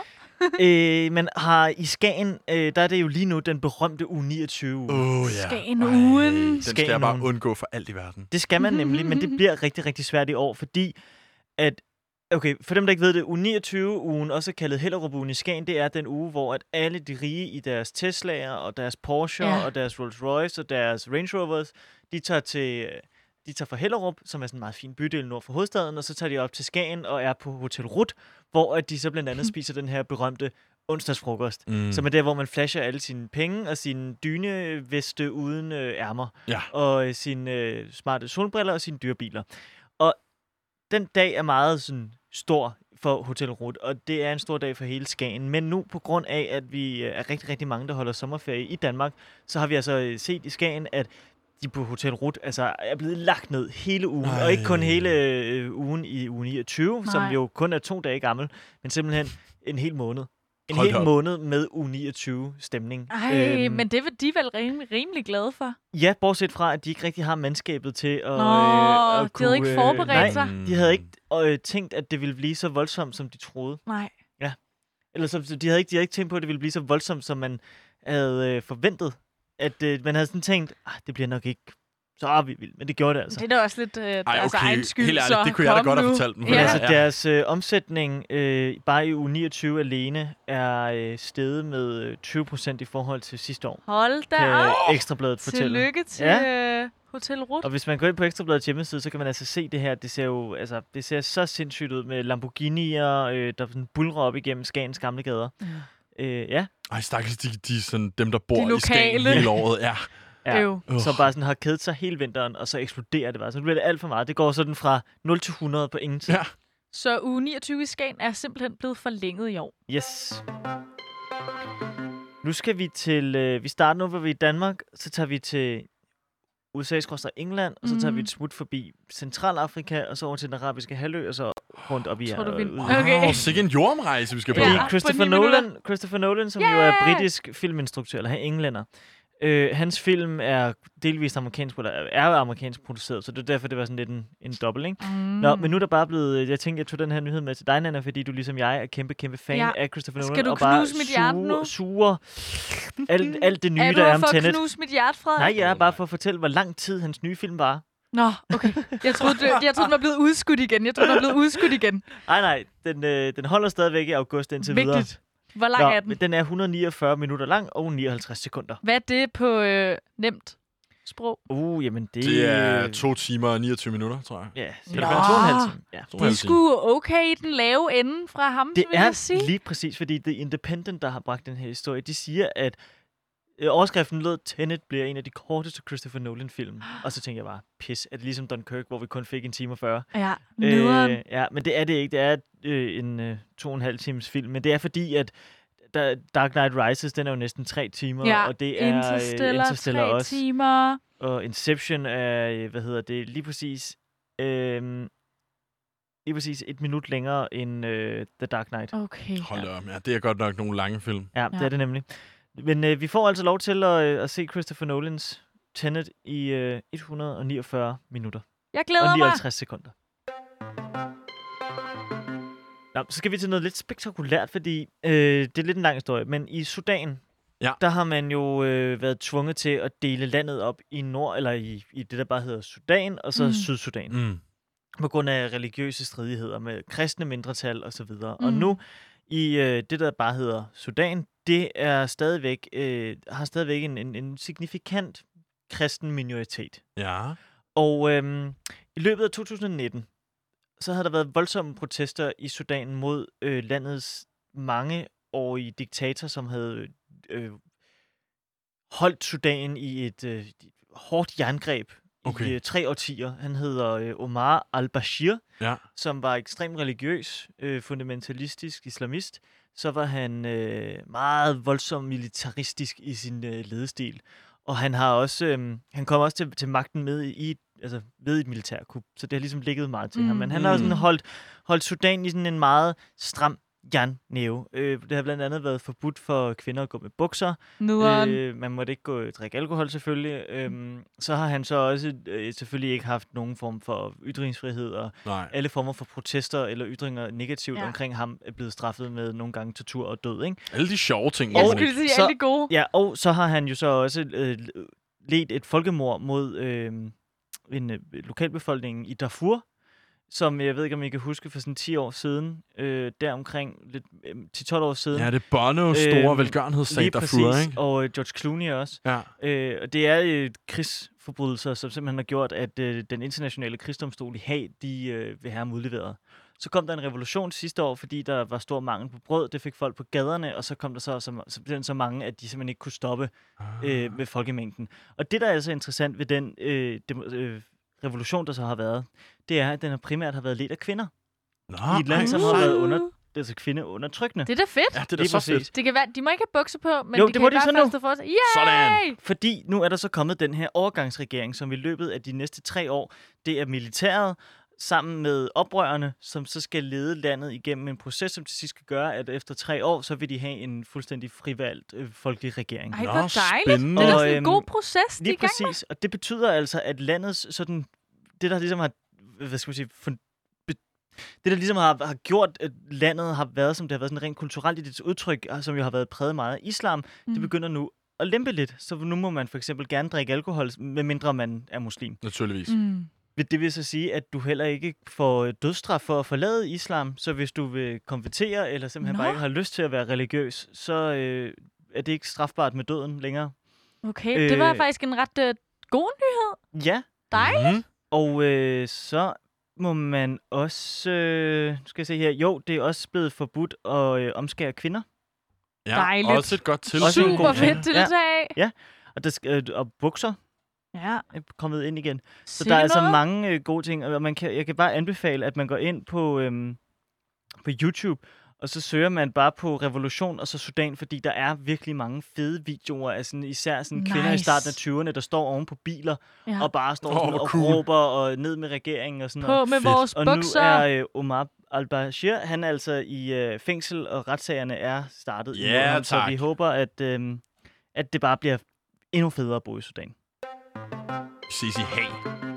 Men har i Skagen, der er det jo lige nu den berømte uge 29. Skagen-ugen. Den skal jeg bare undgå for alt i verden. Det skal man nemlig, men det bliver rigtig, rigtig svært i år, fordi at okay, for dem, der ikke ved det, uge 29-ugen, også kaldet Hellerup-ugen i Skagen, det er den uge, hvor at alle de rige i deres Tesla'er og deres Porsche og deres Rolls Royce og deres Range Rovers, de tager fra Hellerup, som er sådan en meget fin bydel nord for hovedstaden, og så tager de op til Skagen og er på Hotel Rut, hvor de så blandt andet spiser den her berømte onsdagsfrokost, som er der, hvor man flasher alle sine penge og sine dyneveste uden ærmer, og sine smarte solbriller og sine dyre biler. Og den dag er meget sådan stor for Hotel Rut, og det er en stor dag for hele Skagen. Men nu, på grund af, at vi er rigtig, rigtig mange, der holder sommerferie i Danmark, så har vi altså set i Skagen, at de på Hotel Rut altså er blevet lagt ned hele ugen, og ikke kun hele ugen i uge 29, som jo kun er 2 dage gammel, men simpelthen en hel måned. En hel måned med uge 29 stemning. Men det var de vel rimelig glade for. Ja, bortset fra, at de ikke rigtig har mandskabet til at de havde ikke forberedt sig. De havde ikke tænkt, at det ville blive så voldsomt, som de troede. Nej. Ja. Eller så de havde ikke tænkt på, at det ville blive så voldsomt, som man havde forventet. At man havde sådan tænkt, det bliver nok ikke så vildt, men det gjorde det altså. Det er da også lidt deres egen skyld. Helt ærligt, det kunne jeg da godt have fortalt dem. Men altså, deres omsætning bare i uge 29 alene er steget med 20% i forhold til sidste år. Hold da op! Ekstrabladet fortæller. Tillykke til Hotel Rut. Og hvis man går ind på Ekstrabladets hjemmeside, så kan man altså se det her. Det ser jo det ser så sindssygt ud med Lamborghini'er, der sådan bulrer op igennem Skagens gamle gader. Ja. Ej, stakkels de sådan, dem, der bor i Skagen hele året. Ja. Som bare sådan har kædet sig hele vinteren, og så eksploderer det bare. Så nu bliver det alt for meget. Det går sådan fra 0 til 100 på ingen tid. Ja. Så uge 29 i Skagen er simpelthen blevet forlænget i år. Yes. Nu skal vi til... vi starter nu, hvor vi er i Danmark. Så tager vi til USA/England, og så tager vi et smut forbi Centralafrika, og så over til den arabiske halvø, og så rundt op i... Sikke en jordomrejse, vi skal på. Christopher Nolan, som jo er britisk filminstruktør, eller englænder. Hans film er delvist amerikansk produceret, så det er derfor, det var sådan lidt en dobbelt, ikke? Nå, men nu er der bare blevet... Jeg tænkte, jeg tog den her nyhed med til dig, Nana, fordi du ligesom jeg er kæmpe fan af Christopher Nolan. Skal du knuse mit hjerte nu? Suger alt det nye, der er om Tenet. Er du for at knuse mit hjerte, Frederik? Nej, jeg er bare for at fortælle, hvor lang tid hans nye film var. Nå, okay. Jeg troede, den var blevet udskudt igen. Nej, den holder stadigvæk i august indtil videre. Vigtigt. Hvor lang er den? Den er 149 minutter lang og 59 sekunder. Hvad er det på nemt sprog? Jamen det er 2 timer og 29 minutter, tror jeg. Ja, så det er 2,5 timer. Ja. Det er sgu okay i den lave ende fra ham, det vil jeg sige. Det er lige præcis, fordi The Independent, der har bragt den her historie, de siger, at overskriften lød, Tenet bliver en af de korteste Christopher Nolan-film. Og så tænker jeg bare, pis, er det ligesom Dunkirk, hvor vi kun fik 1 time og 40? Ja, men det er det ikke. Det er en 2,5 times film. Men det er fordi, at Dark Knight Rises, den er jo næsten 3 timer. Og det er Interstellar 3 også. timer. Og Inception er, lige præcis 1 minut længere end The Dark Knight. Okay. Hold da op, det er godt nok nogle lange film. Ja, det er det nemlig. Men vi får altså lov til at se Christopher Nolans Tenet i 149 minutter. Jeg glæder mig. Og 59 sekunder. Nå, så skal vi til noget lidt spektakulært, fordi det er lidt en lang historie. Men i Sudan, der har man jo været tvunget til at dele landet op i nord, eller i det, der bare hedder Sudan, og så Sydsudan. Mm. På grund af religiøse stridigheder med kristne mindretal og så videre. Og nu i det, der bare hedder Sudan, det er stadigvæk, har stadigvæk en signifikant kristen minoritet. Ja. Og i løbet af 2019, så havde der været voldsomme protester i Sudan mod landets mangeårige diktator, som havde holdt Sudan i et hårdt jerngreb i 3 årtier. Han hedder Omar al-Bashir, som var ekstremt religiøs, fundamentalistisk islamist. Så var han meget voldsom militaristisk i sin ledestil. Og han har også han kom også til magten med ved et militærkup, så det har ligesom ligget meget til ham. Men han har også sådan holdt Sudan i sådan en meget stram jernnæve. Det har blandt andet været forbudt for kvinder at gå med bukser. Man måtte ikke drikke alkohol selvfølgelig. Så har han så også selvfølgelig ikke haft nogen form for ytringsfrihed, og alle former for protester eller ytringer negativt omkring ham er blevet straffet med nogle gange tortur og død. Ikke? Alle de sjove ting. Jeg skulle sige, alle de gode. Ja, og så har han jo så også ledt et folkemord mod en lokalbefolkningen i Darfur, som jeg ved ikke, om I kan huske for sådan 10 år siden, deromkring 10-12 år siden. Ja, det er Bonos store velgørenhedssag, Darfur, ikke? Og George Clooney også. Ja. Og det er krigsforbrydelser, som simpelthen har gjort, at den internationale krigsdomstol i Haag, de vil have ham udleveret. Så kom der en revolution sidste år, fordi der var stor mangel på brød. Det fik folk på gaderne, og så kom der så mange, at de simpelthen ikke kunne stoppe med folkemængden. Og det, der er altså interessant ved den revolution, der så har været, det er, at den primært har været ledt af kvinder. I et land, som har været kvindeundertrykkende. Det er da fedt. Ja, det er da så fedt. Det kan være, de må ikke have bukser på, men jo, de det kan må i hvert fald stå for sig. Sådan. Fordi nu er der så kommet den her overgangsregering, som i løbet af de næste 3 år, det er militæret, sammen med oprørerne, som så skal lede landet igennem en proces, som til sidst skal gøre, at efter 3 år, så vil de have en fuldstændig frivalgt folkelig regering. Ej, hvor dejligt. Spændende. Det er sådan en god proces, lige præcis. Og det betyder altså, at landets sådan, det der ligesom har, hvad skal man sige, det der ligesom har gjort, at landet har været, som det har været sådan rent kulturelt i dets udtryk, som jo har været præget meget af islam, det begynder nu at lempe lidt. Så nu må man for eksempel gerne drikke alkohol, medmindre man er muslim. Naturligvis. Det vil så sige, at du heller ikke får dødsstraf for at forlade islam, så hvis du vil konvertere, eller simpelthen bare ikke har lyst til at være religiøs, så er det ikke strafbart med døden længere. Okay, det var faktisk en ret god nyhed. Ja. Dejligt. Og så må man også, skal jeg se her, jo, det er også blevet forbudt at omskære kvinder. Ja, dejligt. Også et godt tiltag. Super fedt tiltag. Ja. Og bukser. Ja. Er kommet ind igen. Så der er altså mange gode ting, og jeg kan bare anbefale, at man går ind på YouTube, og så søger man bare på revolution og så Sudan, fordi der er virkelig mange fede videoer af sådan, især sådan kvinder i starten af 20'erne, der står oven på biler og bare står og råber og ned med regeringen og sådan noget. På med vores bukser. Og nu er Omar al-Bashir, han er altså i fængsel, og retssagerne er startet. Ja, så vi håber, at det bare bliver endnu federe at bo i Sudan. Sisi, hey.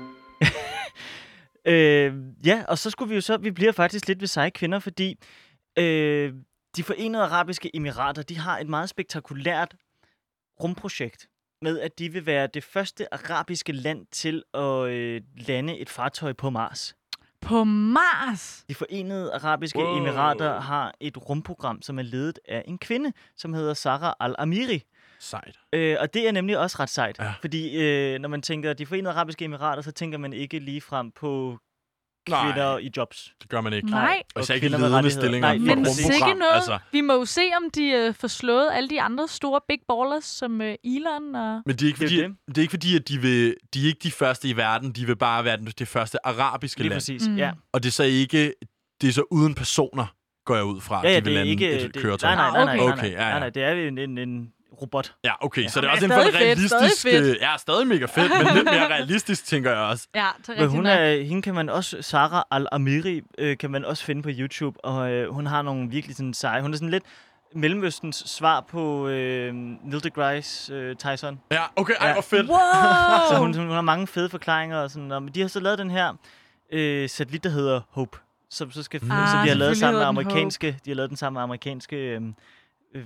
Ja, og så skulle vi bliver faktisk lidt ved seje kvinder, fordi de Forenede Arabiske Emirater, de har et meget spektakulært rumprojekt med, at de vil være det første arabiske land til at lande et fartøj på Mars. På Mars? De Forenede Arabiske Emirater har et rumprogram, som er ledet af en kvinde, som hedder Sarah Al-Amiri. Sejt. Og det er nemlig også ret sejt, fordi når man tænker De Forenede Arabiske Emirater, så tænker man ikke lige frem på kvinder i jobs. Det gør man ikke. Nej. Og så ikke i ledende stillinger. Men sikkert noget. Altså. Vi må jo se, om de får slået alle de andre store big ballers, som Elon og... Men det er ikke fordi, at de er ikke de første i verden. De vil bare være det første arabiske land. Præcis, ja. Og det er så ikke... Det er så uden personer, går jeg ud fra, at de vil lande et køretøj. Nej, det er en robot. Ja, okay, så det er også en realistisk... Ja, stadig mega fedt, men lidt mere realistisk, tænker jeg også. Ja, det er rigtigt hende kan man også, Sarah Al-Amiri, kan man også finde på YouTube, og hun har nogle virkelig sådan seje... Hun er sådan lidt Mellemøstens svar på Neil deGrasse Tyson. Ja, okay, hvor fedt. Wow. Så hun har mange fede forklaringer, og sådan, og de har så lavet den her satellit, der hedder Hope, som så skal... så de har lavet sammen med amerikanske... De har lavet den sammen med amerikanske...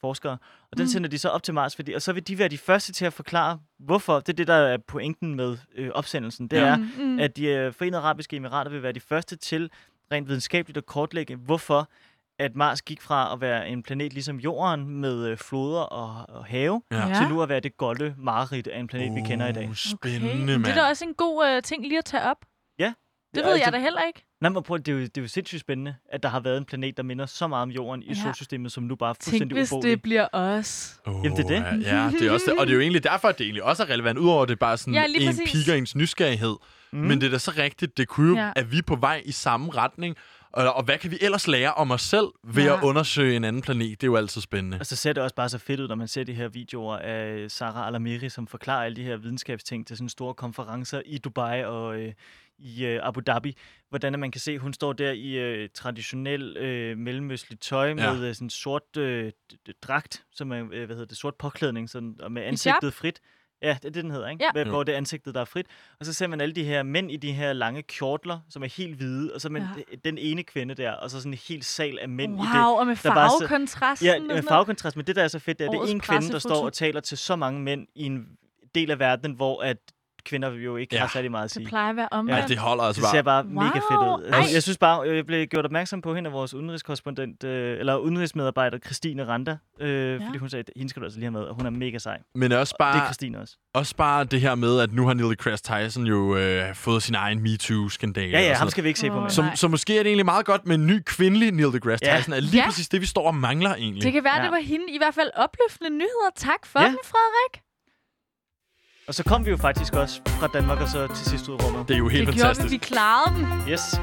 forskere. Og den sender de så op til Mars, og så vil de være de første til at forklare, hvorfor. Det er det, der er pointen med opsendelsen. Det er, at de Forenede Arabiske Emirater vil være de første til rent videnskabeligt at kortlægge, hvorfor at Mars gik fra at være en planet ligesom Jorden med floder og have, til nu at være det golde mareridt af en planet, vi kender i dag. Spændende, mand. Det er da også en god ting lige at tage op. Ja. Det ved jeg da heller ikke. Nej, men prøv, det er jo sindssygt spændende, at der har været en planet, der minder så meget om Jorden i solsystemet, som nu bare er fuldstændig uboelig. Tænk, hvis det bliver os. Jamen, det er det. Ja, det er også det. Og det er jo egentlig derfor, at det egentlig også er relevant, udover det bare sådan en piker ens nysgerrighed. Men det er da så rigtigt, det kunne jo, at vi er på vej i samme retning. Og hvad kan vi ellers lære om os selv ved at undersøge en anden planet? Det er jo altid spændende. Og så ser det også bare så fedt ud, når man ser de her videoer af Sarah Al-Amiri, som forklarer alle de her videnskabsting til sådan store konferencer i Dubai og i Abu Dhabi. Hvordan man kan se, hun står der i traditionel mellemøstligt tøj med sådan sort dragt, som er sort påklædning, sådan, og med ansigtet frit. Ja, det er det, den hedder, ikke? Ja. Hvor det er ansigtet, der er frit. Og så ser man alle de her mænd i de her lange kjortler, som er helt hvide, og så man den ene kvinde der, og så sådan en hel sal af mænd i det. Og med farvekontrasten. Ja, med farvekontrast. Men det, der er så fedt, det er, det en kvinde, der står og taler til så mange mænd i en del af verden, hvor at kvinder jo ikke har særlig meget at sige. Det plejer at være omvendt. Ja, det holder altså bare. Det ser bare mega fedt ud. Jeg synes bare, jeg blev gjort opmærksom på hende af vores udenrigskorrespondent, eller udenrigsmedarbejder, Christine Randa, fordi hun sagde, at hende skal du altså lige have med, og hun er mega sej. Men også bare, det er Christine også. Også bare det her med, at nu har Neil deGrasse Tyson jo fået sin egen MeToo-skandale. Ja, ham skal vi ikke se på med. Så måske er det egentlig meget godt med en ny kvindelig Neil deGrasse Tyson. Er lige præcis det, vi står og mangler egentlig. Det kan være, det var hende. I hvert fald opløftende nyheder. Tak for den, Frederik. Og så kom vi jo faktisk også fra Danmark og så til sidst ud af rummet. Det er jo helt fantastisk. Vi klarede den. Yes.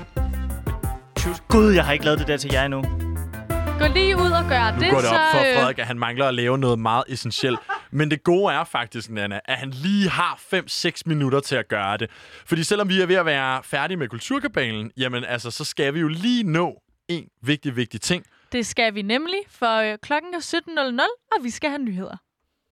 Gud, jeg har ikke lavet det der til jer endnu. Gå lige ud og gør det. Nu går det op for Frederik, at han mangler at lave noget meget essentielt. Men det gode er faktisk, Nana, at han lige har 5-6 minutter til at gøre det. Fordi selvom vi er ved at være færdige med Kulturkabalen, jamen altså, så skal vi jo lige nå en vigtig ting. Det skal vi nemlig, for klokken er 17.00, og vi skal have nyheder.